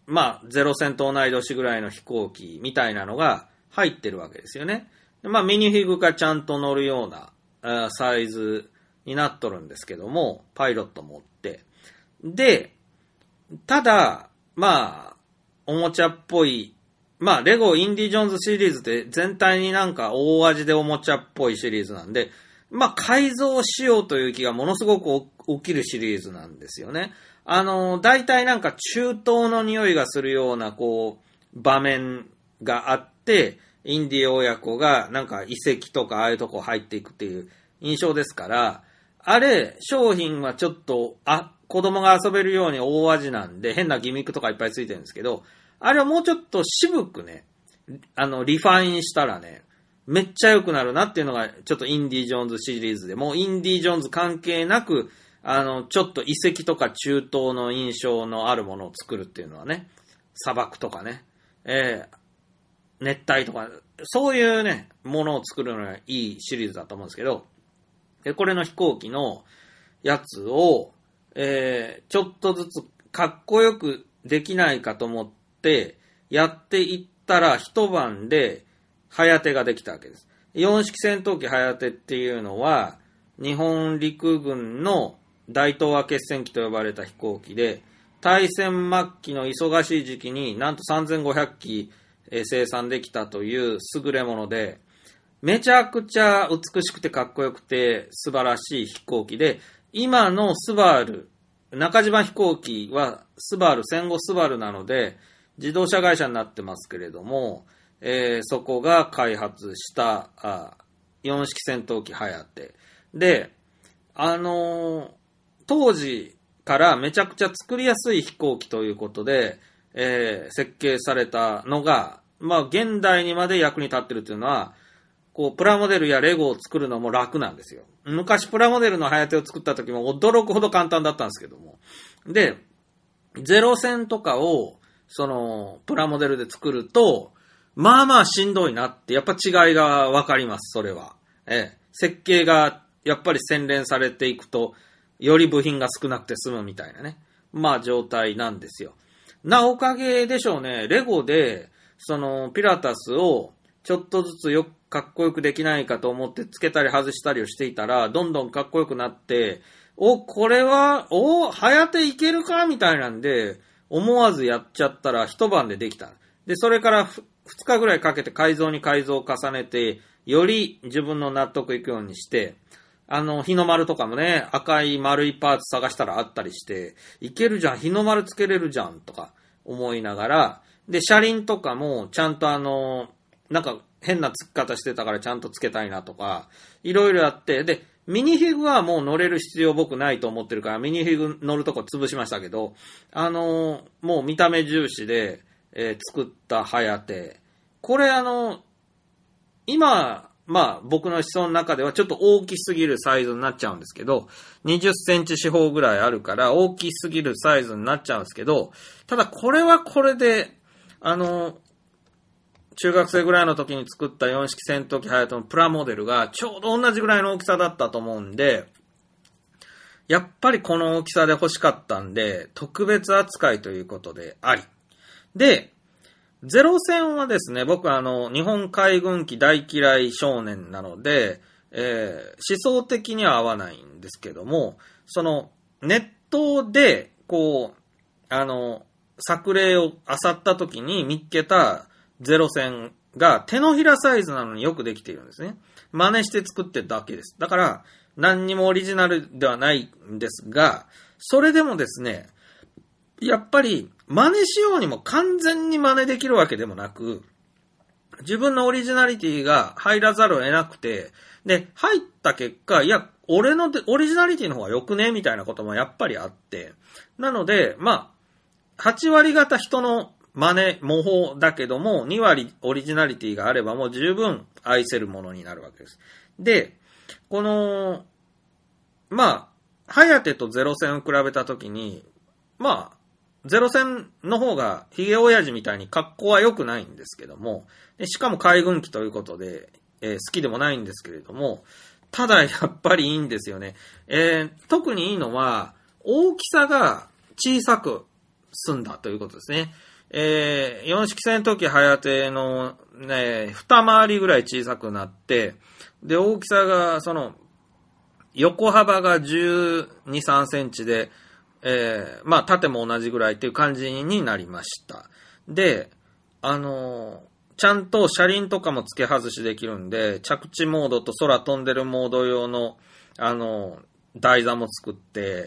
まあ、ゼロ戦と同い年ぐらいの飛行機みたいなのが入ってるわけですよね。でまあ、ミニフィグがちゃんと乗るようなあサイズになっとるんですけども、パイロット持って。で、ただ、まあ、おもちゃっぽい、まあ、レゴインディ・ジョーンズシリーズって全体になんか大味でおもちゃっぽいシリーズなんで、まあ、改造しようという気がものすごく起きるシリーズなんですよね。あの、大体なんか中東の匂いがするような、こう、場面があって、インディ親子がなんか遺跡とかああいうとこ入っていくっていう印象ですから、あれ、商品はちょっと、あ、子供が遊べるように大味なんで、変なギミックとかいっぱいついてるんですけど、あれはもうちょっと渋くね、あの、リファインしたらね、めっちゃ良くなるなっていうのが、ちょっとインディ・ジョーンズシリーズで、もうインディ・ジョーンズ関係なく、あの、ちょっと遺跡とか中東の印象のあるものを作るっていうのはね、砂漠とかね、えー、熱帯とか、そういうね、ものを作るのがいいシリーズだと思うんですけど、で、これの飛行機のやつを、えー、ちょっとずつかっこよくできないかと思ってやっていったら一晩でハヤテができたわけです。よん式戦闘機ハヤテっていうのは日本陸軍の大東亜決戦機と呼ばれた飛行機で、大戦末期の忙しい時期になんとさんぜんごひゃく機生産できたという優れもので、めちゃくちゃ美しくてかっこよくて素晴らしい飛行機で、今のスバル、中島飛行機はスバル、戦後スバルなので自動車会社になってますけれども、えー、そこが開発したあよん式戦闘機ハヤテで、あのー、当時からめちゃくちゃ作りやすい飛行機ということで、えー、設計されたのが、まあ現代にまで役に立ってるというのは、こうプラモデルやレゴを作るのも楽なんですよ。昔プラモデルのハヤテを作った時も驚くほど簡単だったんですけども。で、ゼロ戦とかをそのプラモデルで作ると、まあまあしんどいなって、やっぱ違いがわかります、それは。ええ、設計がやっぱり洗練されていくと、より部品が少なくて済むみたいなね。まあ状態なんですよ。なおかげでしょうね。レゴで、そのピラタスをちょっとずつよくかっこよくできないかと思ってつけたり外したりをしていたら、どんどんかっこよくなって、お、これは、お、はやていけるかみたいなんで、思わずやっちゃったら一晩でできた。で、それからふつかぐらいかけて改造に改造を重ねて、より自分の納得いくようにして、あの、日の丸とかもね、赤い丸いパーツ探したらあったりして、いけるじゃん、日の丸つけれるじゃん、とか思いながら、で、車輪とかもちゃんとあの、なんか変なつき方してたからちゃんとつけたいなとか、いろいろやって、で、ミニフィグはもう乗れる必要僕ないと思ってるから、ミニフィグ乗るとこ潰しましたけど、あのー、もう見た目重視で、えー、作ったハヤテ。これあの、今、まあ僕の思想の中ではちょっと大きすぎるサイズになっちゃうんですけど、にじゅっセンチ四方ぐらいあるから大きすぎるサイズになっちゃうんですけど、ただこれはこれで、あのー、中学生ぐらいの時に作ったよん式戦闘機ハヤテのプラモデルがちょうど同じぐらいの大きさだったと思うんで、やっぱりこの大きさで欲しかったんで、特別扱いということであり。で、ゼロ戦はですね、僕はあの、日本海軍機大嫌い少年なので、えー、思想的には合わないんですけども、その、ネットで、こう、あの、作例を漁った時に見っけた、ゼロ戦が手のひらサイズなのによくできているんですね。真似して作ってるだけです。だから何にもオリジナルではないんですが、それでもですね、やっぱり真似しようにも完全に真似できるわけでもなく、自分のオリジナリティが入らざるを得なくて、で、入った結果、いや、俺のオリジナリティの方が良くねみたいなこともやっぱりあって、なので、まあ、はち割方人の真似、模倣だけども、に割オリジナリティがあればもう十分愛せるものになるわけです。で、この、まあ、ハヤテとゼロ戦を比べたときに、まあ、ゼロ戦の方がヒゲ親父みたいに格好は良くないんですけども、でしかも海軍機ということで、えー、好きでもないんですけれども、ただやっぱりいいんですよね。えー、特にいいのは、大きさが小さく済んだということですね。 えー、よん式戦闘機はやてのね、二回りぐらい小さくなって、で、大きさが、その、横幅がじゅうに、さんセンチで、えー、まあ、縦も同じぐらいっていう感じになりました。で、あのー、ちゃんと車輪とかも付け外しできるんで、着地モードと空飛んでるモード用の、あのー、台座も作って、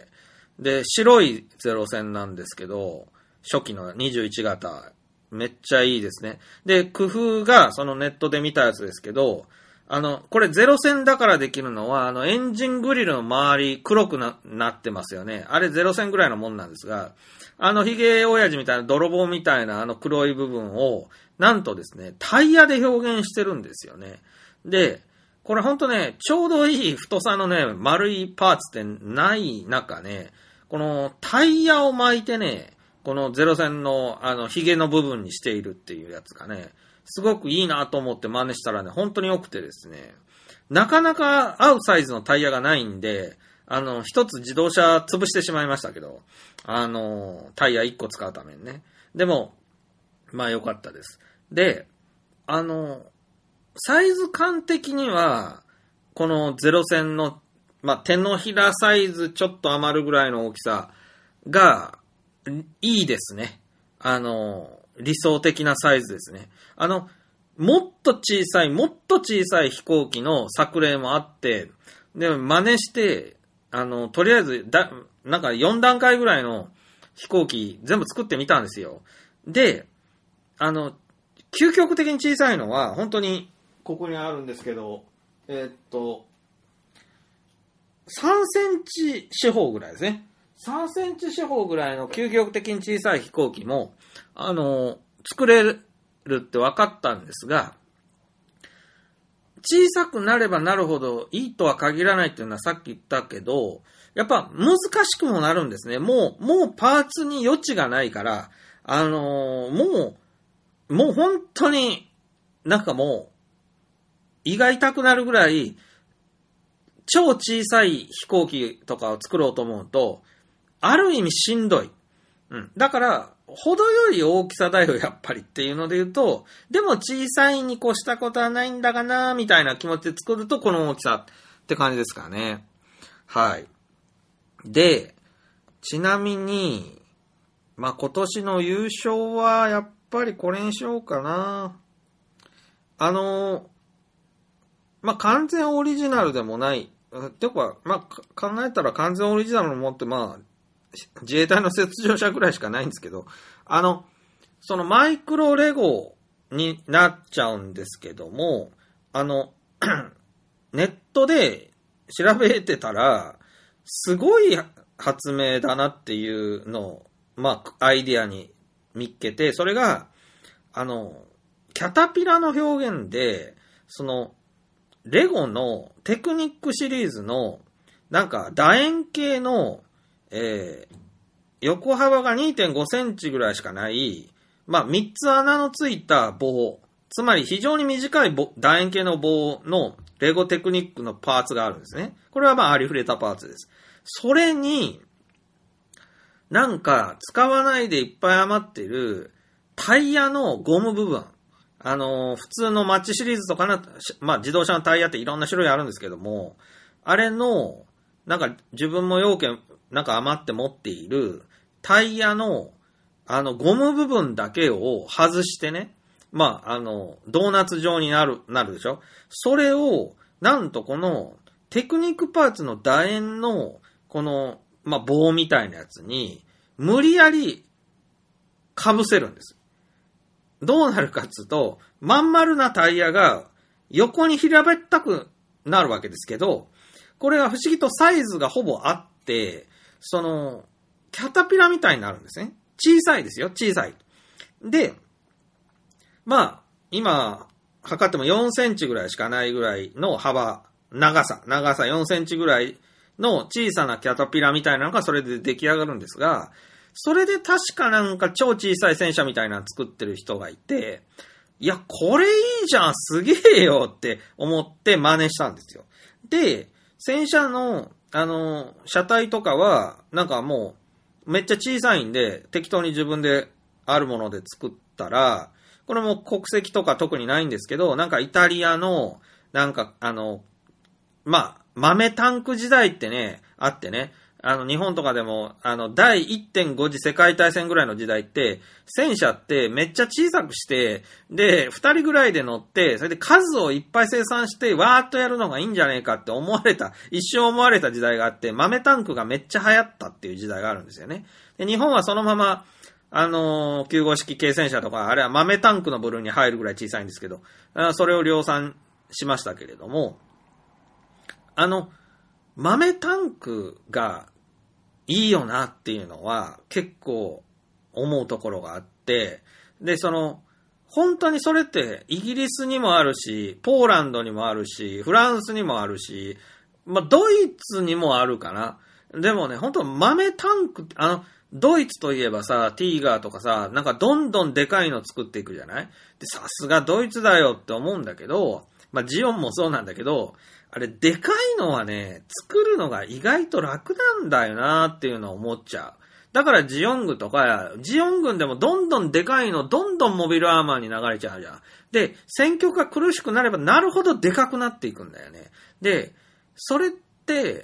で、白いゼロ戦なんですけど、初期のにじゅういち型、めっちゃいいですね。で、工夫が、そのネットで見たやつですけど、あの、これゼロ戦だからできるのは、あの、エンジングリルの周り黒く な, なってますよね。あれゼロ戦ぐらいのもんなんですが、あの、ヒゲ親父みたいな泥棒みたいなあの黒い部分を、なんとですね、タイヤで表現してるんですよね。で、これほんとね、ちょうどいい太さのね、丸いパーツってない中ね、このタイヤを巻いてね、このゼロ戦のあのヒゲの部分にしているっていうやつがね、すごくいいなと思って真似したらね、本当に良くてですね、なかなか合うサイズのタイヤがないんで、あの、一つ自動車潰してしまいましたけど、あの、タイヤ一個使うためにね。でも、まあ良かったです。で、あの、サイズ感的には、このゼロ戦の、まあ手のひらサイズちょっと余るぐらいの大きさが、いいですね。あの、理想的なサイズですね。あの、もっと小さい、もっと小さい飛行機の作例もあって、で、真似して、あの、とりあえず、だ、なんかよん段階ぐらいの飛行機全部作ってみたんですよ。で、あの、究極的に小さいのは、本当に、ここにあるんですけど、えー、っと、さんセンチ四方ぐらいですね。さんセンチ四方ぐらいの究極的に小さい飛行機も、あの、作れるって分かったんですが、小さくなればなるほどいいとは限らないっていうのはさっき言ったけど、やっぱ難しくもなるんですね。もう、もうパーツに余地がないから、あのー、もう、もう本当になんかもう、胃が痛くなるぐらい、超小さい飛行機とかを作ろうと思うと、ある意味しんどい。うん。だから、程よい大きさだよ、やっぱりっていうので言うと、でも小さいに越したことはないんだがな、みたいな気持ちで作ると、この大きさって感じですかね。はい。で、ちなみに、まあ、今年の優勝は、やっぱりこれにしようかな。あの、まあ、完全オリジナルでもない。てか、まあ、考えたら完全オリジナルのものって、まあ、自衛隊の雪上車ぐらいしかないんですけど、あの、そのマイクロレゴになっちゃうんですけども、あの、ネットで調べてたら、すごい発明だなっていうのを、まあ、アイディアに見っけて、それが、あの、キャタピラの表現で、その、レゴのテクニックシリーズの、なんか、楕円形の、えー、横幅が にてんごセンチぐらいしかない、まあ、みっつ穴のついた棒、つまり非常に短い棒楕円形の棒のレゴテクニックのパーツがあるんですね。これはまあ、ありふれたパーツです。それに、なんか、使わないでいっぱい余ってる、タイヤのゴム部分。あのー、普通のマッチシリーズとかの、まあ、自動車のタイヤっていろんな種類あるんですけども、あれの、なんか、自分も要件、なんか余って持っているタイヤのあのゴム部分だけを外してね、まああのドーナツ状になるなるでしょ。それをなんとこのテクニックパーツの楕円のこのまあ棒みたいなやつに無理やり被せるんです。どうなるかっつうと、まん丸なタイヤが横に平べったくなるわけですけど、これが不思議とサイズがほぼあって、その、キャタピラみたいになるんですね。小さいですよ、小さい。で、まあ、今、測ってもよんセンチぐらいしかないぐらいの幅、長さ、長さよんセンチぐらいの小さなキャタピラみたいなのがそれで出来上がるんですが、それで確かなんか超小さい戦車みたいなの作ってる人がいて、いや、これいいじゃん、すげえよって思って真似したんですよ。で、戦車のあの、車体とかは、なんかもう、めっちゃ小さいんで、適当に自分であるもので作ったら、これも国籍とか特にないんですけど、なんかイタリアの、なんかあの、まあ、豆タンク時代ってね、あってね、あの、日本とかでも、あの、だい いってんご 次世界大戦ぐらいの時代って、戦車ってめっちゃ小さくして、で、二人ぐらいで乗って、それで数をいっぱい生産して、わーっとやるのがいいんじゃねえかって思われた、一瞬思われた時代があって、豆タンクがめっちゃ流行ったっていう時代があるんですよね。で、日本はそのまま、あのー、きゅう号式軽戦車とか、あれは豆タンクの部類に入るぐらい小さいんですけど、それを量産しましたけれども、あの、豆タンクがいいよなっていうのは結構思うところがあって、で、その、本当にそれってイギリスにもあるし、ポーランドにもあるし、フランスにもあるし、まあ、ドイツにもあるかな。でもね、本当豆タンクって、あの、ドイツといえばさ、ティーガーとかさ、なんかどんどんでかいの作っていくじゃない？で、さすがドイツだよって思うんだけど、まあ、ジオンもそうなんだけど、あれ、でかいのはね、作るのが意外と楽なんだよなっていうのを思っちゃう。だからジオン軍とか、ジオン軍でもどんどんでかいの、どんどんモビルアーマーに流れちゃうじゃん。で、戦局が苦しくなればなるほどでかくなっていくんだよね。で、それって、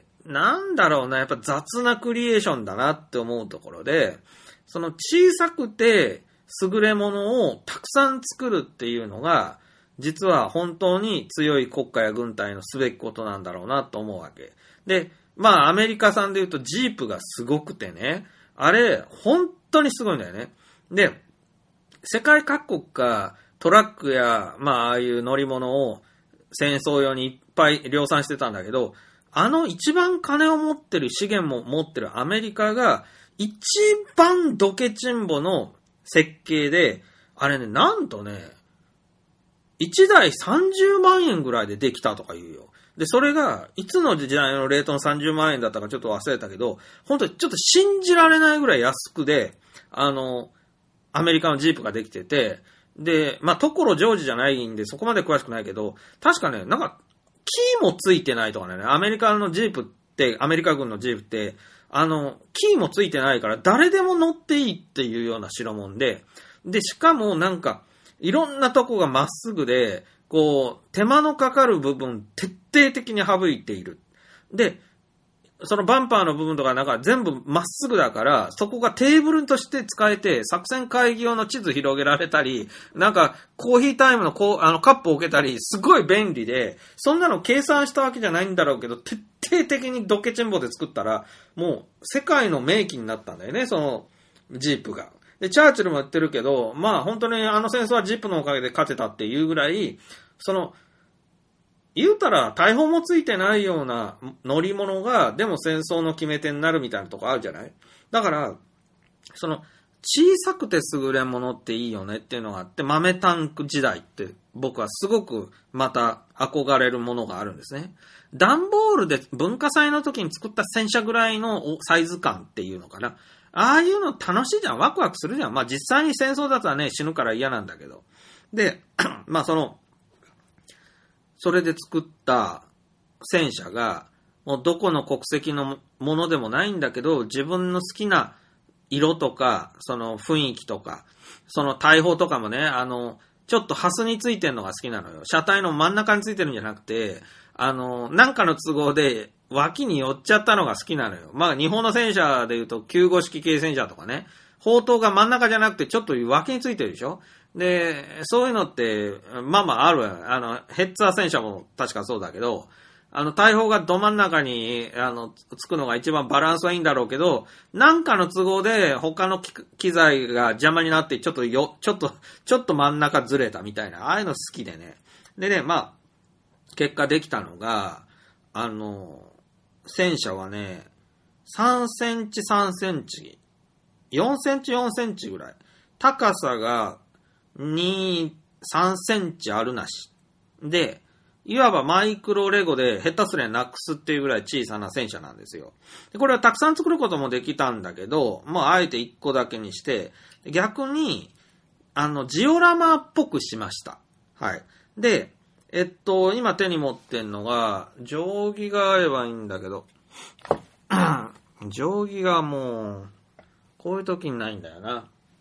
なんだろうな、やっぱ雑なクリエーションだなって思うところで、その小さくて優れものをたくさん作るっていうのが、実は本当に強い国家や軍隊のすべきことなんだろうなと思うわけ。で、まあアメリカ産で言うとジープがすごくてね、あれ本当にすごいんだよね。で、世界各国がトラックやまあああいう乗り物を戦争用にいっぱい量産してたんだけど、あの一番金を持ってる資源も持ってるアメリカが一番ドケチンボの設計で、あれね、なんとね、いちだいさんじゅうまんえんぐらいでできたとか言うよ。で、それが、いつの時代のレートのさんじゅうまんえんだったかちょっと忘れたけど、本当にちょっと信じられないぐらい安くで、あの、アメリカのジープができてて、で、まあ、ところジョージじゃないんで、そこまで詳しくないけど、確かね、なんか、キーもついてないとかね、アメリカのジープって、アメリカ軍のジープって、あの、キーもついてないから、誰でも乗っていいっていうような代物で、で、しかもなんか、いろんなとこがまっすぐで、こう、手間のかかる部分、徹底的に省いている。で、そのバンパーの部分とかなんか全部まっすぐだから、そこがテーブルとして使えて、作戦会議用の地図広げられたり、なんかコーヒータイムのこう、あのカップを置けたり、すごい便利で、そんなの計算したわけじゃないんだろうけど、徹底的にドッケチンボで作ったら、もう世界の名機になったんだよね、そのジープが。で、チャーチルも言ってるけど、まあ本当にあの戦争はジープのおかげで勝てたっていうぐらい、その、言うたら大砲もついてないような乗り物が、でも戦争の決め手になるみたいなとこあるじゃない？だから、その、小さくて優れものっていいよねっていうのがあって、豆タンク時代って僕はすごくまた憧れるものがあるんですね。段ボールで文化祭の時に作った戦車ぐらいのサイズ感っていうのかな。ああいうの楽しいじゃん。ワクワクするじゃん。まあ実際に戦争だったらね、死ぬから嫌なんだけど。で、まあその、それで作った戦車が、もうどこの国籍のものでもないんだけど、自分の好きな色とか、その雰囲気とか、その大砲とかもね、あの、ちょっとハスについてるのが好きなのよ。車体の真ん中についてるんじゃなくて、あの、なんかの都合で脇に寄っちゃったのが好きなのよ。まあ日本の戦車で言うときゅう号式軽戦車とかね、砲塔が真ん中じゃなくてちょっと脇についてるでしょ。で、そういうのって、まあまあある。あの、ヘッツァー戦車も確かそうだけど、あの、大砲がど真ん中に、あの、つくのが一番バランスはいいんだろうけど、なんかの都合で他の機材が邪魔になって、ちょっとよ、ちょっと、ちょっと真ん中ずれたみたいな、ああいうの好きでね。でね、まあ、結果できたのが、あの、戦車はね、さんセンチさんセンチ、よんセンチよんセンチぐらい、高さがに、さんセンチあるなし。で、いわばマイクロレゴで下手すりゃなくすっていうぐらい小さな戦車なんですよ。でこれはたくさん作ることもできたんだけど、まああえていっこだけにして、逆に、あの、ジオラマっぽくしました。はい。で、えっと、今手に持ってんのが、定規があればいいんだけど、定規がもう、こういう時にないんだよな。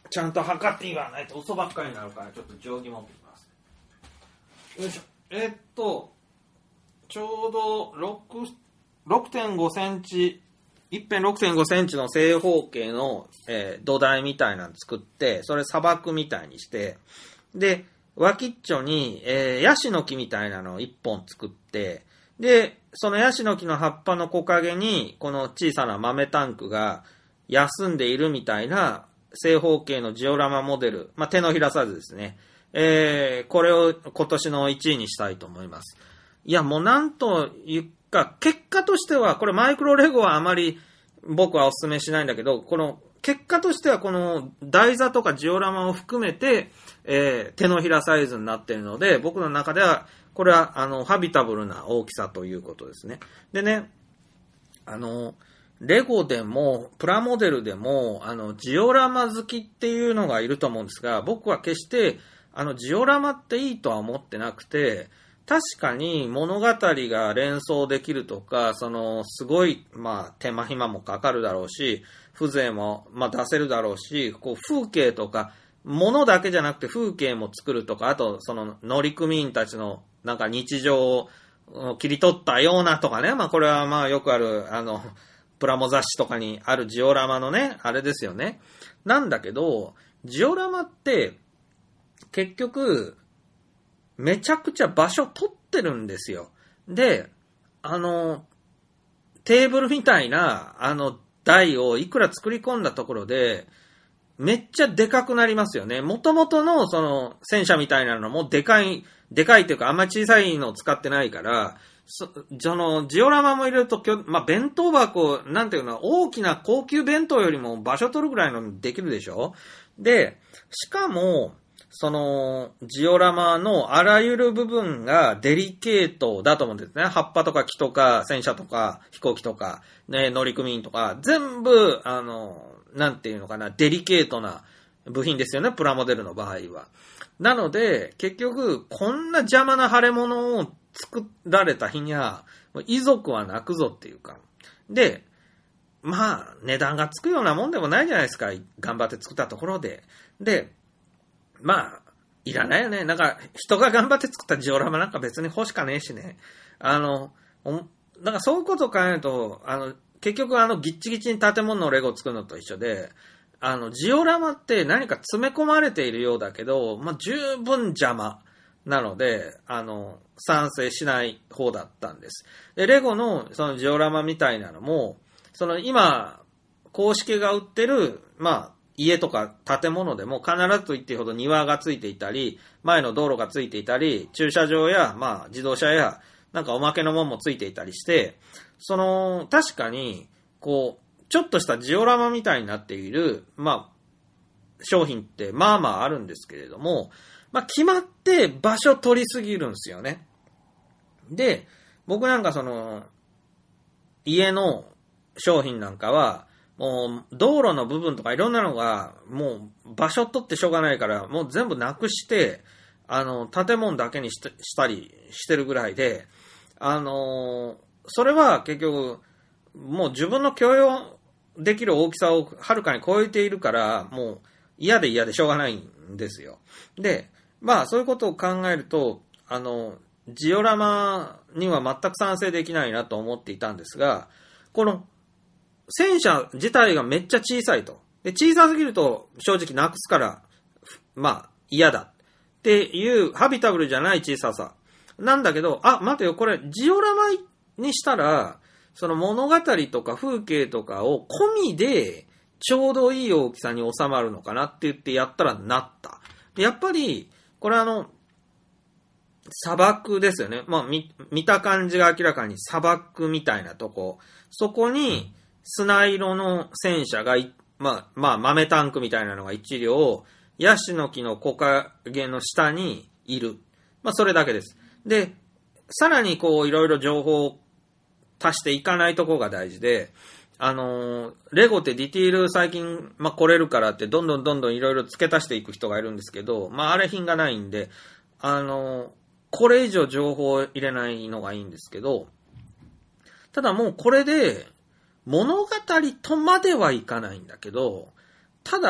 ちゃんと測って言わないと嘘ばっかりになるから、ちょっと定規持ってきます。よいしょ。えー、っと、ちょうど ろくてんごセンチ、一辺 ろくてんごセンチの正方形の、えー、土台みたいなの作って、それ砂漠みたいにして、で、脇っちょに、えー、ヤシの木みたいなのを一本作って、で、そのヤシの木の葉っぱの木陰に、この小さな豆タンクが休んでいるみたいな正方形のジオラマモデル、まあ、手のひらサイズですね。えー、これを今年のいちいにしたいと思います。いや、もうなんというか、結果としては、これマイクロレゴはあまり僕はお勧めしないんだけど、この結果としてはこの台座とかジオラマを含めて、えー、手のひらサイズになっているので、僕の中ではこれはあのハビタブルな大きさということですね。でね、あのレゴでもプラモデルでもあのジオラマ好きっていうのがいると思うんですが、僕は決してあのジオラマっていいとは思ってなくて、確かに物語が連想できるとか、そのすごいまあ手間暇もかかるだろうし、風情もまあ出せるだろうし、こう風景とか物だけじゃなくて風景も作るとか、あとその乗組員たちのなんか日常を切り取ったようなとかね、まあこれはまあよくあるあのプラモ雑誌とかにあるジオラマのね、あれですよね。なんだけど、ジオラマって結局めちゃくちゃ場所取ってるんですよ。で、あのテーブルみたいなあの台をいくら作り込んだところでめっちゃでかくなりますよね。元々のその戦車みたいなのもでかい、でかいというかあんまり小さいのを使ってないから、そ, そのジオラマも入れると、まあ、弁当箱、なんていうの、大きな高級弁当よりも場所取るぐらいのできるでしょ。で、しかも、その、ジオラマのあらゆる部分がデリケートだと思うんですね。葉っぱとか木とか戦車とか飛行機とか、ね、乗組員とか、全部、あの、なんていうのかな、デリケートな部品ですよね、プラモデルの場合は。なので、結局、こんな邪魔な腫れ物を作られた日には、遺族は泣くぞっていうか。で、まあ、値段がつくようなもんでもないじゃないですか。頑張って作ったところで。で、まあ、いらないよね。なんか、人が頑張って作ったジオラマなんか別に欲しかねえしね。あの、なんかそういうことを考えると、あの、結局あの、ギッチギチに建物のレゴを作るのと一緒で、あの、ジオラマって何か詰め込まれているようだけど、まあ、十分邪魔なので、あの、賛成しない方だったんです。で、レゴのそのジオラマみたいなのも、その今、公式が売ってる、まあ、家とか建物でも必ずと言っていいほど庭がついていたり、前の道路がついていたり、駐車場や、まあ、自動車や、なんかおまけのもんもついていたりして、その、確かに、こう、ちょっとしたジオラマみたいになっている、まあ、商品ってまあまああるんですけれども、まあ決まって場所取りすぎるんですよね。で、僕なんかその、家の商品なんかは、もう道路の部分とかいろんなのが、もう場所取ってしょうがないから、もう全部なくして、あの、建物だけにし、したりしてるぐらいで、あの、それは結局、もう自分の許容できる大きさをはるかに超えているから、もう嫌で嫌でしょうがないんですよ。で、まあそういうことを考えると、あの、ジオラマには全く賛成できないなと思っていたんですが、この戦車自体がめっちゃ小さいと。で、小さすぎると正直なくすから、まあ嫌だっていうハビタブルじゃない小ささ。なんだけど、あ、待てよ、これジオラマにしたら、その物語とか風景とかを込みでちょうどいい大きさに収まるのかなって言ってやったらなった。でやっぱり、これあの、砂漠ですよね。まあ見、見た感じが明らかに砂漠みたいなとこ。そこに砂色の戦車が、まあ、まあ豆タンクみたいなのが一両、ヤシの木の木陰の下にいる。まあそれだけです。で、さらにこういろいろ情報を足していかないところが大事で、あのー、レゴってディティール最近、まあ、来れるからってどんどんどんどんいろいろ付け足していく人がいるんですけど、まあ、あれ品がないんで、あのー、これ以上情報を入れないのがいいんですけど、ただもうこれで物語とまではいかないんだけど、ただ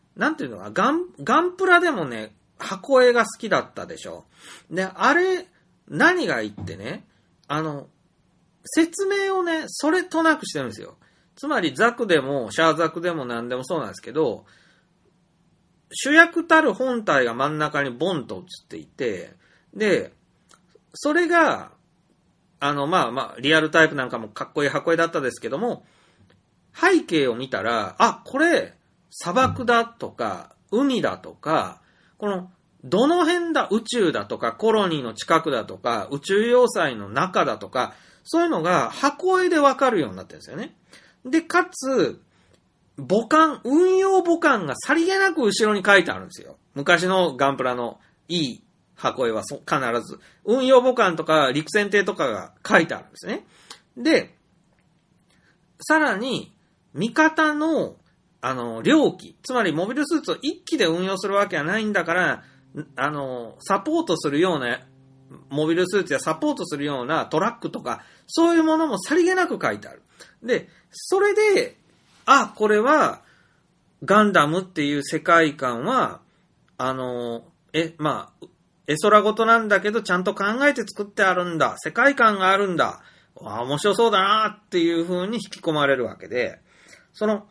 なんていうのかな、ガン、ガンプラでもね、箱絵が好きだったでしょ。で、あれ、何がいいってね、あの、説明をね、それとなくしてるんですよ。つまりザクでも、シャーザクでも何でもそうなんですけど、主役たる本体が真ん中にボンと映っていて、で、それが、あの、まあまあ、リアルタイプなんかもかっこいい箱絵だったですけども、背景を見たら、あ、これ、砂漠だとか、海だとか、この、どの辺だ、宇宙だとか、コロニーの近くだとか、宇宙要塞の中だとか、そういうのが箱絵でわかるようになってるんですよね。で、かつ、母艦、運用母艦がさりげなく後ろに書いてあるんですよ。昔のガンプラのいい箱絵は必ず。運用母艦とか陸戦艇とかが書いてあるんですね。で、さらに、味方の、あの、両機、つまりモビルスーツを一機で運用するわけはないんだから、あの、サポートするような、モビルスーツやサポートするようなトラックとか、そういうものもさりげなく書いてある。で、それで、あ、これは、ガンダムっていう世界観は、あの、え、まあ、絵空事なんだけど、ちゃんと考えて作ってあるんだ。世界観があるんだ。あ、面白そうだなっていう風に引き込まれるわけで、その、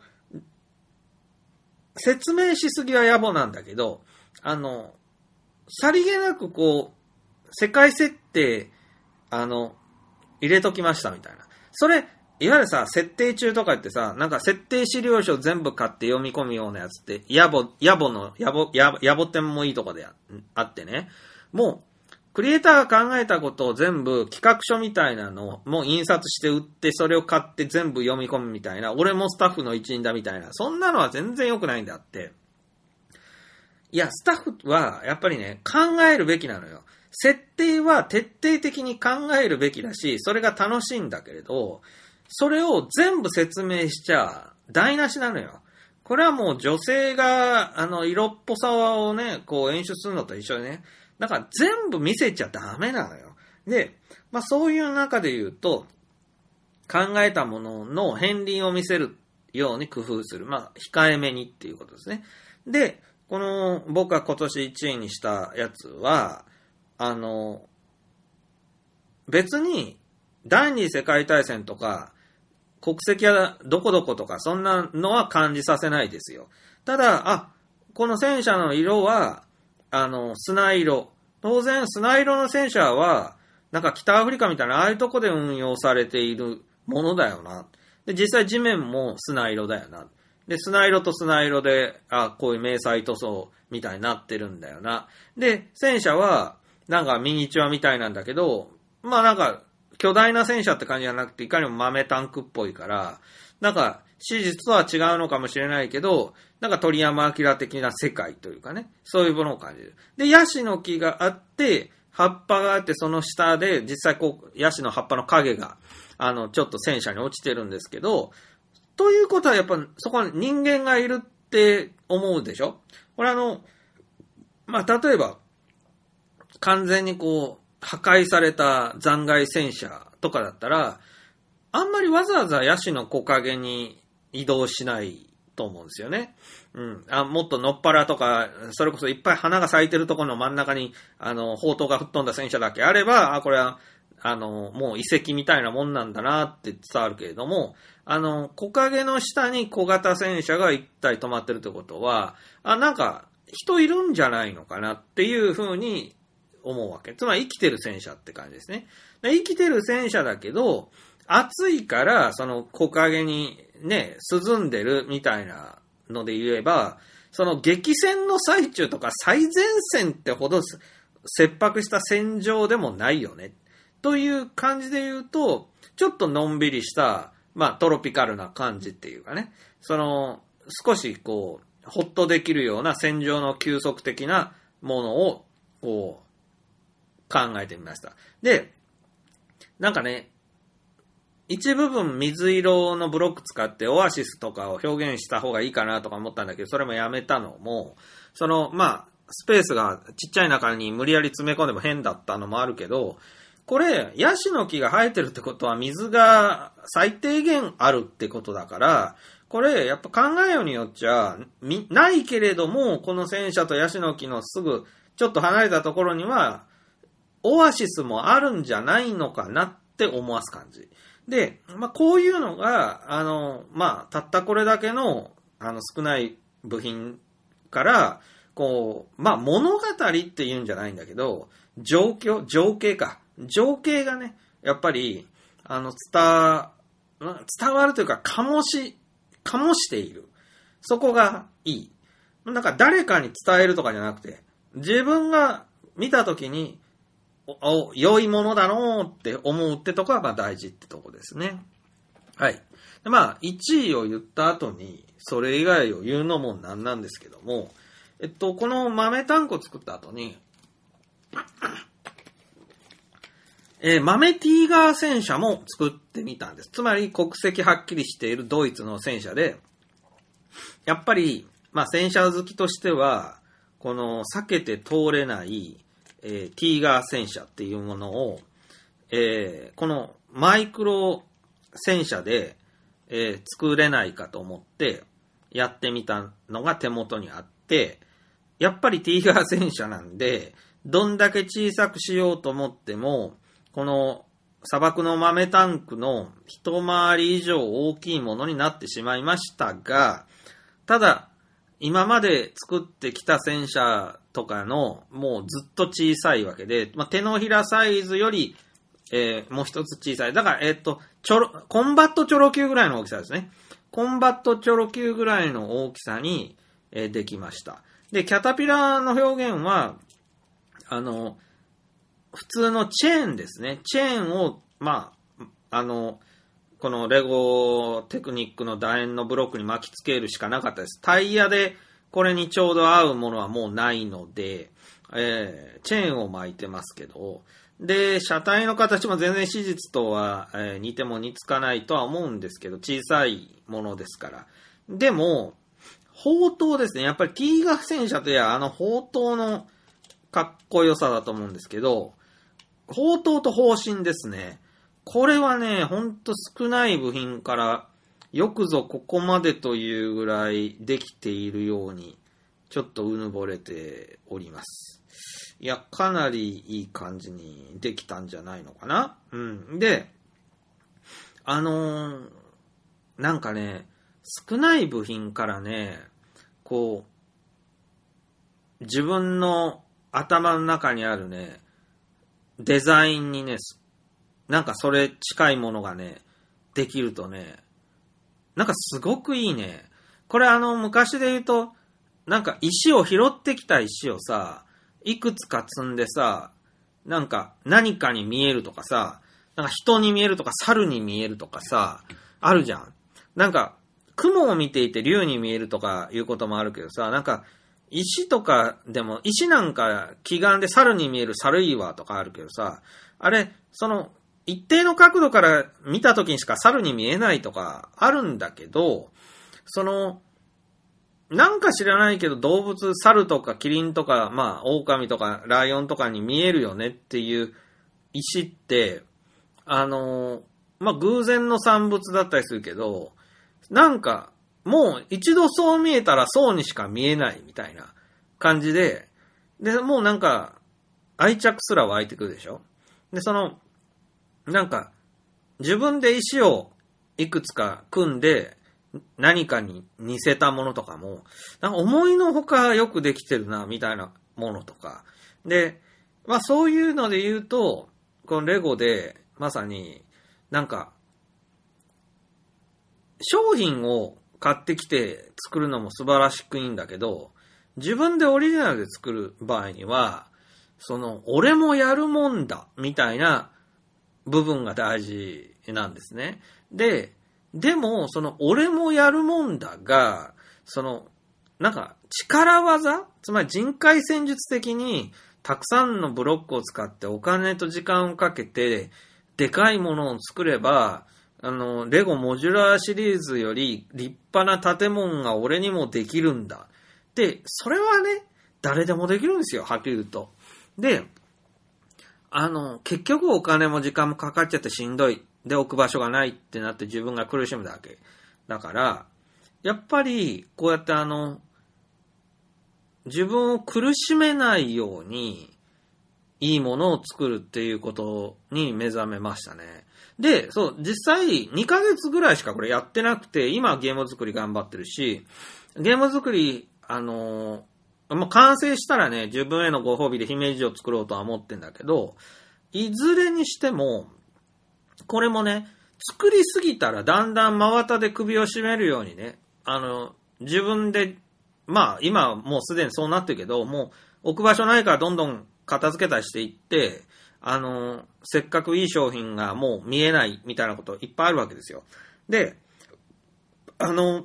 説明しすぎは野暮なんだけど、あの、さりげなくこう、世界設定、あの、入れときましたみたいな。それ、いわゆるさ、設定中とか言ってさ、なんか設定資料書全部買って読み込むようなやつって、野暮、野暮の、野暮、野暮、野暮店もいいとこであってね。もう、クリエイターが考えたことを全部企画書みたいなのをもう印刷して売って、それを買って全部読み込むみたいな、俺もスタッフの一員だみたいな、そんなのは全然良くないんだって。いや、スタッフはやっぱりね、考えるべきなのよ。設定は徹底的に考えるべきだし、それが楽しいんだけれど、それを全部説明しちゃ台無しなのよ。これはもう女性が、あの、色っぽさをね、こう演出するのと一緒でね。だから全部見せちゃダメなのよ。で、まあそういう中で言うと、考えたものの片鱗を見せるように工夫する。まあ、控えめにっていうことですね。で、この、僕が今年いちいにしたやつは、あの、別に、第二次世界大戦とか、国籍はどこどことか、そんなのは感じさせないですよ。ただ、あ、この戦車の色は、あの、砂色。当然、砂色の戦車は、なんか北アフリカみたいな、ああいうとこで運用されているものだよな。で、実際地面も砂色だよな。で、砂色と砂色で、あ、こういう迷彩塗装みたいになってるんだよな。で、戦車は、なんかミニチュアみたいなんだけど、まあなんか、巨大な戦車って感じじゃなくて、いかにも豆タンクっぽいから、なんか、史実とは違うのかもしれないけど、なんか鳥山明的な世界というかね、そういうものを感じる。で、ヤシの木があって、葉っぱがあって、その下で、実際こう、ヤシの葉っぱの影が、あの、ちょっと戦車に落ちてるんですけど、ということはやっぱ、そこに人間がいるって思うでしょ？これあの、まあ、例えば、完全にこう、破壊された残骸戦車とかだったら、あんまりわざわざヤシの木陰に移動しないと思うんですよね。うん。あ、もっとのっぱらとか、それこそいっぱい花が咲いてるところの真ん中に、あの、砲塔が吹っ飛んだ戦車だけあれば、あ、これは、あの、もう遺跡みたいなもんなんだなって伝わるけれども、あの、木陰の下に小型戦車が一体止まってるってことは、あ、なんか、人いるんじゃないのかなっていう風に思うわけ。つまり生きてる戦車って感じですね。で生きてる戦車だけど、暑いから、その木陰にね、涼んでるみたいなので言えば、その激戦の最中とか最前線ってほど切迫した戦場でもないよね。という感じで言うと、ちょっとのんびりした、まあトロピカルな感じっていうかね、その少しこう、ホッとできるような戦場の休息的なものをこう考えてみました。で、なんかね、一部分水色のブロック使ってオアシスとかを表現した方がいいかなとか思ったんだけど、それもやめたのも、その、まあ、スペースがちっちゃい中に無理やり詰め込んでも変だったのもあるけど、これ、ヤシの木が生えてるってことは水が最低限あるってことだから、 これ、やっぱ考えようによっちゃ、み、ないけれども、この戦車とヤシの木のすぐ、ちょっと離れたところには、オアシスもあるんじゃないのかなって思わす感じ。で、まあ、こういうのが、あの、まあ、たったこれだけの、あの、少ない部品から、こう、まあ、物語って言うんじゃないんだけど、状況、情景か。情景がね、やっぱり、あの、伝、伝わるというか、醸し、醸している。そこがいい。なんか誰かに伝えるとかじゃなくて、自分が見たときに、お、良いものだろうって思うってとこはまあ大事ってとこですね。はい。でまあ、いちいを言った後に、それ以外を言うのもなんなんですけども、えっと、この豆炭粉作った後に、えー、豆ティーガー戦車も作ってみたんです。つまり国籍はっきりしているドイツの戦車で、やっぱり、まあ戦車好きとしては、この避けて通れない、えー、ティーガー戦車っていうものを、えー、このマイクロ戦車で、えー、作れないかと思ってやってみたのが手元にあって、やっぱりティーガー戦車なんで、どんだけ小さくしようと思っても、この砂漠の豆タンクの一回り以上大きいものになってしまいましたが、ただ、今まで作ってきた戦車とかのもうずっと小さいわけで、まあ、手のひらサイズより、えー、もう一つ小さい。だから、えっと、ちょろ、コンバットチョロ級ぐらいの大きさですね。コンバットチョロ級ぐらいの大きさに、えー、できました。で、キャタピラーの表現は、あの、普通のチェーンですね。チェーンを、まあ、あの、このレゴテクニックの楕円のブロックに巻きつけるしかなかったです。タイヤでこれにちょうど合うものはもうないので、えー、チェーンを巻いてますけど、で、車体の形も全然史実とは、えー、似ても似つかないとは思うんですけど、小さいものですから。でも、砲塔ですね。やっぱりティーガー戦車といえばあの砲塔のかっこよさだと思うんですけど、砲塔と砲身ですね。これはね、ほんと少ない部品からよくぞここまでというぐらいできているようにちょっとうぬぼれております。いや、かなりいい感じにできたんじゃないのかな。うん。で、あのー、なんかね、少ない部品からね、こう、自分の頭の中にあるね、デザインにね、なんかそれ近いものがね、できるとね、なんかすごくいいね。これあの、昔で言うと、なんか石を拾ってきた石をさ、いくつか積んでさ、なんか何かに見えるとかさ、なんか人に見えるとか猿に見えるとかさ、あるじゃん。なんか、雲を見ていて竜に見えるとかいうこともあるけどさ、なんか、石とかでも、石なんか奇岩で猿に見える猿岩とかあるけどさ、あれ、その、一定の角度から見た時にしか猿に見えないとかあるんだけど、その、なんか知らないけど動物、猿とかキリンとか、まあ、狼とかライオンとかに見えるよねっていう石って、あの、まあ、偶然の産物だったりするけど、なんか、もう一度そう見えたらそうにしか見えないみたいな感じで、で、もうなんか、愛着すら湧いてくるでしょ？で、その、なんか、自分で石をいくつか組んで、何かに似せたものとかも、なんか思いのほかよくできてるな、みたいなものとか。で、まあそういうので言うと、このレゴで、まさになんか、商品を買ってきて作るのも素晴らしくいいんだけど、自分でオリジナルで作る場合には、その、俺もやるもんだ、みたいな部分が大事なんですね。で、でも、その、俺もやるもんだが、その、なんか、力技？つまり人海戦術的に、たくさんのブロックを使ってお金と時間をかけて、でかいものを作れば、あの、レゴモジュラーシリーズより立派な建物が俺にもできるんだ。で、それはね、誰でもできるんですよ、はっきり言うと。で、あの、結局お金も時間もかかっちゃってしんどい。で、置く場所がないってなって自分が苦しむだけ。だから、 やっぱりこうやってあの自分を苦しめないようにいいものを作るっていうことに目覚めましたね。で、そう、実際にかげつぐらいしかこれやってなくて、今ゲーム作り頑張ってるし、ゲーム作り、あのー、もう完成したらね、自分へのご褒美で姫路を作ろうとは思ってんだけど、いずれにしても、これもね、作りすぎたらだんだん真綿で首を絞めるようにね、あの、自分で、まあ今もうすでにそうなってるけど、もう置く場所ないからどんどん片付けたりしていって、あの、せっかくいい商品がもう見えないみたいなこといっぱいあるわけですよ。で、あの、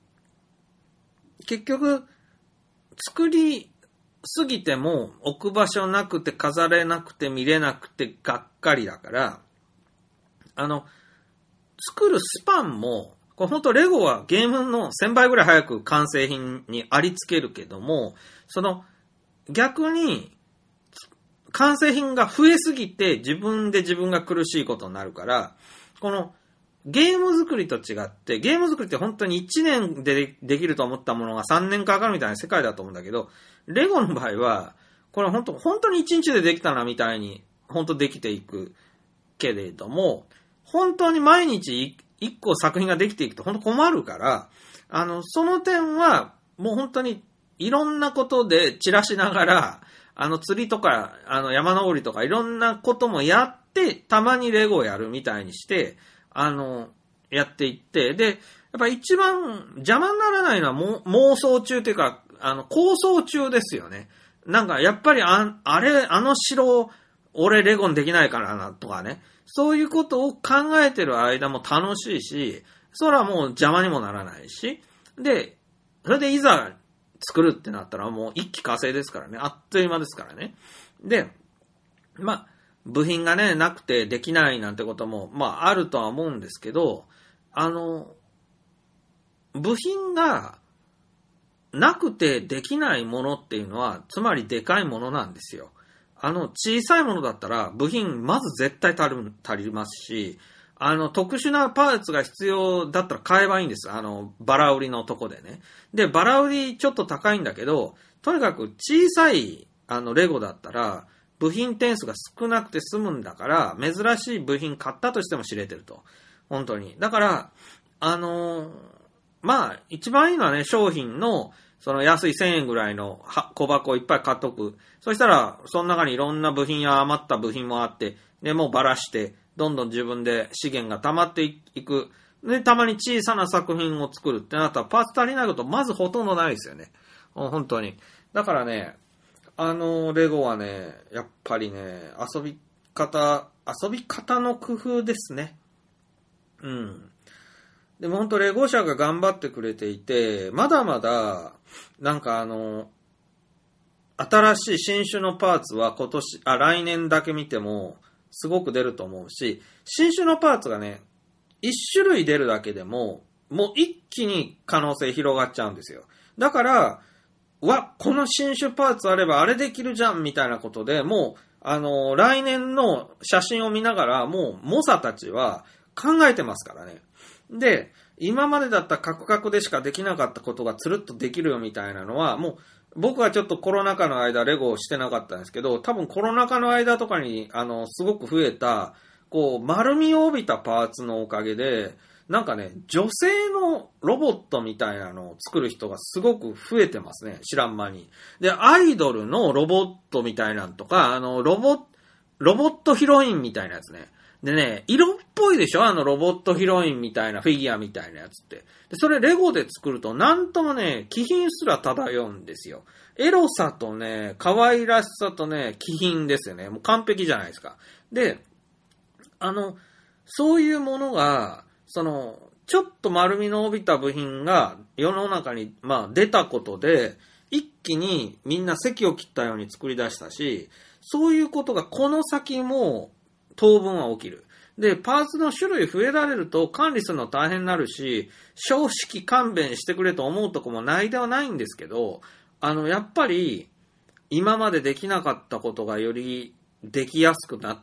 結局、作りすぎても置く場所なくて飾れなくて見れなくてがっかりだから、あの、作るスパンも、これ本当レゴはゲームのせんばいぐらい早く完成品にありつけるけども、その逆に完成品が増えすぎて自分で自分が苦しいことになるから、このゲーム作りと違って、ゲーム作りって本当にいちねんでできると思ったものがさんねんかかるみたいな世界だと思うんだけど、レゴの場合は、これ本当、本当にいちにちでできたなみたいに、本当できていくけれども、本当に毎日一個作品ができていくと本当困るから、あの、その点は、もう本当にいろんなことで散らしながら、あの、釣りとか、あの、山登りとかいろんなこともやって、たまにレゴをやるみたいにして、あの、やっていって、で、やっぱ一番邪魔にならないのはも妄想中っていうか、あの、構想中ですよね。なんか、やっぱりあ、あれ、あの城、俺レゴンできないからな、とかね。そういうことを考えてる間も楽しいし、それはもう邪魔にもならないし、で、それでいざ作るってなったらもう一気呵成ですからね。あっという間ですからね。で、まあ、部品がね、なくてできないなんてことも、まあ、あるとは思うんですけど、あの、部品がなくてできないものっていうのは、つまりでかいものなんですよ。あの、小さいものだったら、部品まず絶対足る、足りますし、あの、特殊なパーツが必要だったら買えばいいんです。あの、バラ売りのとこでね。で、バラ売りちょっと高いんだけど、とにかく小さい、あの、レゴだったら、部品点数が少なくて済むんだから、珍しい部品買ったとしても知れてると。本当に。だから、あのー、まあ、一番いいのはね、商品の、その安いせんえんぐらいの小箱をいっぱい買っとく。そしたら、その中にいろんな部品や余った部品もあって、で、もうばらして、どんどん自分で資源が溜まっていく。で、たまに小さな作品を作るってなったら、パーツ足りないことまずほとんどないですよね。本当に。だからね、あの、レゴはね、やっぱりね、遊び方、遊び方の工夫ですね。うん。でも本当レゴ社が頑張ってくれていて、まだまだ、なんかあの、新しい新種のパーツは今年、あ、来年だけ見ても、すごく出ると思うし、新種のパーツがね、一種類出るだけでも、もう一気に可能性広がっちゃうんですよ。だから、わ、この新種パーツあればあれできるじゃんみたいなことで、もう、あの、来年の写真を見ながら、もう、猛者たちは考えてますからね。で、今までだったらカクカクでしかできなかったことがつるっとできるよみたいなのは、もう、僕はちょっとコロナ禍の間レゴをしてなかったんですけど、多分コロナ禍の間とかに、あの、すごく増えた、こう、丸みを帯びたパーツのおかげで、なんかね、女性のロボットみたいなのを作る人がすごく増えてますね。知らん間に。で、アイドルのロボットみたいなんとか、あの、ロボ、ロボットヒロインみたいなやつね。でね、色っぽいでしょあのロボットヒロインみたいなフィギュアみたいなやつって。で、それレゴで作るとなんともね、気品すら漂うんですよ。エロさとね、可愛らしさとね、気品ですよね。もう完璧じゃないですか。で、あの、そういうものが、その、ちょっと丸みの帯びた部品が世の中に、まあ、出たことで、一気にみんな席を切ったように作り出したし、そういうことがこの先も当分は起きる。で、パーツの種類増えられると管理するの大変になるし、正直勘弁してくれと思うとこもないではないんですけど、あの、やっぱり、今までできなかったことがよりできやすくなって、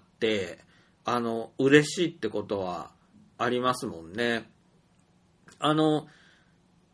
あの、嬉しいってことは、ありますもんね。あの、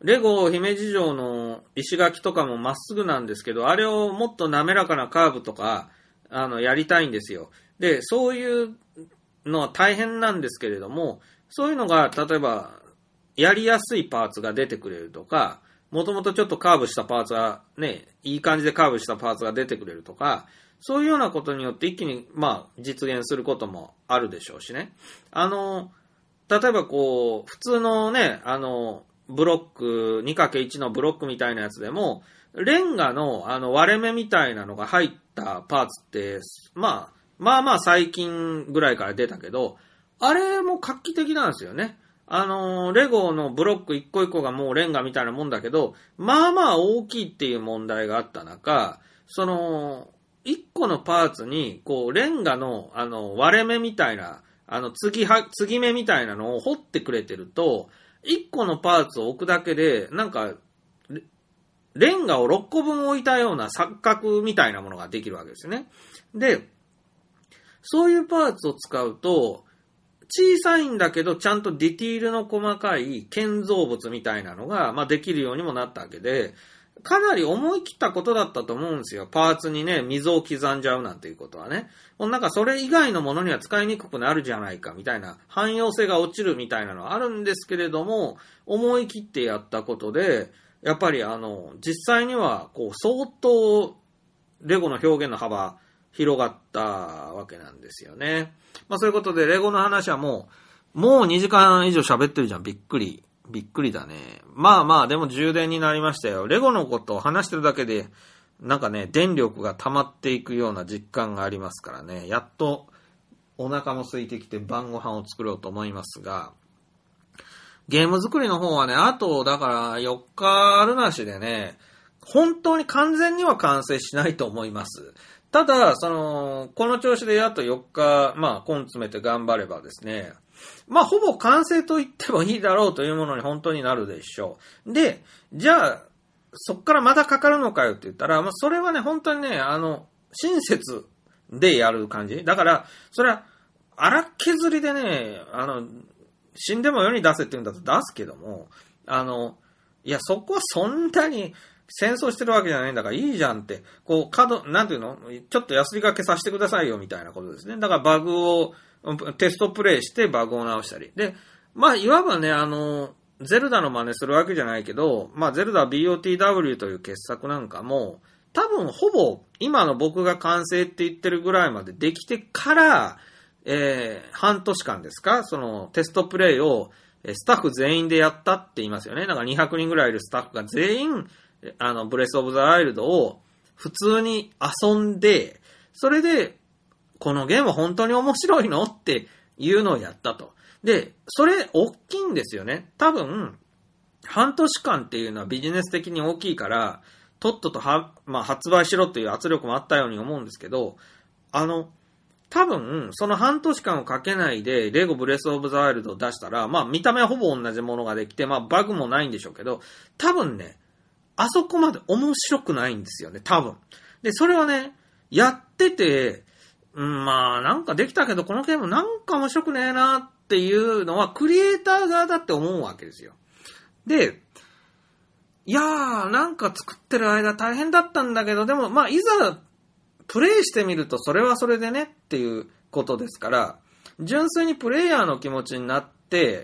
レゴ姫路城の石垣とかもまっすぐなんですけど、あれをもっと滑らかなカーブとか、あの、やりたいんですよ。で、そういうのは大変なんですけれども、そういうのが、例えば、やりやすいパーツが出てくれるとか、もともとちょっとカーブしたパーツがね、いい感じでカーブしたパーツが出てくれるとか、そういうようなことによって一気に、まあ、実現することもあるでしょうしね。あの、例えばこう、普通のね、あの、ブロック、にかけいち のブロックみたいなやつでも、レンガのあの割れ目みたいなのが入ったパーツって、まあ、まあまあ最近ぐらいから出たけど、あれも画期的なんですよね。あの、レゴのブロック一個一個がもうレンガみたいなもんだけど、まあまあ大きいっていう問題があった中、その、一個のパーツに、こう、レンガのあの割れ目みたいな、あの、継ぎは、継ぎ目みたいなのを掘ってくれてると、一個のパーツを置くだけで、なんか、レンガをろっこぶん置いたような錯覚みたいなものができるわけですよね。で、そういうパーツを使うと、小さいんだけど、ちゃんとディティールの細かい建造物みたいなのが、まあ、できるようにもなったわけで、かなり思い切ったことだったと思うんですよ。パーツにね、溝を刻んじゃうなんていうことはね。なんかそれ以外のものには使いにくくなるじゃないかみたいな、汎用性が落ちるみたいなのはあるんですけれども、思い切ってやったことで、やっぱりあの、実際にはこう相当レゴの表現の幅広がったわけなんですよね。まあそういうことでレゴの話はもう、もうにじかん以上喋ってるじゃん。びっくり。びっくりだね。まあまあ、でも充電になりましたよ。レゴのことを話してるだけで、なんかね、電力が溜まっていくような実感がありますからね。やっとお腹も空いてきて晩ご飯を作ろうと思いますが、ゲーム作りの方はね、あと、だからよっかあるなしでね、本当に完全には完成しないと思います。ただ、その、この調子であとよっか、まあ、根詰めて頑張ればですね、まあ、ほぼ完成と言ってもいいだろうというものに本当になるでしょう。で、じゃあ、そっからまだかかるのかよって言ったら、まあ、それはね、本当にね、あの、親切でやる感じ。だから、それは、荒削りでね、あの、死んでも世に出せって言うんだと出すけども、あの、いや、そこはそんなに戦争してるわけじゃないんだからいいじゃんって、こう、角、なんていうの？ちょっと安り掛けさせてくださいよみたいなことですね。だからバグを、テストプレイしてバグを直したり。で、まあ、いわばね、あの、ゼルダの真似するわけじゃないけど、まあ、ゼルダ ビーオーティーダブリュー という傑作なんかも、多分ほぼ今の僕が完成って言ってるぐらいまでできてから、えー、半年間ですか、そのテストプレイをスタッフ全員でやったって言いますよね。だからにひゃくにんぐらいいるスタッフが全員、あの、ブレスオブザワイルドを普通に遊んで、それで、このゲーム本当に面白いのっていうのをやったと。で、それ大きいんですよね。多分、半年間っていうのはビジネス的に大きいから、とっととは、まあ、発売しろっていう圧力もあったように思うんですけど、あの、多分、その半年間をかけないで、レゴブレスオブザワイルドを出したら、まあ、見た目はほぼ同じものができて、まあ、バグもないんでしょうけど、多分ね、あそこまで面白くないんですよね、多分。で、それはね、やってて、うん、まあ、なんかできたけど、このゲームなんか面白くねえなっていうのは、クリエイター側だって思うわけですよ。で、いやー、なんか作ってる間大変だったんだけど、でも、まあ、いざ、プレイしてみると、それはそれでねっていうことですから、純粋にプレイヤーの気持ちになって、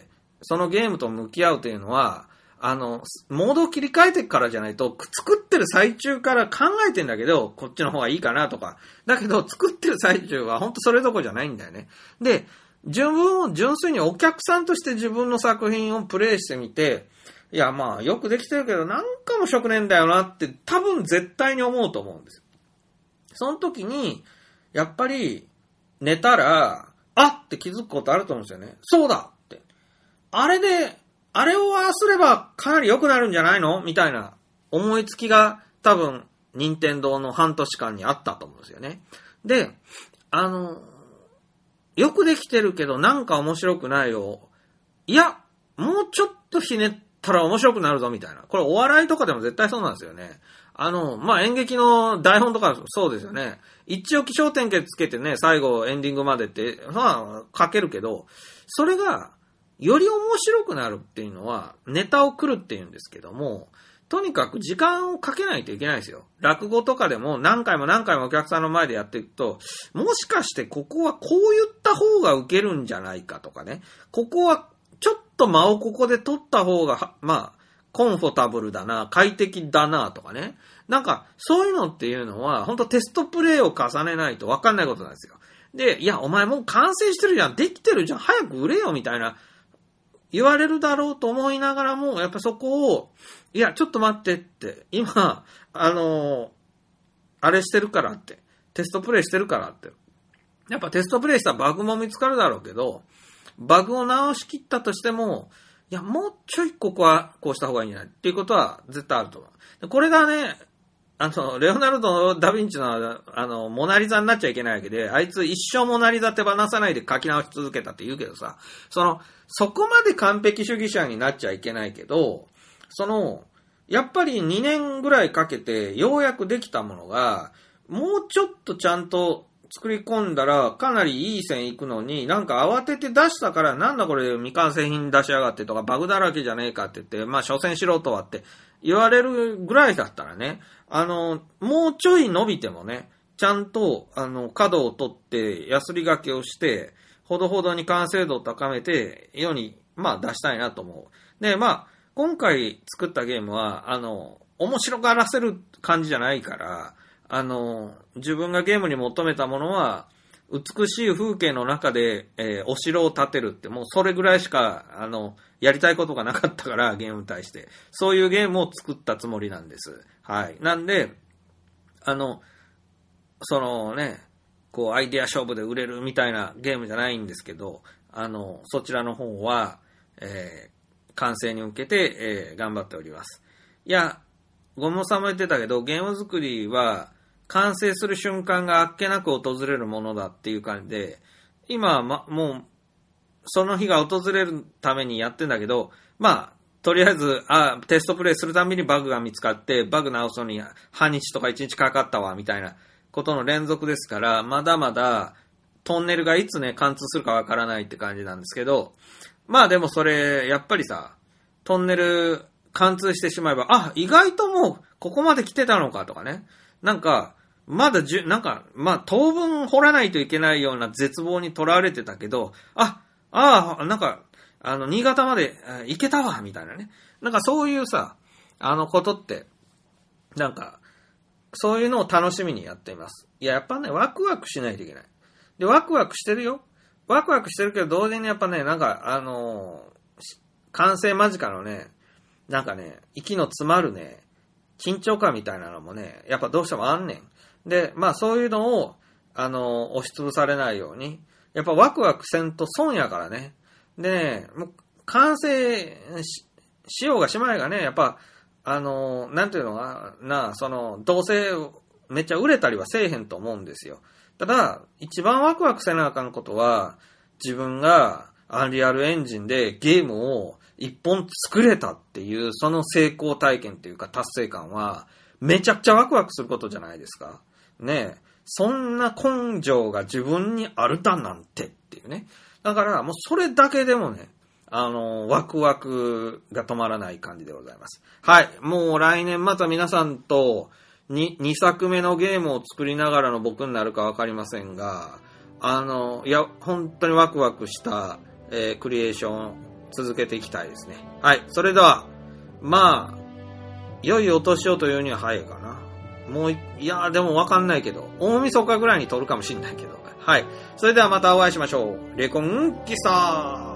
そのゲームと向き合うというのは、あの、モードを切り替えてからじゃないと、作ってる最中から考えてんだけど、こっちの方がいいかなとか。だけど、作ってる最中は本当それどころじゃないんだよね。で、自分を純粋にお客さんとして自分の作品をプレイしてみて、いや、まあ、よくできてるけど、なんかも色ねえんだよなって、多分絶対に思うと思うんですよ。その時に、やっぱり、寝たら、あって気づくことあると思うんですよね。そうだって。あれで、あれをああすればかなり良くなるんじゃないのみたいな思いつきが多分、任天堂の半年間にあったと思うんですよね。で、あの、よくできてるけどなんか面白くないよ。いや、もうちょっとひねったら面白くなるぞみたいな。これお笑いとかでも絶対そうなんですよね。あの、まあ、演劇の台本とかそうですよね。一応起承転結つけてね、最後エンディングまでって、まあ、書けるけど、それが、 より面白くなるっていうのは、ネタを来るっていうんですけども、とにかく時間をかけないといけないですよ。落語とかでも何回も何回もお客さんの前でやっていくと、もしかしてここはこう言った方が受けるんじゃないかとかね。ここはちょっと間をここで取った方が、まあ、コンフォタブルだな、快適だなとかね。なんか、そういうのっていうのは、本当テストプレイを重ねないと分かんないことなんですよ。で、いや、お前もう完成してるじゃん、できてるじゃん、早く売れよ、みたいな、言われるだろうと思いながらも、やっぱそこを、いや、ちょっと待ってって、今、あのー、あれしてるからって、テストプレイしてるからって。やっぱテストプレイしたらバグも見つかるだろうけど、バグを直しきったとしても、いや、もうちょいここはこうした方がいいんじゃないっていうことは絶対あると思う。これがね、あの、レオナルド・ダ・ヴィンチの、あの、モナリザになっちゃいけないわけで、あいつ一生モナリザ手放さないで書き直し続けたって言うけどさ、その、そこまで完璧主義者になっちゃいけないけど、その、やっぱりにねんぐらいかけてようやくできたものが、もうちょっとちゃんと作り込んだらかなりいい線いくのに、なんか慌てて出したからなんだこれ未完成品出しやがってとかバグだらけじゃねえかって言って、まあ所詮素人はって言われるぐらいだったらね、あの、もうちょい伸びてもね、ちゃんと、あの、角を取って、ヤスリ掛けをして、ほどほどに完成度を高めて、世に、まあ出したいなと思う。で、まあ、今回作ったゲームは、あの、面白がらせる感じじゃないから、あの、自分がゲームに求めたものは、美しい風景の中で、えー、お城を建てるって、もうそれぐらいしか、あの、やりたいことがなかったから、ゲームに対して。そういうゲームを作ったつもりなんです。はい。なんで、あの、そのね、こう、アイデア勝負で売れるみたいなゲームじゃないんですけど、あの、そちらの方は、えー、完成に向けて、えー、頑張っております。いや、ゴモさんも言ってたけど、ゲーム作りは、完成する瞬間があっけなく訪れるものだっていう感じで、今は、ま、もう、その日が訪れるためにやってんだけど、まあ、とりあえず、あ、テストプレイするたびにバグが見つかって、バグ直すのに半日とか一日かかったわ、みたいなことの連続ですから、まだまだトンネルがいつね、貫通するかわからないって感じなんですけど、まあでもそれ、やっぱりさ、トンネル貫通してしまえば、あ、意外ともうここまで来てたのかとかね。なんか、まだじゅ、なんか、まあ当分掘らないといけないような絶望にとらわれてたけど、あ、ああ、なんか、あの、新潟まで行けたわ、みたいなね。なんかそういうさ、あのことって、なんか、そういうのを楽しみにやっています。いや、やっぱね、ワクワクしないといけない。で、ワクワクしてるよ。ワクワクしてるけど、同時にやっぱね、なんか、あのー、完成間近のね、なんかね、息の詰まるね、緊張感みたいなのもね、やっぱどうしてもあんねん。で、まあそういうのを、あのー、押しつぶされないように、やっぱワクワクせんと損やからね。でね、もう完成 し, しようがしまいがね、やっぱ、あのー、なんていうのかな、その、どうせめっちゃ売れたりはせえへんと思うんですよ。ただ、一番ワクワクせなあかんことは、自分がアンリアルエンジンでゲームを一本作れたっていう、その成功体験っていうか達成感は、めちゃくちゃワクワクすることじゃないですか。ねえ。そんな根性が自分にあるだなんてっていうね。だからもうそれだけでもね、あの、ワクワクが止まらない感じでございます。はい。もう来年また皆さんとに、にさくめのゲームを作りながらの僕になるかわかりませんが、あの、いや、本当にワクワクした、えー、クリエーションを続けていきたいですね。はい。それでは、まあ、良いお年をというには早いかな。もう、いや、でもわかんないけど、大晦日ぐらいに撮るかもしんないけど。はい。それではまたお会いしましょう。レコンキサー